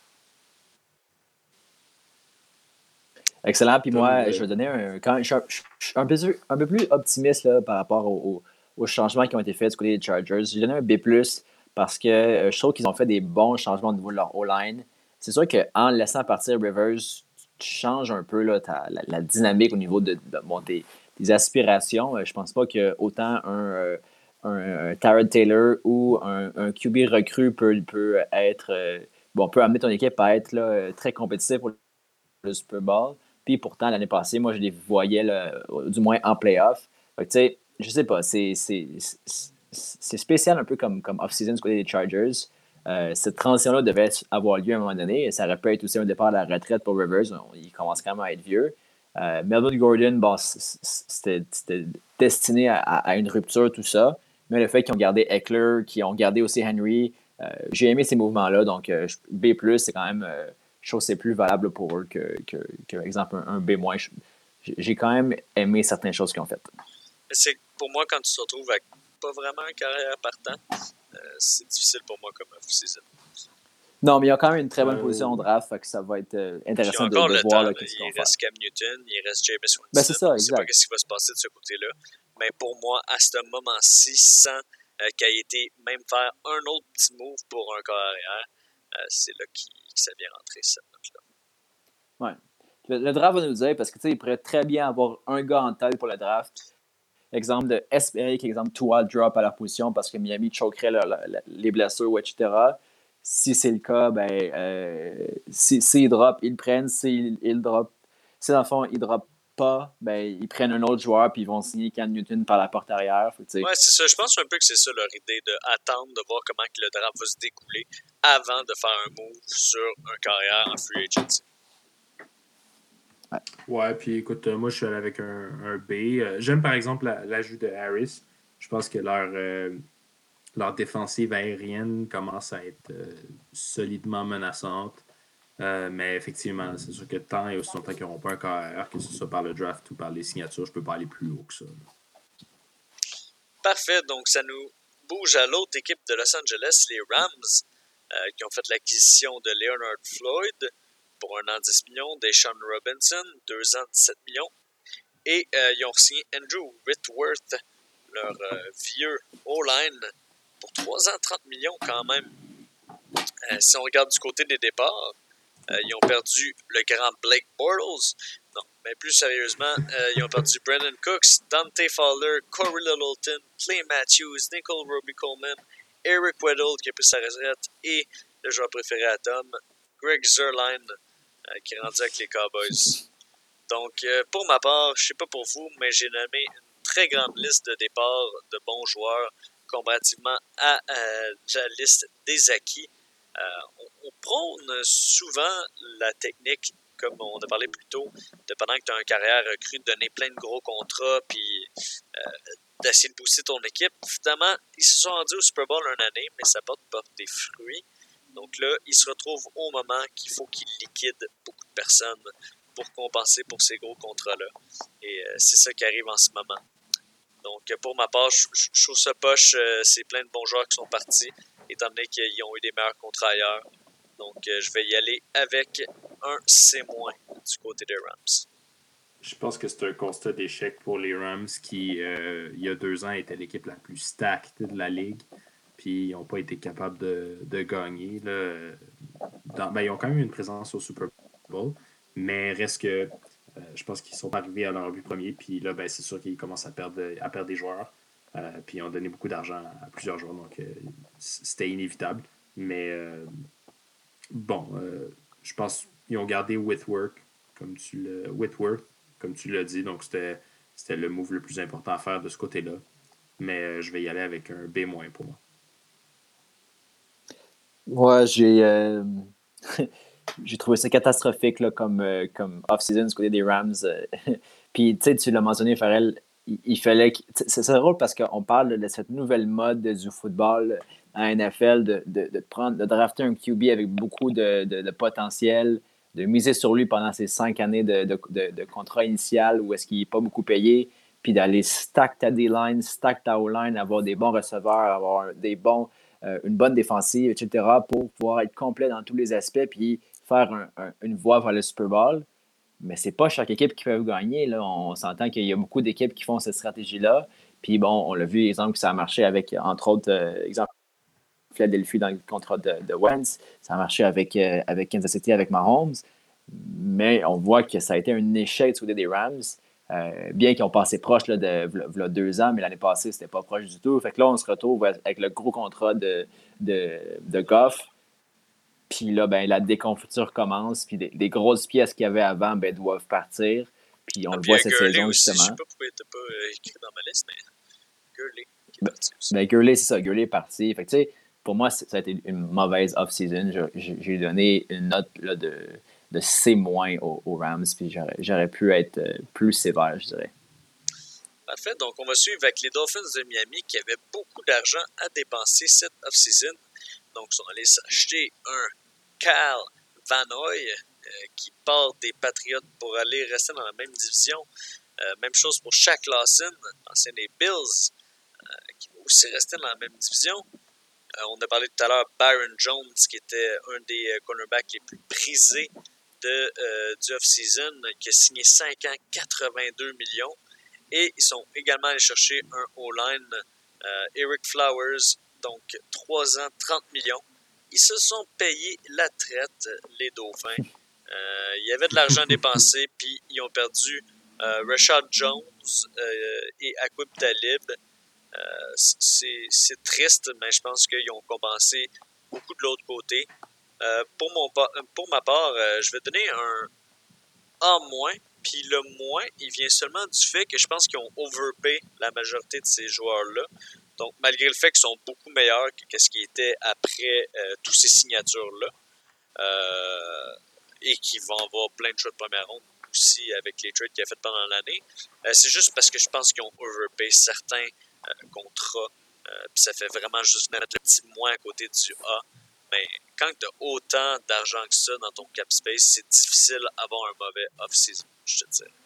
Excellent. Puis moi, Comme, je vais donner un. Quand, je, je, je suis un peu, un peu plus optimiste là, par rapport aux, aux changements qui ont été faits du côté des Chargers. J'ai donné un B plus parce que euh, je trouve qu'ils ont fait des bons changements au niveau de leur O-line. C'est sûr qu'en laissant partir Rivers, tu changes un peu là, ta, la, la dynamique au niveau de, de bon, tes, tes aspirations. Je pense pas que autant un, un, un Tyrod Taylor ou un, un Q B recrue peut, peut être. Euh, bon, peut amener ton équipe à être là, très compétitif pour le Super Bowl. Puis pourtant, l'année passée, moi, je les voyais, là, du moins en playoff. Fait que, tu sais, je sais pas, c'est, c'est, c'est, c'est spécial un peu comme, comme off-season du côté des Chargers. Euh, cette transition-là devait avoir lieu à un moment donné. Et ça aurait pu être aussi un départ à la retraite pour Rivers. Il commence quand même à être vieux. Euh, Melvin Gordon, bon, c'était, c'était destiné à, à une rupture, tout ça. Mais le fait qu'ils ont gardé Eckler, qu'ils ont gardé aussi Henry, euh, j'ai aimé ces mouvements-là. Donc, euh, B plus, c'est quand même... Euh, je trouve que c'est plus valable pour eux que, que, que exemple, un, un B-. Je, j'ai quand même aimé certaines choses qu'ils ont faites. C'est pour moi, quand tu te retrouves avec pas vraiment une carrière partant, euh, c'est difficile pour moi comme off-season. Non, mais il y a quand même une très bonne Euh, position au draft, fait que ça va être euh, intéressant de, encore de le voir temps, là, là, qu'est-ce il qu'on va reste faire. Cam Newton, il reste Jameis Winston. Ben, c'est ça, on ne sait pas exact. ce qui va se passer de ce côté-là. Mais pour moi, à ce moment-ci, sans euh, qu'il ait été même faire un autre petit move pour un carrière, euh, c'est là qu'il, que ça vient rentrer, cette note-là. Ouais. Le, le draft va nous dire, parce que tu sais, il pourrait très bien avoir un gars en tête pour le draft. Exemple de espérer qu'exemple Tua drop à leur position parce que Miami choquerait leur, leur, leur, les blessures, et cetera. Si c'est le cas, ben, euh, s'ils si, si drop, ils le prennent. S'ils si drop, si dans le fond, ils ne drop pas, ben, ils prennent un autre joueur puis ils vont signer Cam Newton par la porte arrière. Faut, ouais, c'est ça. Je pense un peu que c'est ça leur idée, d'attendre, de voir comment que le draft va se découler avant de faire un move sur un carrière en free agency. Ouais. ouais, puis écoute, euh, moi je suis allé avec un, un B. Euh, j'aime par exemple la, l'ajout de Harris. Je pense que leur, euh, leur défensive aérienne commence à être euh, solidement menaçante. Euh, mais effectivement, c'est sûr que tant et aussi longtemps qu'ils n'auront pas un carrière, que ce soit par le draft ou par les signatures, je ne peux pas aller plus haut que ça. Parfait, donc ça nous bouge à l'autre équipe de Los Angeles, les Rams, euh, qui ont fait l'acquisition de Leonard Floyd pour un an dix millions, Deshaun Robinson, deux ans dix-sept millions, et euh, ils ont signé Andrew Whitworth, leur euh, vieux O-line, pour trois ans trente millions quand même. Euh, si on regarde du côté des départs, euh, ils ont perdu le grand Blake Bortles. Non, mais plus sérieusement, euh, ils ont perdu Brandon Cooks, Dante Fowler, Corey Littleton, Clay Matthews, Nicole Roby Coleman, Eric Weddle qui a pris sa retraite et le joueur préféré à Tom, Greg Zuerlein, euh, qui est rendu avec les Cowboys. Donc, euh, pour ma part, je ne sais pas pour vous, mais j'ai nommé une très grande liste de départs de bons joueurs comparativement à euh, la liste des acquis. Euh, on, on prône souvent la technique, comme on a parlé plus tôt, de pendant que tu as une carrière recrue, de donner plein de gros contrats puis euh, d'essayer de pousser ton équipe. Finalement, ils se sont rendus au Super Bowl une année, mais ça porte pas des fruits. Donc là, ils se retrouvent au moment qu'il faut qu'ils liquident beaucoup de personnes pour compenser pour ces gros contrats-là. Et euh, c'est ça qui arrive en ce moment. Donc, pour ma part, je, je trouve ça poche. Euh, c'est plein de bons joueurs qui sont partis, étant donné qu'ils ont eu des meilleurs contrats ailleurs. Donc, euh, je vais y aller avec un C- du côté des Rams. Je pense que c'est un constat d'échec pour les Rams qui, euh, il y a deux ans, étaient l'équipe la plus stacked de la ligue. Puis, ils n'ont pas été capables de, de gagner. Là. Dans, ben, ils ont quand même eu une présence au Super Bowl, mais reste que euh, je pense qu'ils sont arrivés à leur but premier. Puis là, ben, c'est sûr qu'ils commencent à perdre, à perdre des joueurs. Euh, puis, ils ont donné beaucoup d'argent à plusieurs joueurs. Donc, euh, c'était inévitable. Mais euh, bon, euh, je pense qu'ils ont gardé Whitworth, comme tu l'as, Whitworth, comme tu l'as dit. Donc, c'était, c'était le move le plus important à faire de ce côté-là. Mais euh, je vais y aller avec un B- pour moi. Ouais, j'ai, euh, j'ai trouvé ça catastrophique là, comme, euh, comme off-season du côté des Rams. Puis, tu sais, tu l'as mentionné, Farrell, il, il fallait. Que, c'est, c'est drôle parce qu'on parle de cette nouvelle mode du football à N F L, de, de, de, prendre, de drafter un Q B avec beaucoup de, de, de potentiel, de miser sur lui pendant ces cinq années de, de, de, de contrat initial où est-ce qu'il n'est pas beaucoup payé, puis d'aller stack ta D-line, stack ta O-line, avoir des bons receveurs, avoir des bons. Euh, une bonne défensive, et cetera, pour pouvoir être complet dans tous les aspects puis faire un, un, une voie vers le Super Bowl. Mais c'est pas chaque équipe qui peut gagner. Là. On s'entend qu'il y a beaucoup d'équipes qui font cette stratégie-là. Puis bon, on l'a vu, exemple, que ça a marché avec, entre autres, euh, exemple, Philadelphie dans le contrat de, de Wentz. Ça a marché avec, euh, avec Kansas City, avec Mahomes. Mais on voit que ça a été un échec du côté des Rams. Euh, bien qu'ils ont passé proche là, de, de, de deux ans, mais l'année passée, c'était pas proche du tout. Fait que là, on se retrouve avec le gros contrat de, de, de Goff. Puis là, ben, la déconfiture commence. Puis des, des grosses pièces qu'il y avait avant ben, doivent partir. Puis on ah, le puis voit cette Gurley saison, aussi, justement. Je sais pas pourquoi il n'était pas euh, écrit dans ma liste, mais Gurley qui est ben, parti aussi. Ben, Gurley, c'est ça. Gurley est parti. Fait que, tu sais, pour moi, ça a été une mauvaise off-season. J'ai, j'ai donné une note là, de, de C- aux, aux Rams. Puis j'aurais, j'aurais pu être plus sévère, je dirais. Parfait, donc on va suivre avec les Dolphins de Miami qui avaient beaucoup d'argent à dépenser cette off-season. Donc, ils sont allés s'acheter un Cal Van Noy euh, qui part des Patriots pour aller rester dans la même division. Euh, même chose pour Shaq Lawson, ancien des Bills, euh, qui va aussi rester dans la même division. Euh, on a parlé tout à l'heure Byron Jones, qui était un des euh, cornerbacks les plus prisés de, euh, du off-season, qui a signé cinq ans, quatre-vingt-deux millions. Et ils sont également allés chercher un O-line, euh, Eric Flowers, donc trois ans, trente millions. Ils se sont payés la traite, les Dauphins. Euh, il y avait de l'argent dépensé, puis ils ont perdu euh, Rashad Jones euh, et Aqib Talib. Euh, c'est, c'est triste, mais je pense qu'ils ont compensé beaucoup de l'autre côté. Euh, pour, mon, pour ma part, euh, je vais donner un A-, puis le moins, il vient seulement du fait que je pense qu'ils ont overpay la majorité de ces joueurs-là. Donc, malgré le fait qu'ils sont beaucoup meilleurs que ce qui était après euh, toutes ces signatures-là, euh, et qu'ils vont avoir plein de choix de première ronde aussi avec les trades qu'ils ont fait pendant l'année, euh, c'est juste parce que je pense qu'ils ont overpay certains euh, contrats, euh, puis ça fait vraiment juste mettre le petit moins à côté du A. Mais quand tu as autant d'argent que ça dans ton cap space, c'est difficile d'avoir un mauvais off-season, je te dis.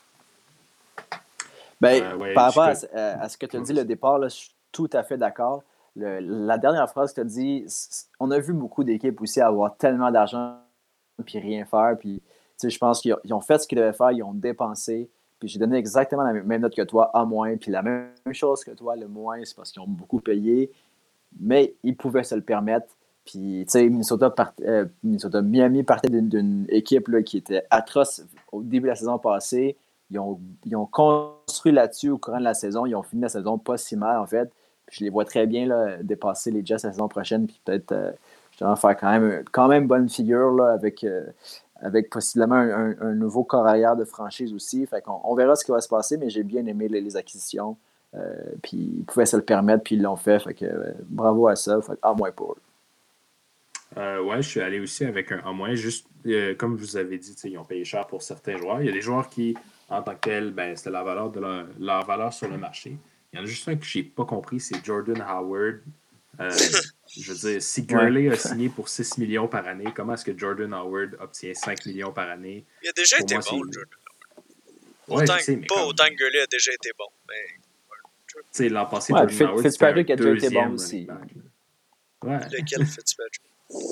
Ben, euh, ouais, par rapport à, peux... à, à ce que tu as dit, le départ, là, je suis tout à fait d'accord. Le, la dernière phrase que tu as dit, on a vu beaucoup d'équipes aussi avoir tellement d'argent puis rien faire. Puis, je pense qu'ils ont, ils ont fait ce qu'ils devaient faire, ils ont dépensé. Puis j'ai donné exactement la même note que toi, A-. Puis la même chose que toi, le moins, c'est parce qu'ils ont beaucoup payé. Mais ils pouvaient se le permettre. Puis, tu sais, Minnesota, part, euh, Minnesota, Miami partait d'une, d'une équipe là, qui était atroce au début de la saison passée. Ils ont, ils ont construit là-dessus au courant de la saison. Ils ont fini la saison pas si mal, en fait. Puis je les vois très bien là, dépasser les Jets la saison prochaine. Puis peut-être euh, justement faire quand même, quand même bonne figure là, avec, euh, avec possiblement un, un, un nouveau corps arrière de franchise aussi. Fait qu'on on verra ce qui va se passer, mais j'ai bien aimé les, les acquisitions. Euh, puis ils pouvaient se le permettre, puis ils l'ont fait. Fait que euh, bravo à ça. Fait que, à moins pour eux. Euh, ouais, je suis allé aussi avec un A-, juste euh, comme je vous avais dit, ils ont payé cher pour certains joueurs. Il y a des joueurs qui, en tant que tels, ben, c'était la valeur de leur, leur valeur sur le marché. Il y en a juste un que je n'ai pas compris, c'est Jordan Howard. Euh, je veux dire, si Gurley ouais. a signé pour six millions par année, comment est-ce que Jordan Howard obtient cinq millions par année? Il a déjà pour été moi, bon, c'est... Jordan Howard. Ouais, autant, sais, mais pas comme... autant que Gurley a déjà été bon, mais... Tu sais, l'an passé, ouais, Jordan Fit, Howard, Fitzpatrick c'était un a déjà été bon aussi. Back, ouais. Lequel Fitzpatrick?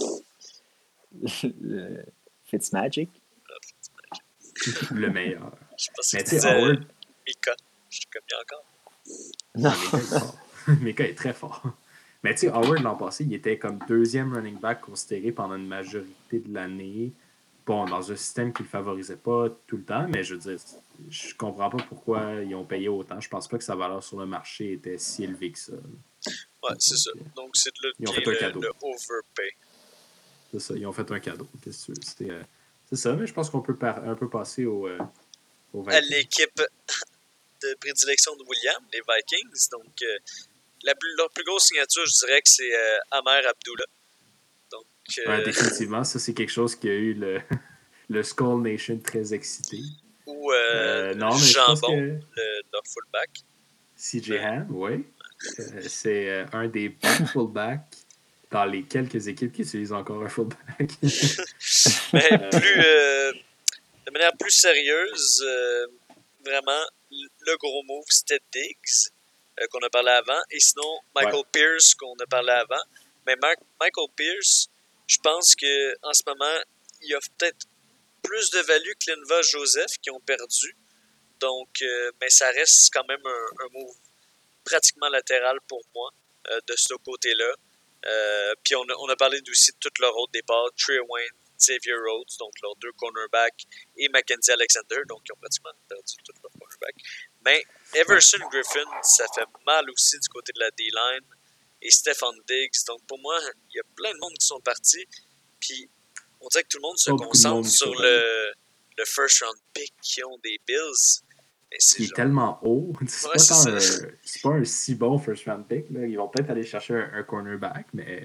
Le Fitzmagic. Le meilleur. Je pense mais que tu Howard... Mika. Je te connais encore. Non, Mika est fort. Mika est très fort. Mais tu sais, Howard, l'an passé, il était comme deuxième running back considéré pendant une majorité de l'année. Bon, dans un système qui ne le favorisait pas tout le temps, mais je veux dire, je comprends pas pourquoi ils ont payé autant. Je pense pas que sa valeur sur le marché était si élevée que ça. Ouais, c'est ça. Donc, c'est de ils ont fait le, un cadeau. Le overpay. C'est ça, ils ont fait un cadeau. Qu'est-ce que tu veux? Euh, c'est ça, mais je pense qu'on peut par, un peu passer au, euh, au à l'équipe de prédilection de William, les Vikings. Donc, euh, la plus, leur plus grosse signature, je dirais que c'est euh, Amer Abdullah. Donc, euh, ouais, définitivement, ça, c'est quelque chose qui a eu le, le Skull Nation très excité. Ou euh, euh, non, mais Jambon, je pense que le, leur fullback. C J Ham, oui. Euh, c'est euh, un des bons fullbacks dans les quelques équipes qui utilisent encore un fullback. Mais plus, euh, de manière plus sérieuse, euh, vraiment, le gros move, c'était Diggs, euh, qu'on a parlé avant, et sinon Michael ouais. Pierce, qu'on a parlé avant. Mais Mark, Michael Pierce, je pense qu'en ce moment, il y a peut-être plus de value que Linva Joseph qui ont perdu. Donc, euh, mais ça reste quand même un, un move pratiquement latéral pour moi, euh, de ce côté-là. Euh, puis on a, on a parlé aussi de tout leur autre départ, Trey Wayne, Xavier Rhodes, donc leurs deux cornerbacks, et Mackenzie Alexander, donc qui ont pratiquement perdu tous leurs cornerbacks. Mais Everson Griffin, ça fait mal aussi du côté de la D-line, et Stephon Diggs. Donc pour moi, il y a plein de monde qui sont partis, puis on dirait que tout le monde se Pas concentre sur le, le first round pick qui ont des Bills. Qui est tellement haut. C'est, ouais, pas c'est, tant un, c'est pas un si bon first round pick. Là. Ils vont peut-être aller chercher un, un cornerback, mais.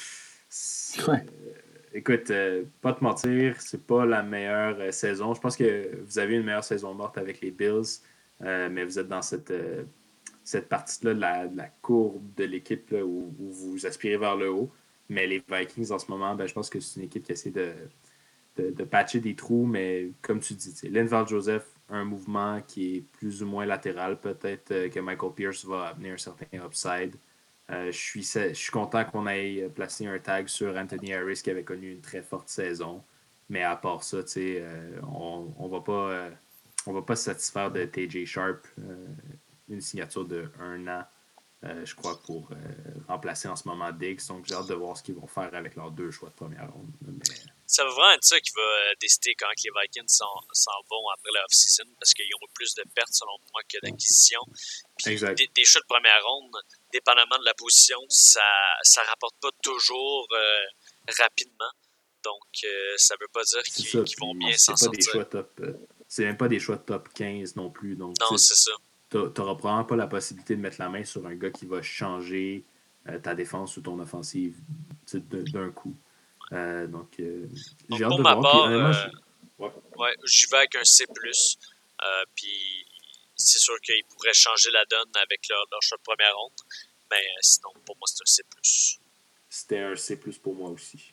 Ouais. Euh, écoute, euh, pas te mentir, c'est pas la meilleure euh, saison. Je pense que vous avez une meilleure saison morte avec les Bills, euh, mais vous êtes dans cette, euh, cette partie-là de la, de la courbe de l'équipe là, où, où vous aspirez vers le haut. Mais les Vikings, en ce moment, ben, je pense que c'est une équipe qui essaie de. de, de patcher des trous, mais comme tu dis, Linval Joseph a un mouvement qui est plus ou moins latéral. Peut-être euh, que Michael Pierce va amener un certain upside. Euh, je suis, je suis content qu'on ait placé un tag sur Anthony Harris qui avait connu une très forte saison. Mais à part ça, euh, on on va pas euh, on va pas se satisfaire de T J Sharp. Euh, une signature de un an, euh, je crois, pour euh, remplacer en ce moment Diggs. Donc j'ai hâte de voir ce qu'ils vont faire avec leurs deux choix de première ronde. Mais... Ça va vraiment être ça qui va décider quand les Vikings s'en, s'en vont après la off-season, parce qu'ils auront plus de pertes selon moi que d'acquisitions. Puis des, des choix de première ronde, dépendamment de la position, ça ça rapporte pas toujours euh, rapidement. Donc euh, ça veut pas dire qu'ils, ça, qu'ils vont bien s'en c'est pas sortir. Des choix top, euh, c'est même pas des choix de top quinze non plus. Donc, non, c'est ça. Tu n'auras probablement pas la possibilité de mettre la main sur un gars qui va changer euh, ta défense ou ton offensive d'un coup. Euh, donc, euh, donc, j'ai hâte pour de ma voir. part, Puis, euh, je... ouais. Ouais, j'y vais avec un C plus. Euh, puis c'est sûr qu'ils pourraient changer la donne avec leur, leur choix de première ronde. Mais euh, sinon, pour moi, c'est un C plus. C'était un C plus pour moi aussi.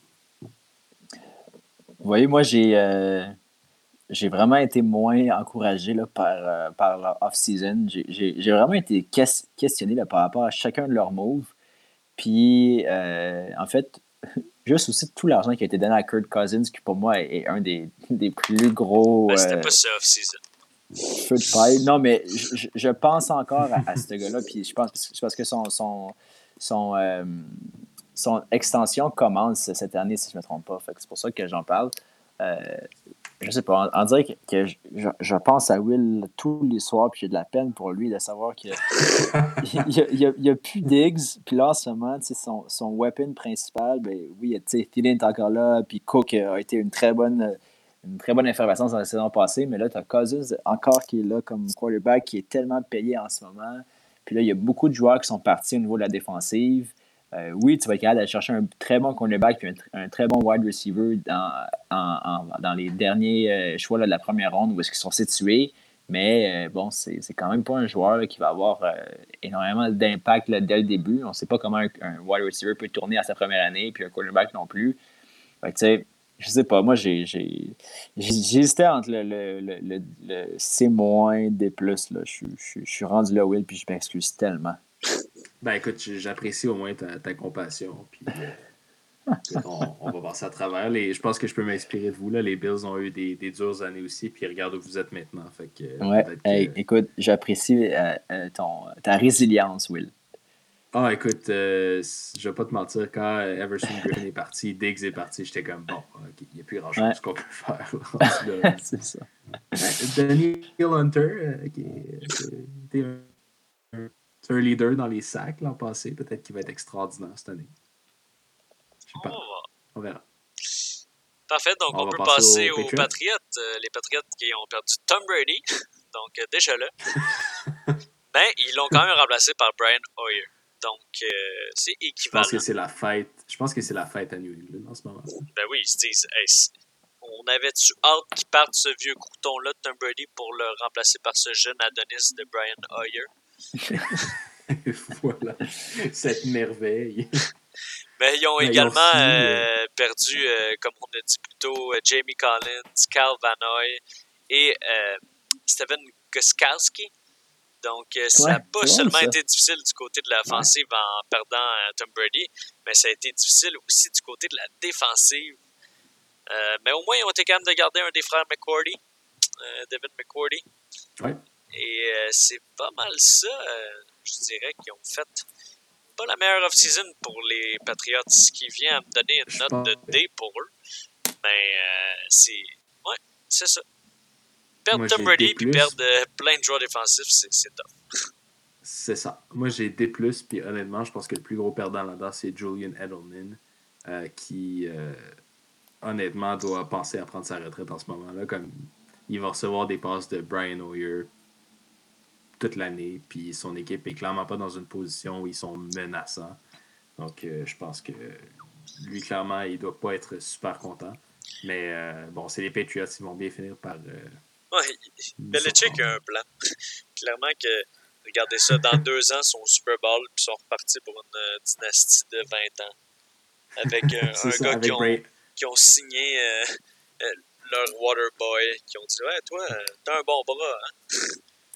Vous voyez, moi, j'ai, euh, j'ai vraiment été moins encouragé là, par, euh, par leur off-season. J'ai, j'ai, j'ai vraiment été ques- questionné là, par rapport à chacun de leurs moves. Puis, euh, en fait, juste aussi tout l'argent qui a été donné à Kirk Cousins, qui pour moi est, est un des, des plus gros... Ben, c'était euh, pas ça off-season. Feu de paille. Non, mais je, je pense encore à, à ce gars-là. Puis je pense c'est parce que son, son, son, euh, son extension commence cette année, si je ne me trompe pas. Fait que c'est pour ça que j'en parle. Euh, je sais pas. On, on dirait que, que je, je, je pense à Will tous les soirs, puis j'ai de la peine pour lui de savoir qu'il n'y a, a, a plus Diggs. Puis là, en ce moment, son, son weapon principal, ben oui, Thielen est encore là, puis Cook a été une très bonne. Une très bonne information dans la saison passée, mais là, tu as Cousins encore qui est là comme quarterback, qui est tellement payé en ce moment. Puis là, il y a beaucoup de joueurs qui sont partis au niveau de la défensive. Euh, oui, tu vas être capable d'aller chercher un très bon cornerback puis un, un très bon wide receiver dans, en, en, dans les derniers euh, choix là, de la première ronde où est-ce qu'ils sont situés. Mais euh, bon, c'est, c'est quand même pas un joueur là, qui va avoir euh, énormément d'impact là, dès le début. On ne sait pas comment un, un wide receiver peut tourner à sa première année, puis un cornerback non plus. Fait que, tu sais, je sais pas, moi, j'ai, j'ai, j'hésitais entre le, le, le, le, le C-, D+. Là. Je, je, je suis rendu là, Will, puis je m'excuse tellement. Ben écoute, j'apprécie au moins ta, ta compassion. Puis, euh, écoute, on, on va passer à travers. Les, je pense que je peux m'inspirer de vous. Là. Les Bills ont eu des, des dures années aussi, puis regarde où vous êtes maintenant. Fait que, ouais, que... Hey, écoute, j'apprécie euh, ton, ta résilience, Will. Ah, écoute, euh, je vais pas te mentir, quand Everson Griffin est parti, Diggs est parti, j'étais comme, bon, okay, il n'y a plus grand-chose ouais. qu'on peut faire. Là, c'est ça. Daniel Hunter, euh, qui était un, un leader dans les sacs l'an passé, peut-être qu'il va être extraordinaire cette année. Je sais pas. On verra. Parfait, donc on, on peut passer, passer aux, aux Patriots. Patriots. Euh, les Patriots qui ont perdu Tom Brady, donc euh, déjà là. Ben, ils l'ont quand même remplacé par Brian Hoyer. Donc, euh, c'est équivalent. Je pense que c'est la fête. Je pense que c'est la fête à New England en ce moment. Ben oui, ils se disent, hey, on avait-tu hâte qu'il parte ce vieux crouton-là de Tom Brady pour le remplacer par ce jeune Adonis de Brian Hoyer? Voilà, cette merveille. Ben, ils ont Mais également ils ont aussi, euh, perdu, euh, comme on a dit plus tôt, euh, Jamie Collins, Cal Van Noy et euh, Steven Gostkowski. Donc, euh, ça n'a ouais, pas seulement bon, été difficile du côté de l'offensive ouais. en perdant euh, Tom Brady, mais ça a été difficile aussi du côté de la défensive. Euh, mais au moins, ils ont été capables de garder un des frères McCourty, euh, David McCourty. Ouais. Et euh, c'est pas mal ça, euh, je dirais, qu'ils ont fait pas la meilleure off-season pour les Patriots, ce qui vient à me donner une note pense... de D pour eux. Mais euh, c'est... Ouais, c'est ça. Perdre Tom Brady puis perdre euh, plein de joueurs défensifs, c'est, c'est tough. C'est ça. Moi, j'ai D plus, puis honnêtement, je pense que le plus gros perdant là-dedans, c'est Julian Edelman, euh, qui, euh, honnêtement, doit penser à prendre sa retraite en ce moment-là. Comme il va recevoir des passes de Brian Hoyer toute l'année, puis son équipe est clairement pas dans une position où ils sont menaçants. Donc, euh, je pense que lui, clairement, il doit pas être super content. Mais euh, bon, c'est les Patriots, ils vont bien finir par... Euh, ouais, Belichick a un plan. Clairement que, regardez ça, dans deux ans, ils sont au Super Bowl, puis ils sont repartis pour une euh, dynastie de vingt ans. Avec euh, un ça, gars avec qui, ont, Bray... qui ont signé euh, euh, leur waterboy qui ont dit « Ouais, toi, euh, t'as un bon bras, hein? »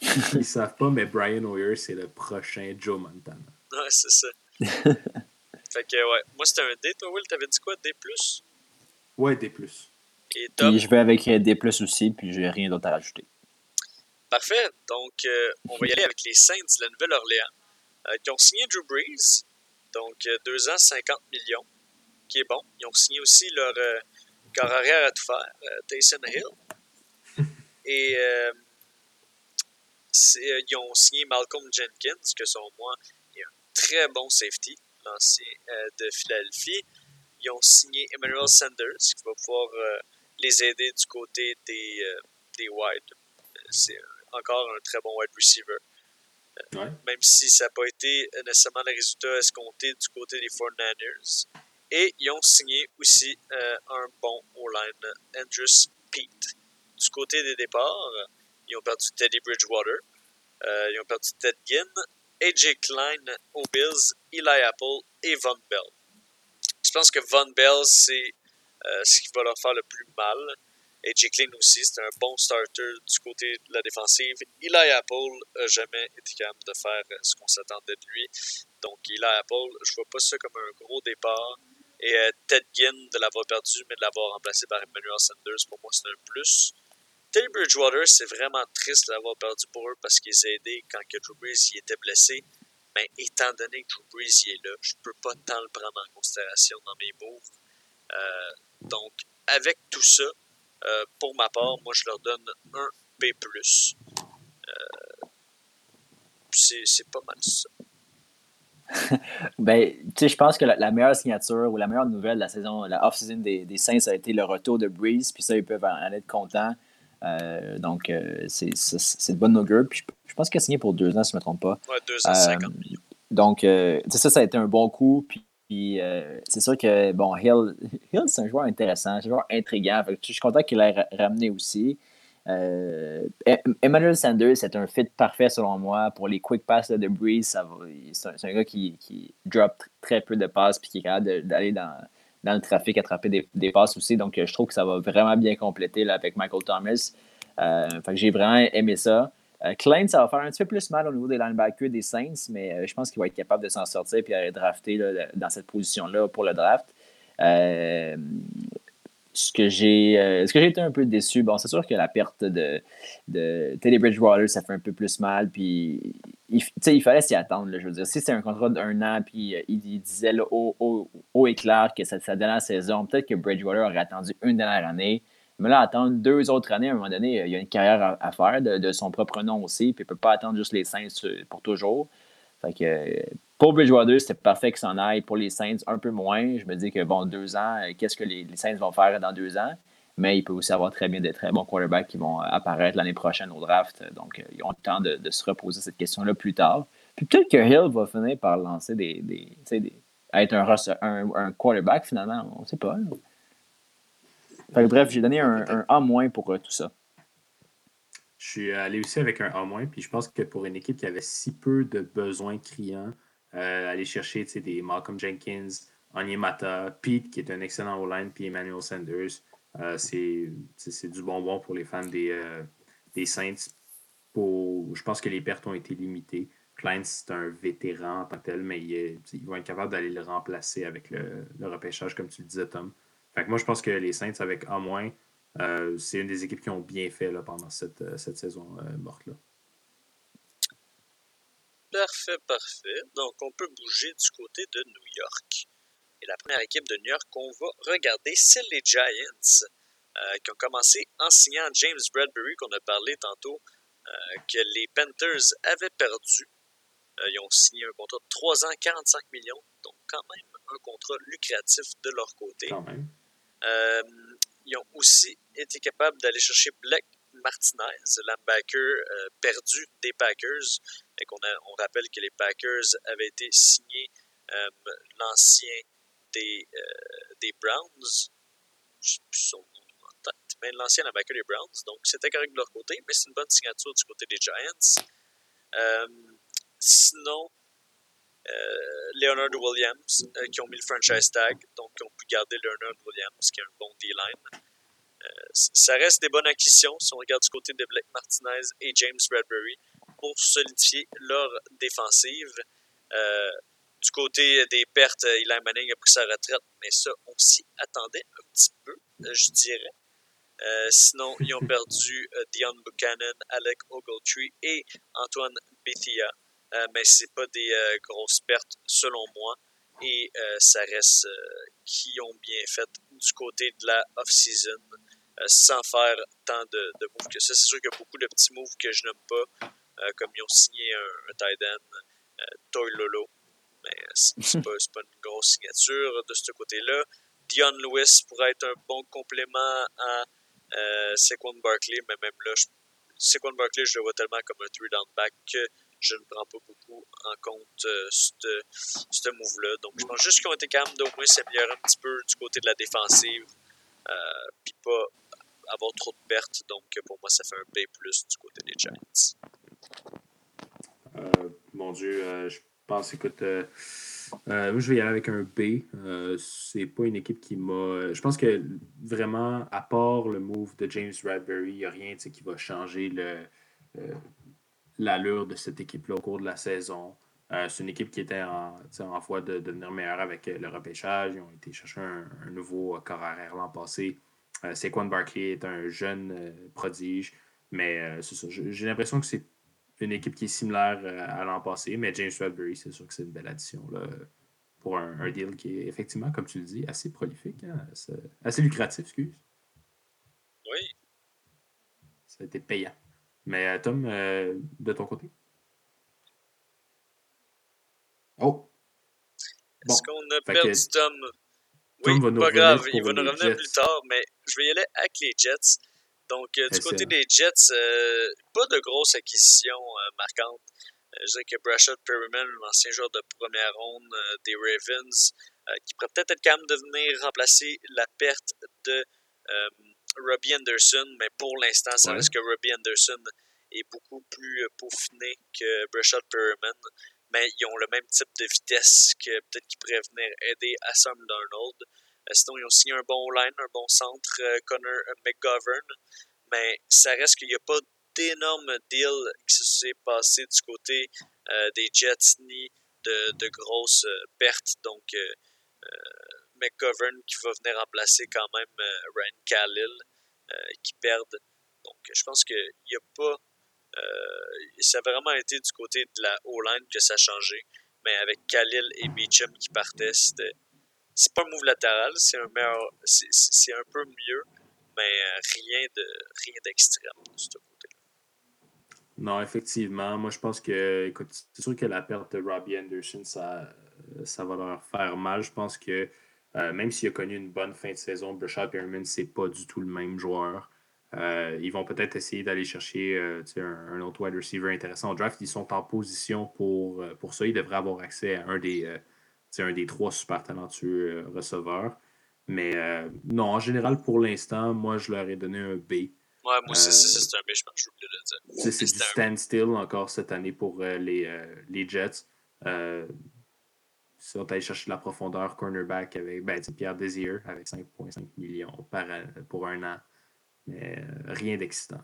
Ils savent pas, mais Brian Hoyer, c'est le prochain Joe Montana. Ouais, c'est ça. Fait que, ouais. Moi, c'était un D. Toi, Will, t'avais dit quoi? D plus? Ouais, D plus. Et Tom? Puis je vais avec D plus aussi, puis j'ai rien d'autre à rajouter. Parfait. Donc, euh, on va y aller avec les Saints de la Nouvelle-Orléans, euh, qui ont signé Drew Brees. Donc, euh, deux ans, cinquante millions, qui est bon. Ils ont signé aussi leur euh, corps arrière à tout faire, euh, Taysom Hill. Et euh, euh, ils ont signé Malcolm Jenkins, que selon moi est un très bon safety, l'ancien euh, de Philadelphie. Ils ont signé Emmanuel Sanders, qui va pouvoir euh, les aider du côté des, euh, des wide. C'est encore un très bon wide receiver. Ouais. Même si ça n'a pas été nécessairement le résultat escompté du côté des forty-niners. Et ils ont signé aussi euh, un bon O-line, Andrews Pete. Du côté des départs, ils ont perdu Teddy Bridgewater, euh, ils ont perdu Ted Ginn, A J Klein aux Bills, Eli Apple et Von Bell. Je pense que Von Bell, c'est euh, ce qui va leur faire le plus mal. A J Klein aussi, c'est un bon starter du côté de la défensive. Eli Apple n'a jamais été capable de faire ce qu'on s'attendait de lui. Donc, Eli Apple, je vois pas ça comme un gros départ. Et euh, Ted Ginn, de l'avoir perdu, mais de l'avoir remplacé par Emmanuel Sanders, pour moi, c'est un plus. Teddy Bridgewater, c'est vraiment triste de l'avoir perdu pour eux parce qu'ils ont aidé quand que Drew Brees y était blessé. Mais étant donné que Drew Brees y est là, je peux pas tant le prendre en considération dans mes moves. Euh, donc, avec tout ça, Euh, pour ma part, moi, je leur donne un B plus. Euh, c'est, c'est pas mal ça. Ben, tu sais, je pense que la, la meilleure signature ou la meilleure nouvelle de la saison, la off-season des, des Saints a été le retour de Breeze, puis ça, ils peuvent en, en être contents. Euh, donc, euh, c'est, c'est, c'est de bonne augure. Puis je, je pense qu'il a signé pour deux ans, si je ne me trompe pas. Ouais, deux ans, cinquante euh, millions. Donc, euh, tu sais, ça, ça a été un bon coup. Puis, puis euh, c'est sûr que, bon, Hill, Hill c'est un joueur intéressant, c'est un joueur intriguant. Fait que je suis content qu'il l'ait ramené aussi. Euh, Emmanuel Sanders, c'est un fit parfait selon moi pour les quick passes là, de Breeze. Ça va, c'est, un, c'est un gars qui, qui drop très peu de passes puis qui est capable de, d'aller dans, dans le trafic, attraper des, des passes aussi. Donc, je trouve que ça va vraiment bien compléter là, avec Michael Thomas. Euh, fait que j'ai vraiment aimé ça. Euh, Klein, ça va faire un petit peu plus mal au niveau des linebackers des Saints, mais euh, je pense qu'il va être capable de s'en sortir et aller drafter là, dans cette position-là pour le draft. Euh, ce que j'ai euh, ce que j'ai été un peu déçu, bon, c'est sûr que la perte de, de Teddy Bridgewater, ça fait un peu plus mal, puis il, il fallait s'y attendre, là, je veux dire. Si c'était un contrat d'un an, puis euh, il, il disait là, haut, haut, haut et clair que c'était sa dernière saison, peut-être que Bridgewater aurait attendu une dernière année. Mais là, attendre deux autres années, à un moment donné, il y a une carrière à, à faire de, de son propre nom aussi, puis il ne peut pas attendre juste les Saints pour toujours. Fait que pour Bridgewater, c'était parfait qu'il s'en aille. Pour les Saints, un peu moins. Je me dis que, bon, deux ans, qu'est-ce que les, les Saints vont faire dans deux ans? Mais il peut aussi avoir très bien des très bons quarterbacks qui vont apparaître l'année prochaine au draft. Donc, ils ont le temps de, de se reposer cette question-là plus tard. Puis peut-être que Hill va finir par lancer des. des, des être un, un, un quarterback finalement. On ne sait pas. Là. Fait que, bref, j'ai donné un, un A- pour euh, tout ça. Je suis allé aussi avec un A-, puis je pense que pour une équipe qui avait si peu de besoins criants, euh, aller chercher des Malcolm Jenkins, Onyemata, Pete, qui est un excellent O-line, puis Emmanuel Sanders, euh, c'est, c'est du bonbon pour les fans des, euh, des Saints. Pour, je pense que les pertes ont été limitées. Klein, c'est un vétéran en tant que tel, mais il est, ils vont être capables d'aller le remplacer avec le, le repêchage, comme tu le disais, Tom. Fait que moi, je pense que les Saints, avec A-, euh, c'est une des équipes qui ont bien fait là, pendant cette, euh, cette saison euh, morte-là. Parfait, parfait. Donc, on peut bouger du côté de New York. Et la première équipe de New York qu'on va regarder, c'est les Giants, euh, qui ont commencé en signant James Bradbury, qu'on a parlé tantôt, euh, que les Panthers avaient perdu. Euh, ils ont signé un contrat de trois ans, quarante-cinq millions, donc quand même un contrat lucratif de leur côté. Quand même. Euh, ils ont aussi été capables d'aller chercher Blake Martinez, linebacker euh, perdu des Packers. Et qu'on a, on rappelle que les Packers avaient été signés euh, l'ancien des, euh, des Browns. Je sais plus son nom en tête, mais l'ancien linebacker des Browns. Donc c'était correct de leur côté, mais c'est une bonne signature du côté des Giants. Euh, sinon, Euh, Leonard Williams, euh, qui ont mis le franchise tag, donc qui ont pu garder Leonard Williams, qui est un bon D-line. ça reste des bonnes acquisitions si on regarde du côté de Blake Martinez et James Bradbury pour solidifier leur défensive. Euh, du côté des pertes, Eli Manning a pris sa retraite, mais ça, on s'y attendait un petit peu, je dirais. Euh, sinon, ils ont perdu euh, Dion Buchanan, Alec Ogletree et Antoine Bethia. Euh, mais c'est pas des euh, grosses pertes selon moi. Et euh, ça reste euh, qui ont bien fait du côté de la off-season euh, sans faire tant de, de moves que ça. C'est sûr qu'il y a beaucoup de petits moves que je n'aime pas, euh, comme ils ont signé un, un tight end, euh, Toy Lolo. Mais c'est, c'est, pas, c'est pas une grosse signature de ce côté-là. Dion Lewis pourrait être un bon complément à euh, Saquon Barkley, mais même là, je, Saquon Barkley, je le vois tellement comme un three down back que je ne prends pas beaucoup en compte euh, ce move-là. Donc, je pense juste qu'ils ont été capables d'au moins s'améliorer un petit peu du côté de la défensive, euh, puis pas avoir trop de pertes. Donc, pour moi, ça fait un B plus du côté des Giants. Euh, mon Dieu, euh, je pense, écoute, euh, euh, moi je vais y aller avec un B. Euh, c'est pas une équipe qui m'a. Je pense que vraiment, à part le move de James Bradbury, il n'y a rien qui va changer le, euh, l'allure de cette équipe-là au cours de la saison. Euh, c'est une équipe qui était en, en voie de, de devenir meilleure avec le repêchage. Ils ont été chercher un, un nouveau corps arrière l'an passé. Euh, Saquon Barkley est un jeune euh, prodige, mais euh, c'est ça. J'ai l'impression que c'est une équipe qui est similaire à l'an passé, mais James Bradbury, c'est sûr que c'est une belle addition là, pour un, un deal qui est effectivement, comme tu le dis, assez prolifique, hein, assez, assez lucratif, excuse. Oui. Ça a été payant. Mais euh, Tom, euh, de ton côté? Oh! Bon. Est-ce qu'on a fait perdu que, Tom? Tom Oui, va pas grave, il va nous nous revenir Jets. plus tard, mais je vais y aller avec les Jets. Donc, euh, du côté des Jets, euh, pas de grosses acquisitions euh, marquantes. Euh, je dirais que Brashad Perriman, l'ancien joueur de première ronde euh, des Ravens, euh, qui pourrait peut-être être capable de venir remplacer la perte de euh, Robbie Anderson, mais pour l'instant, ça ouais. reste que Robbie Anderson est beaucoup plus euh, peaufiné que Brashad Perriman, mais ils ont le même type de vitesse que peut-être qu'ils pourraient venir aider à Sam Darnold. Euh, sinon, ils ont signé un bon line, un bon centre, euh, Connor McGovern, mais ça reste qu'il n'y a pas d'énormes deals qui se sont passés du côté euh, des Jets ni de, de grosses euh, pertes. Donc, euh, euh, McGovern qui va venir remplacer quand même euh, Ryan Khalil euh, qui perdent. Donc, je pense qu'il n'y a pas. Euh, ça a vraiment été du côté de la O-line que ça a changé. Mais avec Khalil et Beachum qui partaient, c'était. C'est pas un move latéral, c'est un meilleur. C'est, c'est un peu mieux, mais rien de rien d'extrême de ce côté-là. Non, effectivement. Moi, je pense que, écoute, c'est sûr que la perte de Robbie Anderson, ça, ça va leur faire mal. Je pense que euh, même s'il a connu une bonne fin de saison, Brashad Perriman, c'est pas du tout le même joueur. Euh, ils vont peut-être essayer d'aller chercher euh, un, un autre wide receiver intéressant au draft. Ils sont en position pour, pour ça. Ils devraient avoir accès à un des, euh, un des trois super talentueux euh, receveurs. Mais euh, non, en général, pour l'instant, moi, je leur ai donné un B. Ouais, moi aussi, euh, c'est, c'est un B, je pense que j'ai oublié de le dire. C'est, c'est du standstill encore cette année pour euh, les, euh, les Jets. Euh, si on allé chercher de la profondeur, cornerback avec ben, Pierre Desir avec cinq virgule cinq millions par an, pour un an. Mais euh, rien d'excitant.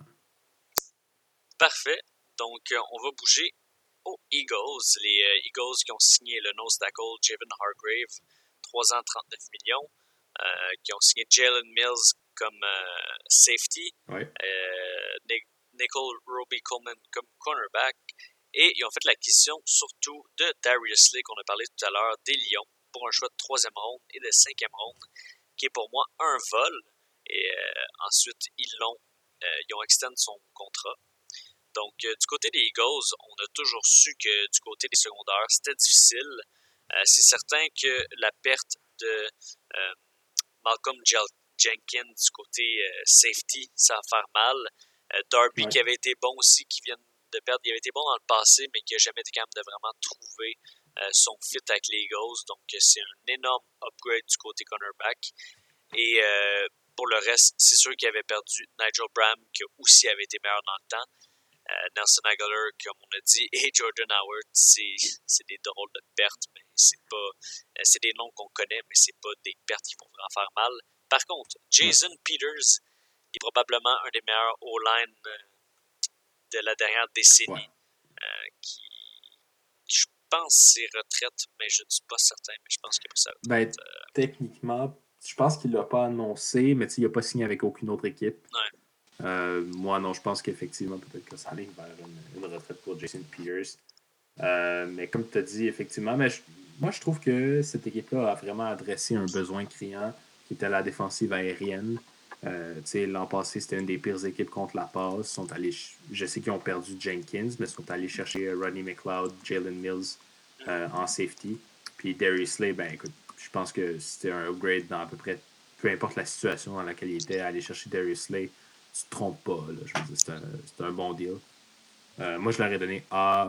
Parfait. Donc, euh, on va bouger aux Eagles. Les euh, Eagles qui ont signé le nose tackle Javon Hargrave, trois ans, trente-neuf millions. Euh, qui ont signé Jalen Mills comme euh, safety. Ouais. Euh, Nick, Nicole Roby Coleman comme cornerback. Et ils ont fait l'acquisition surtout de Darius Slay, qu'on a parlé tout à l'heure, des Lions, pour un choix de troisième ronde et de cinquième ronde, qui est pour moi un vol. Et euh, ensuite, ils l'ont, euh, ils ont extendé son contrat. Donc, euh, du côté des Eagles, on a toujours su que du côté des secondaires, c'était difficile. Euh, c'est certain que la perte de euh, Malcolm Jenkins du côté euh, safety, ça va faire mal. Euh, Darby, ouais. qui avait été bon aussi, qui vient de perdre, il avait été bon dans le passé, mais qui n'a jamais été capable de vraiment trouver euh, son fit avec les Eagles. Donc, c'est un énorme upgrade du côté cornerback. Et euh, pour le reste, c'est sûr qu'il avait perdu Nigel Bram, qui aussi avait été meilleur dans le temps. Euh, Nelson Aguilar, comme on a dit, et Jordan Howard, c'est, c'est des drôles de pertes, mais c'est pas, euh, c'est des noms qu'on connaît, mais c'est pas des pertes qui vont vraiment faire mal. Par contre, Jason ouais. Peters, est probablement un des meilleurs O-line de la dernière décennie. Ouais. Euh, qui, je pense, c'est retraite, mais je ne suis pas certain, mais je pense qu'il a pris sa retraite. Ben, euh... techniquement, je pense qu'il ne l'a pas annoncé, mais il n'a pas signé avec aucune autre équipe. Ouais. Euh, moi, non, je pense qu'effectivement, peut-être que ça allait vers une, une retraite pour Jason Peters. Euh, mais comme tu as dit, effectivement, mais je, moi, je trouve que cette équipe-là a vraiment adressé un besoin criant qui était la défensive aérienne. Euh, l'an passé, c'était une des pires équipes contre la passe. Sont allés, je sais qu'ils ont perdu Jenkins, mais sont allés chercher Rodney McLeod, Jalen Mills euh, en safety. Puis Darius Slay, ben écoute, je pense que c'était un upgrade dans à peu près, peu importe la situation dans laquelle il était, aller chercher Darius Slay, tu te trompes pas. Là. Je veux dire, c'est un, c'est un bon deal. Euh, moi, je leur ai donné A-.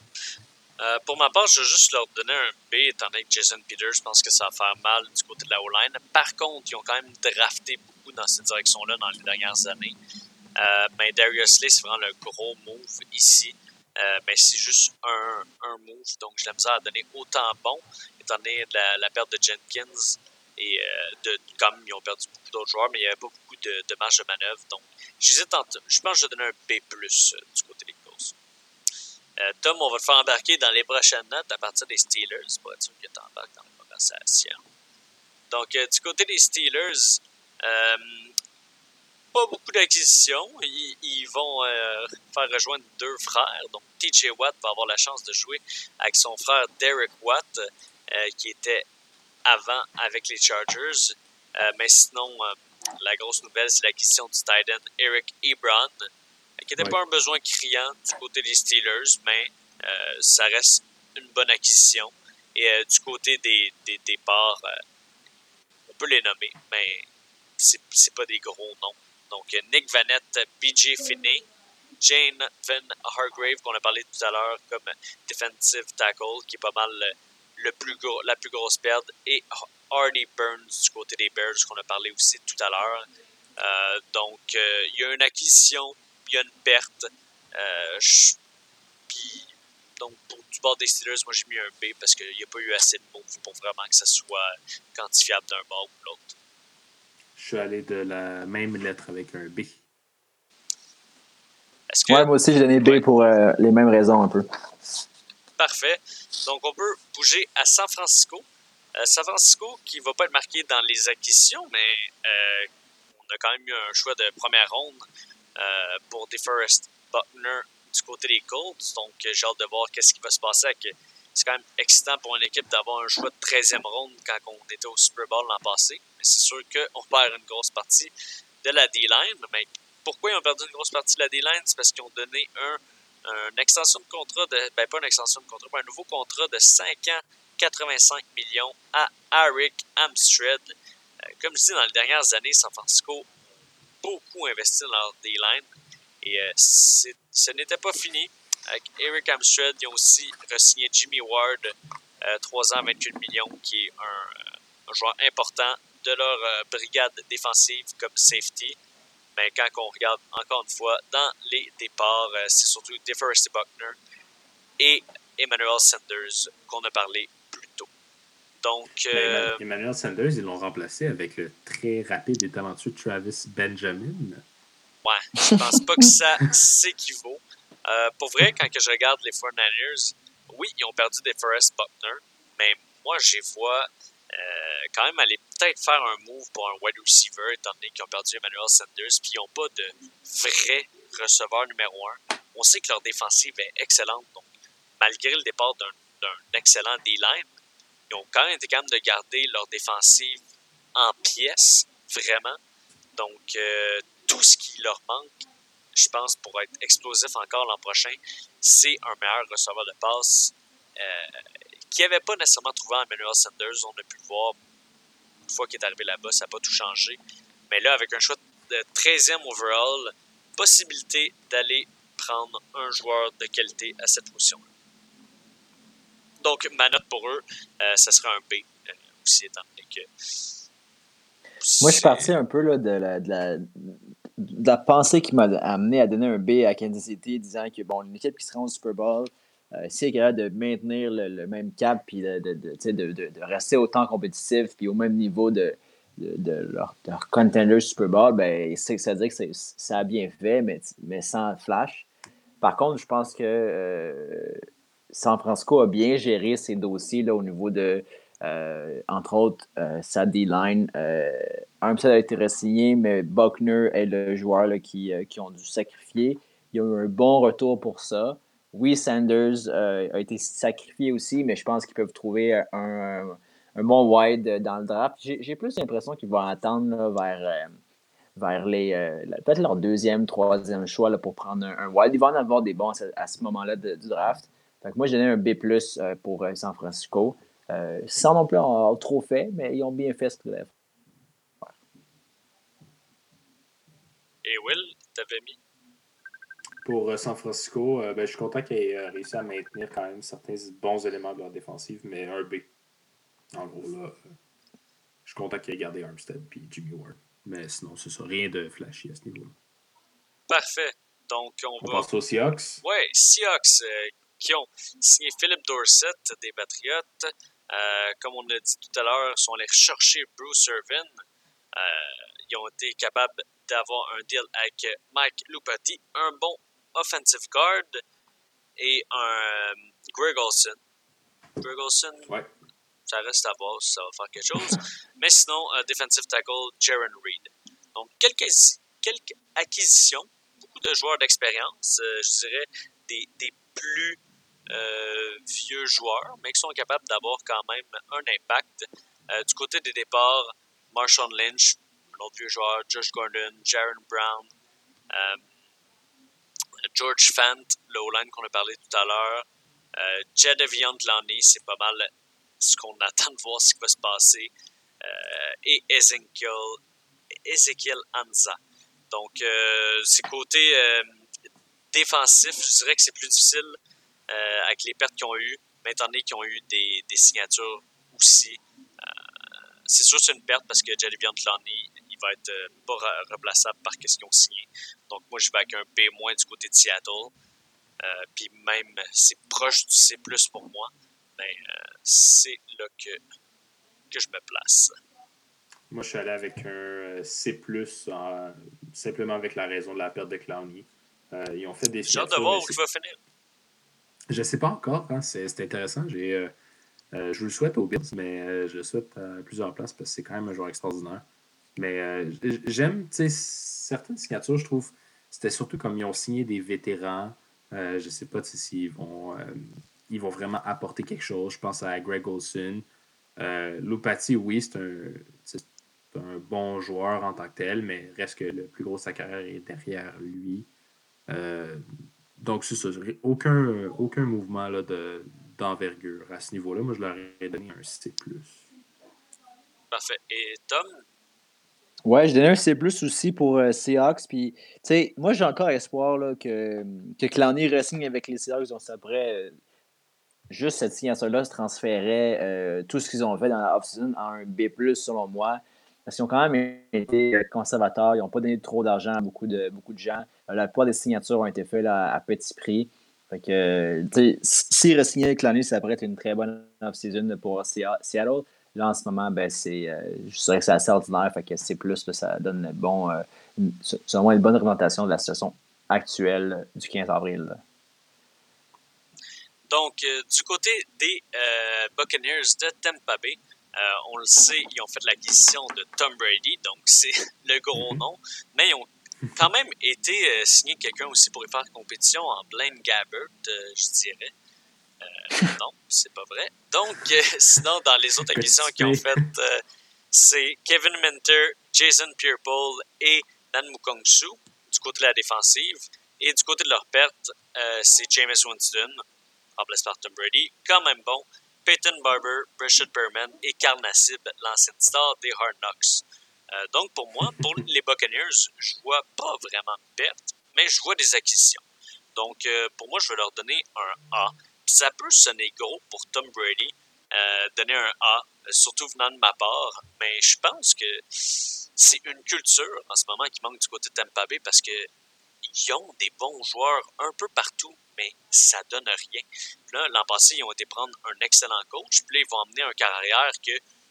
Euh, pour ma part, je vais juste leur donner un B, étant donné que Jason Peters, je pense que ça va faire mal du côté de la O-line. Par contre, ils ont quand même drafté beaucoup dans cette direction-là dans les dernières années. Euh, mais Darius Slay, c'est vraiment le gros move ici. Euh, mais c'est juste un, un move, donc j'ai la misère à donner autant bon, étant donné de la, la perte de Jenkins. Et euh, de, comme ils ont perdu beaucoup d'autres joueurs, mais il n'y avait pas beaucoup de, de marge de manœuvre. Donc, j'hésite entre, je pense que je vais donner un B plus, euh, du côté des Eagles. Euh, Tom, on va te faire embarquer dans les prochaines notes à partir des Steelers, pour être sûr que tu embarques dans la conversation. Donc, euh, du côté des Steelers, euh, pas beaucoup d'acquisitions. Ils, ils vont euh, faire rejoindre deux frères. Donc, T J Watt va avoir la chance de jouer avec son frère Derek Watt, euh, qui était avant avec les Chargers. Euh, mais sinon, euh, la grosse nouvelle, c'est l'acquisition du tight end Eric Ebron, qui n'était ouais. pas un besoin criant du côté des Steelers, mais euh, ça reste une bonne acquisition. Et euh, du côté des, des départs, euh, on peut les nommer, mais c'est, c'est pas des gros noms. Donc, Nick Vannett, B J Finney, Jane Van Hargrave, qu'on a parlé tout à l'heure comme defensive tackle, qui est pas mal le plus gros, la plus grosse perte, et Artie Burns du côté des Bears, qu'on a parlé aussi tout à l'heure. Euh, donc, il euh, y a une acquisition, il y a une perte. Euh, je, puis, donc, pour du bord des Steelers, moi, j'ai mis un B parce qu'il n'y a pas eu assez de moves pour vraiment que ça soit quantifiable d'un bord ou l'autre. Je suis allé de la même lettre avec un B. Est-ce que... Ouais, moi aussi, j'ai donné B ouais. pour euh, les mêmes raisons un peu. Parfait. Donc, on peut bouger à San Francisco. Euh, San Francisco qui ne va pas être marqué dans les acquisitions, mais euh, on a quand même eu un choix de première ronde euh, pour DeForest Buckner du côté des Colts. Donc, j'ai hâte de voir qu'est-ce qui va se passer. Avec, c'est quand même excitant pour une équipe d'avoir un choix de treizième ronde quand on était au Super Bowl l'an passé. Mais c'est sûr qu'on perd une grosse partie de la D-line. Mais pourquoi ils ont perdu une grosse partie de la D-line? C'est parce qu'ils ont donné un, un extension de contrat, de, ben pas une extension de contrat, mais un nouveau contrat de cinq ans, quatre-vingt-cinq millions à Arik Armstead. Euh, comme je dis, dans les dernières années, San Francisco a beaucoup investi dans leur D-line. Et euh, c'est, ce n'était pas fini. Avec Arik Armstead, ils ont aussi re-signé Jimmy Ward, euh, trois ans, vingt-huit millions, qui est un, un joueur important de leur euh, brigade défensive comme safety. Mais quand on regarde encore une fois dans les départs, euh, c'est surtout DeForest Buckner et Emmanuel Sanders qu'on a parlé plus tôt. Donc, euh, Emmanuel Sanders, ils l'ont remplacé avec le très rapide et talentueux Travis Benjamin. Ouais, je pense pas que ça s'équivaut. Euh, pour vrai, quand que je regarde les forty-niners, oui, ils ont perdu DeForest Buckner, mais moi, je les vois euh, quand même aller peut-être faire un move pour un wide receiver, étant donné qu'ils ont perdu Emmanuel Sanders, puis ils n'ont pas de vrai receveur numéro un. On sait que leur défensive est excellente, donc malgré le départ d'un, d'un excellent D-line, ils ont quand même été capables de garder leur défensive en pièces, vraiment. Donc, euh, tout ce qui leur manque, je pense, pour être explosif encore l'an prochain, c'est un meilleur receveur de passe euh, qui n'avait pas nécessairement trouvé Emmanuel Sanders. On a pu le voir une fois qu'il est arrivé là-bas, ça n'a pas tout changé. Mais là, avec un choix de treizième overall, possibilité d'aller prendre un joueur de qualité à cette position-là. Donc, ma note pour eux, euh, ça serait un B euh, aussi, étant donné que... Moi, je suis parti un peu là, de, la, de, la, de la pensée qui m'a amené à donner un B à Kansas City, disant que bon, une équipe qui sera au Super Bowl, euh, si elle est capable de maintenir le, le même cap puis de, de, de, de, de, de rester autant compétitif puis au même niveau de, de, de leur, de leur contender Super Bowl, ben, c'est, ça veut dire que c'est, ça a bien fait, mais, mais sans flash. Par contre, je pense que euh, San Francisco a bien géré ses dossiers là, au niveau de, euh, entre autres, euh, sa D-line. Euh, Armstead a été re-signé, mais Buckner est le joueur là, qui, euh, qui ont dû sacrifier. Il y a eu un bon retour pour ça. Oui, Sanders euh, a été sacrifié aussi, mais je pense qu'ils peuvent trouver un, un, un bon wide dans le draft. J'ai, j'ai plus l'impression qu'ils vont attendre là, vers, euh, vers les euh, peut-être leur deuxième, troisième choix là, pour prendre un, un wide. Ils vont en avoir des bons à ce, à ce moment-là de, du draft. Fait que moi, j'ai donné un B plus euh, pour euh, San Francisco. Euh, sans non plus en avoir trop fait, mais ils ont bien fait ce qu'ils devaient faire. Et Will, t'avais mis? Pour euh, San Francisco, euh, ben, je suis content qu'ils aient euh, réussi à maintenir quand même certains bons éléments de leur défensive, mais un B. En gros, là, euh, je suis content qu'ils aient gardé Armstead et Jimmy Ward. Mais sinon, c'est ça, rien de flashy à ce niveau-là. Parfait. Donc, on, On va... passe aux Seahawks. Oui, Seahawks euh, qui ont signé Philip Dorsett des Patriots. Euh, comme on a dit tout à l'heure, ils sont allés chercher Bruce Irvin. Euh, ils ont été capables d'avoir un deal avec Mike Lupati, un bon offensive guard et un euh, Greg Olsen. Greg Olsen, ouais. Ça reste à voir si ça va faire quelque chose. Mais sinon, euh, defensive tackle, Jaron Reed. Donc, quelques, quelques acquisitions, beaucoup de joueurs d'expérience, euh, je dirais des, des plus euh, vieux joueurs, mais qui sont capables d'avoir quand même un impact. Euh, du côté des départs, Marshawn Lynch, un autre vieux joueur, Josh Gordon, Jaron Brown, euh, George Fant, le O-line qu'on a parlé tout à l'heure, euh, Jadeveon Clowney, c'est pas mal ce qu'on attend de voir ce qui va se passer, euh, et Ezekiel, Ezekiel Anza. Donc, euh, ces côtés euh, défensifs, je dirais que c'est plus difficile euh, avec les pertes qu'ils ont eues, mais étant donné qu'ils ont eu des, des signatures aussi. Euh, c'est sûr que c'est une perte parce que Jadeveon Clowney, il va être euh, pas re- replaçable par ce qu'ils ont signé. Donc, moi, je vais avec un B- du côté de Seattle. Euh, Puis même, c'est proche du C plus pour moi. Mais euh, c'est là que, que je me place. Moi, je suis allé avec un C plus, euh, simplement avec la raison de la perte de Clowney. Euh, ils ont fait des J'ai hâte de voir où il va finir. Je ne sais pas encore. Hein, c'est, c'est intéressant. J'ai, euh, euh, je le souhaite aux Bills, mais euh, je le souhaite à plusieurs places parce que c'est quand même un joueur extraordinaire. Mais euh, j'aime, tu sais, certaines signatures, je trouve, c'était surtout comme ils ont signé des vétérans. Euh, je ne sais pas s'ils vont, euh, ils vont vraiment apporter quelque chose. Je pense à Greg Olsen. Euh, Lupati, oui, c'est un, c'est un bon joueur en tant que tel, mais reste que le plus gros de sa carrière est derrière lui. Euh, donc, c'est ça. Aucun, aucun mouvement là, de, d'envergure à ce niveau-là. Moi, je leur ai donné un C plus. Parfait. Et Tom? Ouais, je donnais un C plus aussi pour euh, Seahawks. Puis, tu sais, moi, j'ai encore espoir là, que, que Clowney re-signe avec les Seahawks. Donc, ça pourrait, euh, juste cette signature-là se transférait euh, tout ce qu'ils ont fait dans la off-season en un B plus, selon moi. Parce qu'ils ont quand même été conservateurs. Ils n'ont pas donné trop d'argent à beaucoup de, beaucoup de gens. La plupart des signatures ont été faites là, à petit prix. Fait que, tu sais, s'ils re-signaient avec Clowney, ça pourrait être une très bonne off-season pour Seattle. Là, en ce moment, ben, c'est, euh, je dirais que c'est assez ordinaire. Fait que c'est plus, là, ça donne bon, euh, une, selon moi, une bonne représentation de la situation actuelle du quinze avril. Là. Donc, euh, du côté des euh, Buccaneers de Tampa Bay, euh, on le sait, ils ont fait l'acquisition de Tom Brady, donc c'est le gros nom, mais ils ont quand même été euh, signer quelqu'un aussi pour y faire compétition en Blaine Gabbert, euh, je dirais. Euh, non, c'est pas vrai. Donc, euh, sinon, dans les autres acquisitions qu'ils ont faites, euh, c'est Kevin Minter, Jason Pierre-Paul et Dan Mukongsu du côté de la défensive. Et du côté de leur perte, euh, c'est Jameis Winston, remplacé par Tom Brady, quand même bon, Peyton Barber, Breshad Perriman et Carl Nassib, l'ancienne star des Hard Knocks. Euh, donc, pour moi, pour les Buccaneers, je vois pas vraiment de perte, mais je vois des acquisitions. Donc, euh, pour moi, je vais leur donner un A. Puis ça peut sonner gros pour Tom Brady, euh, donner un A, surtout venant de ma part, mais je pense que c'est une culture en ce moment qui manque du côté de Tampa Bay parce que ils ont des bons joueurs un peu partout, mais ça donne rien. Puis là, l'an passé, ils ont été prendre un excellent coach, puis là, ils vont emmener un carrière que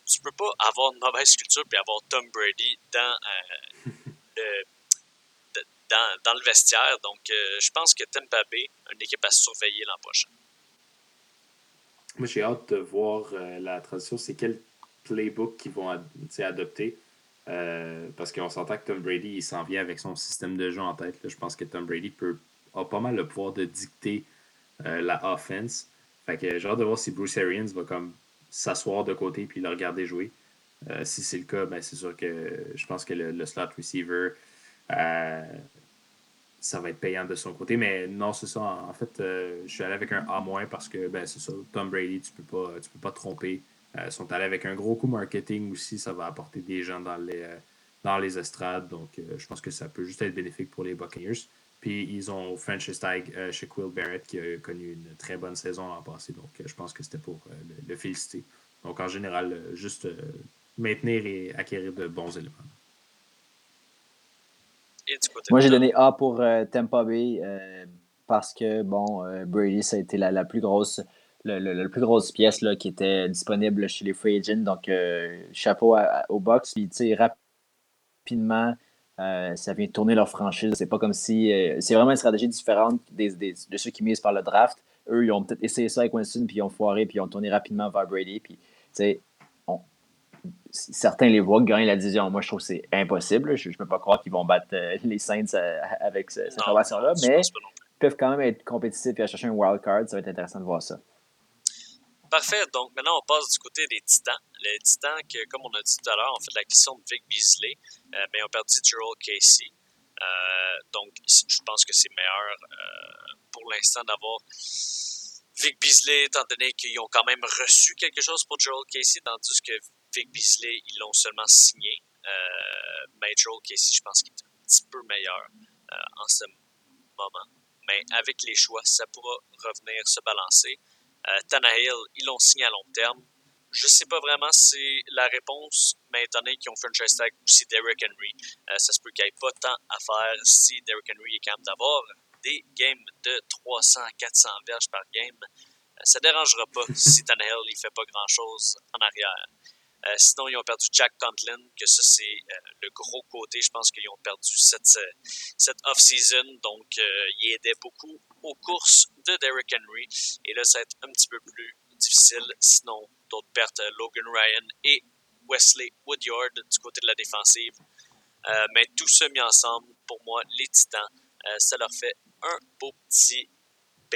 tu peux pas avoir une mauvaise culture puis avoir Tom Brady dans, euh, le, de, dans, dans le vestiaire. Donc, euh, je pense que Tampa Bay, une équipe à surveiller l'an prochain. Moi, j'ai hâte de voir euh, la transition. C'est quel playbook qu'ils vont ad- adopter. Euh, parce qu'on s'entend que Tom Brady, il s'en vient avec son système de jeu en tête. Là. Je pense que Tom Brady peut, a pas mal le pouvoir de dicter euh, la offense. Fait que j'ai hâte de voir si Bruce Arians va comme s'asseoir de côté puis le regarder jouer. Euh, si c'est le cas, ben c'est sûr que je pense que le, le slot receiver, euh, ça va être payant de son côté. Mais non, c'est ça. En, en fait, euh, je suis allé avec un A- parce que ben, c'est ça. Tom Brady, tu peux pas, tu peux pas te tromper. Euh, ils sont allés avec un gros coup marketing aussi. Ça va apporter des gens dans les, euh, dans les estrades. Donc, euh, je pense que ça peut juste être bénéfique pour les Buccaneers. Puis, ils ont franchise tag euh, chez Will Barrett qui a connu une très bonne saison l'an passé. Donc, euh, je pense que c'était pour euh, le, le féliciter. Donc, en général, euh, juste euh, maintenir et acquérir de bons éléments. Et du côté Moi, de j'ai Tom, donné A pour euh, Tampa Bay euh, parce que, bon, euh, Brady, ça a été la, la plus grosse le, le, le plus grosse pièce là, qui était disponible chez les free agents. Donc, euh, chapeau à, à, au Bucks. Puis, tu sais, rapidement, euh, ça vient tourner leur franchise. C'est pas comme si... Euh, c'est vraiment une stratégie différente des, des, de ceux qui misent par le draft. Eux, ils ont peut-être essayé ça avec Winston, puis ils ont foiré, puis ils ont tourné rapidement vers Brady. Puis, tu sais, on, certains les voient gagner la division. Moi, je trouve que c'est impossible. Je ne peux pas croire qu'ils vont battre euh, les Saints euh, avec ce, cette non, formation-là, non, mais pense pas non plus. ils peuvent quand même être compétitifs et aller chercher un wild card. Ça va être intéressant de voir ça. Parfait. Donc, maintenant, on passe du côté des Titans. Les Titans, que, comme on a dit tout à l'heure, ont fait l'acquisition de Vic Beasley, euh, mais ont perdu Jurrell Casey. Euh, donc, je pense que c'est meilleur euh, pour l'instant d'avoir Vic Beasley, étant donné qu'ils ont quand même reçu quelque chose pour Jurrell Casey, tandis que Vic Beasley, ils l'ont seulement signé. Euh, mais Jurrell Casey, je pense qu'il est un petit peu meilleur euh, en ce moment. Mais avec les choix, ça pourra revenir se balancer. Euh, Tannehill, ils l'ont signé à long terme. Je ne sais pas vraiment si c'est la réponse, mais étant donné qu'ils ont franchise tag aussi Derrick Henry, euh, ça se peut qu'il n'y ait pas tant à faire si Derrick Henry est capable d'avoir des games de trois cents à quatre cents verges par game. Euh, ça ne dérangera pas si Tannehill ne fait pas grand-chose en arrière. Euh, sinon, ils ont perdu Jack Conklin, que ça, c'est euh, le gros côté. Je pense qu'ils ont perdu cette, cette off-season. Donc, euh, ils aidaient beaucoup aux courses de Derrick Henry. Et là, ça va être un petit peu plus difficile. Sinon, d'autres pertes, Logan Ryan et Wesley Woodyard du côté de la défensive. Euh, mais tout ça mis ensemble, pour moi, les Titans, euh, ça leur fait un beau petit B-.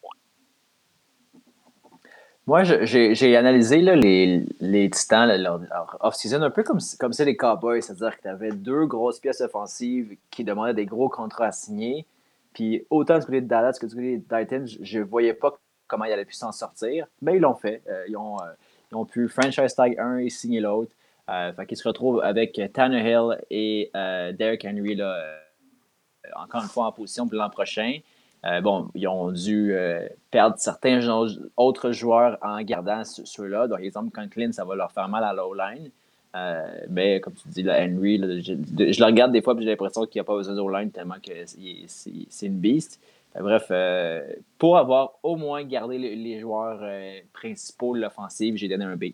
Moi, je, j'ai, j'ai analysé là, les, les Titans, là, leur, leur off-season, un peu comme, comme ça les Cowboys, c'est-à-dire que tu avais deux grosses pièces offensives qui demandaient des gros contrats à signer. Puis autant du côté de Dallas que du côté des Titans, je ne voyais pas comment ils allaient pu s'en sortir. Mais ils l'ont fait. Euh, ils, ont, euh, ils ont pu franchise tag un et signer l'autre. Euh, fait qu'ils se retrouvent avec Tannehill et euh, Derrick Henry, là, euh, encore une fois en position pour l'an prochain. Euh, bon, ils ont dû euh, perdre certains autres joueurs en gardant ceux-là. Donc, exemple, Conklin, ça va leur faire mal à la O-line. Euh, mais comme tu dis, là, Henry, là, je, je le regarde des fois et j'ai l'impression qu'il n'y a pas besoin d'O-line tellement que c'est, c'est, c'est une beast. Enfin, bref, euh, pour avoir au moins gardé les, les joueurs euh, principaux de l'offensive, j'ai donné un B.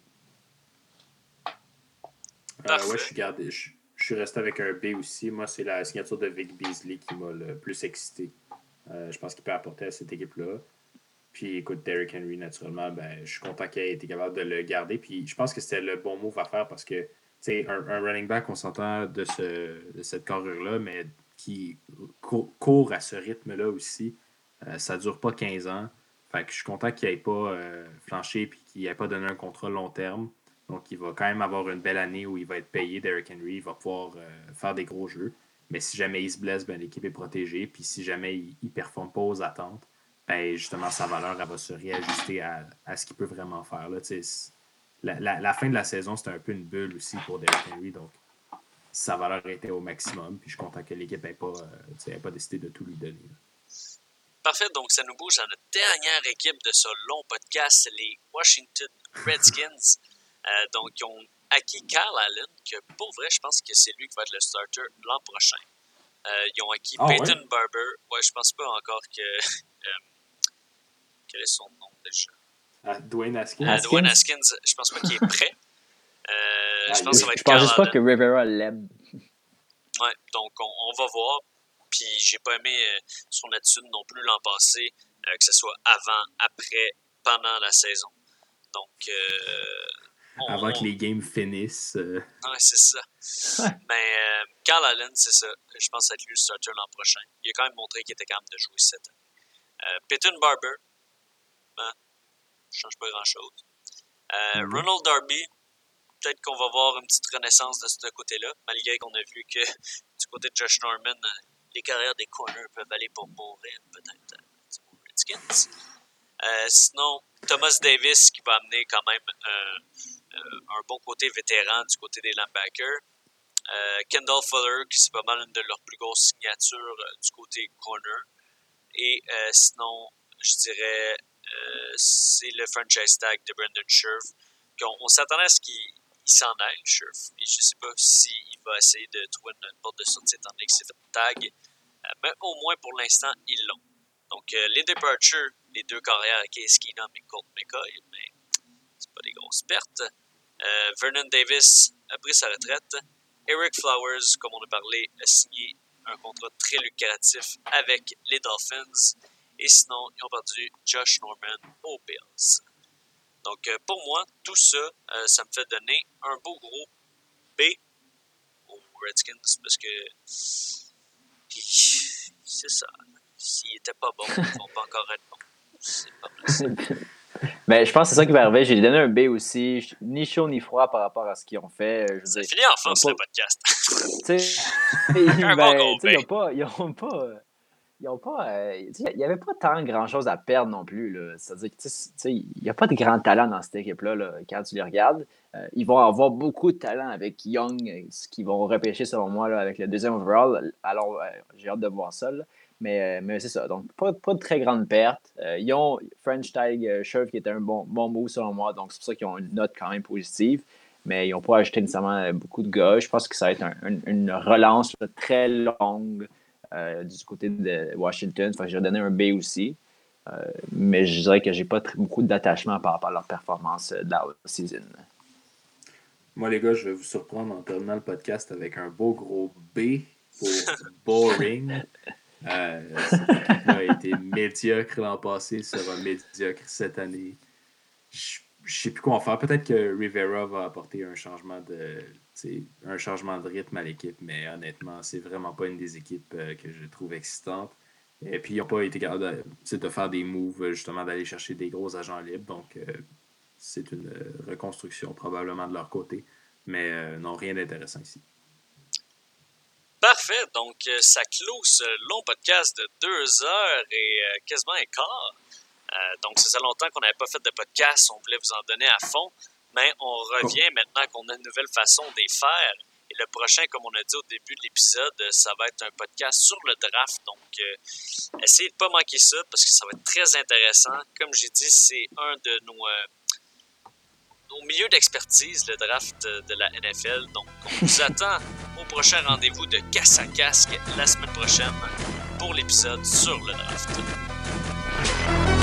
Euh, ouais, je suis gardé. Je, je suis resté avec un B aussi. Moi, c'est la signature de Vic Beasley qui m'a le plus excité. Euh, je pense qu'il peut apporter à cette équipe-là. Puis, écoute, Derrick Henry, naturellement, ben, je suis content qu'il ait été capable de le garder. Puis, je pense que c'était le bon move à faire parce que, tu sais, un, un running back, on s'entend de, ce, de cette carrure-là, mais qui court, court à ce rythme-là aussi. Euh, ça ne dure pas quinze ans. Fait que je suis content qu'il n'ait pas euh, flanché et qu'il n'ait pas donné un contrat long terme. Donc, il va quand même avoir une belle année où il va être payé, Derrick Henry. Il va pouvoir euh, faire des gros jeux. Mais si jamais il se blesse, ben, l'équipe est protégée. Puis si jamais il ne performe pas aux attentes, ben, justement, sa valeur elle va se réajuster à, à ce qu'il peut vraiment faire. Là. La, la, la fin de la saison, c'était un peu une bulle aussi pour Derrick Henry. Donc, sa valeur était au maximum. Puis je suis content que l'équipe n'ait pas, euh, pas décidé de tout lui donner. Là. Parfait, donc ça nous bouge dans notre dernière équipe de ce long podcast, les Washington Redskins. euh, donc, ils ont acquis Kyle Allen, que pour vrai, je pense que c'est lui qui va être le starter l'an prochain. Euh, ils ont acquis oh, Peyton ouais? Barber. Ouais, je pense pas encore que... Euh, quel est son nom déjà? Ah, Dwayne Haskins. Euh, Dwayne Haskins, je pense pas qu'il est prêt. Euh, Ah, je pense que ça va Je être pense Carl juste pas Allen. que Rivera l'aime. Ouais, donc on, on va voir. Puis j'ai pas aimé euh, son attitude non plus l'an passé, euh, que ce soit avant, après, pendant la saison. Donc, euh, on, Avant on... que les games finissent. Euh... Ouais, c'est ça. Mais euh, Carl Allen, c'est ça. Je pense que ça va être lui le starter l'an prochain. Il a quand même montré qu'il était capable de jouer cette année. Euh, Peyton Barber, hein, je change pas grand-chose. Euh, Mm-hmm. Ronald Darby, peut-être qu'on va voir une petite renaissance de ce côté-là, malgré qu'on a vu que du côté de Josh Norman, les carrières des corners peuvent aller pour mourir, peut-être, euh, aux Redskins. Euh, sinon, Thomas Davis qui va amener quand même un, euh, un bon côté vétéran du côté des linebackers. Euh, Kendall Fuller, qui c'est pas mal une de leurs plus grosses signatures euh, du côté corner. Et euh, sinon, je dirais, euh, c'est le franchise tag de Brandon Scherf. On, on s'attendait à ce qu'il il s'en aille, Scherf. Et je sais pas s'il va essayer de trouver une, une porte de sortie étant donné que c'est fait tag. Euh, mais au moins, pour l'instant, ils l'ont. Donc, euh, les departures, les deux carrières, Case Keenum et Colt McCoy, mais c'est pas des grosses pertes. Euh, Vernon Davis a pris sa retraite. Eric Flowers, comme on a parlé, a signé un contrat très lucratif avec les Dolphins. Et sinon, ils ont perdu Josh Norman aux Bills. Donc, euh, pour moi, tout ça, euh, ça me fait donner un beau gros B aux Redskins parce que puis, c'est ça. S'ils n'étaient pas bons, ils ne vont pas encore être bons. C'est pas possible. Ben, je pense que c'est ça qui va arriver. J'ai donné un B aussi. Ni chaud ni froid par rapport à ce qu'ils ont fait. Je veux Ça dire, finit en force, pas... le podcast. Tu sais, Un ben, bon tu sais, ils n'ont pas... Ils ont pas Ils ont pas euh, il n'y avait pas tant grand-chose à perdre non plus. Là. C'est-à-dire qu'il n'y a pas de grand talent dans cette équipe-là là, quand tu les regardes. Euh, ils vont avoir beaucoup de talent avec Young, ce qu'ils vont repêcher selon moi là, avec le deuxième overall. Alors, euh, j'ai hâte de voir ça. Là. Mais, euh, mais c'est ça. Donc, pas, pas de très grande perte. Euh, ils ont French Tag euh, Scherf qui était un bon, bon move selon moi. Donc, c'est pour ça qu'ils ont une note quand même positive. Mais ils n'ont pas ajouté nécessairement beaucoup de gars. Je pense que ça va être un, un, une relance là, très longue. Euh, du côté de Washington. Enfin, j'ai donné un B aussi. Euh, mais je dirais que j'ai pas très, beaucoup d'attachement par rapport à leur performance de la season. Moi, les gars, je vais vous surprendre en terminant le podcast avec un beau gros B pour boring. Euh, cette équipe-là a été médiocre l'an passé, sera médiocre cette année. Je ne sais plus quoi en faire. Peut-être que Rivera va apporter un changement de... un changement de rythme à l'équipe, mais honnêtement, c'est vraiment pas une des équipes euh, que je trouve excitantes. Et puis, ils n'ont pas été capables de, de faire des moves, justement, d'aller chercher des gros agents libres. Donc, euh, c'est une euh, reconstruction probablement de leur côté. Mais euh, non, rien d'intéressant ici. Parfait. Donc, euh, ça clôt ce long podcast de deux heures et euh, quasiment un quart. Euh, donc, ça fait longtemps qu'on n'avait pas fait de podcast. On voulait vous en donner à fond. Mais on revient oh. maintenant qu'on a une nouvelle façon d'y faire. Et le prochain, comme on a dit au début de l'épisode, ça va être un podcast sur le draft. Donc, euh, essayez de ne pas manquer ça parce que ça va être très intéressant. Comme j'ai dit, c'est un de nos, euh, nos milieux d'expertise, le draft de la N F L. Donc, on vous attend au prochain rendez-vous de Casse à Casque la semaine prochaine pour l'épisode sur le draft.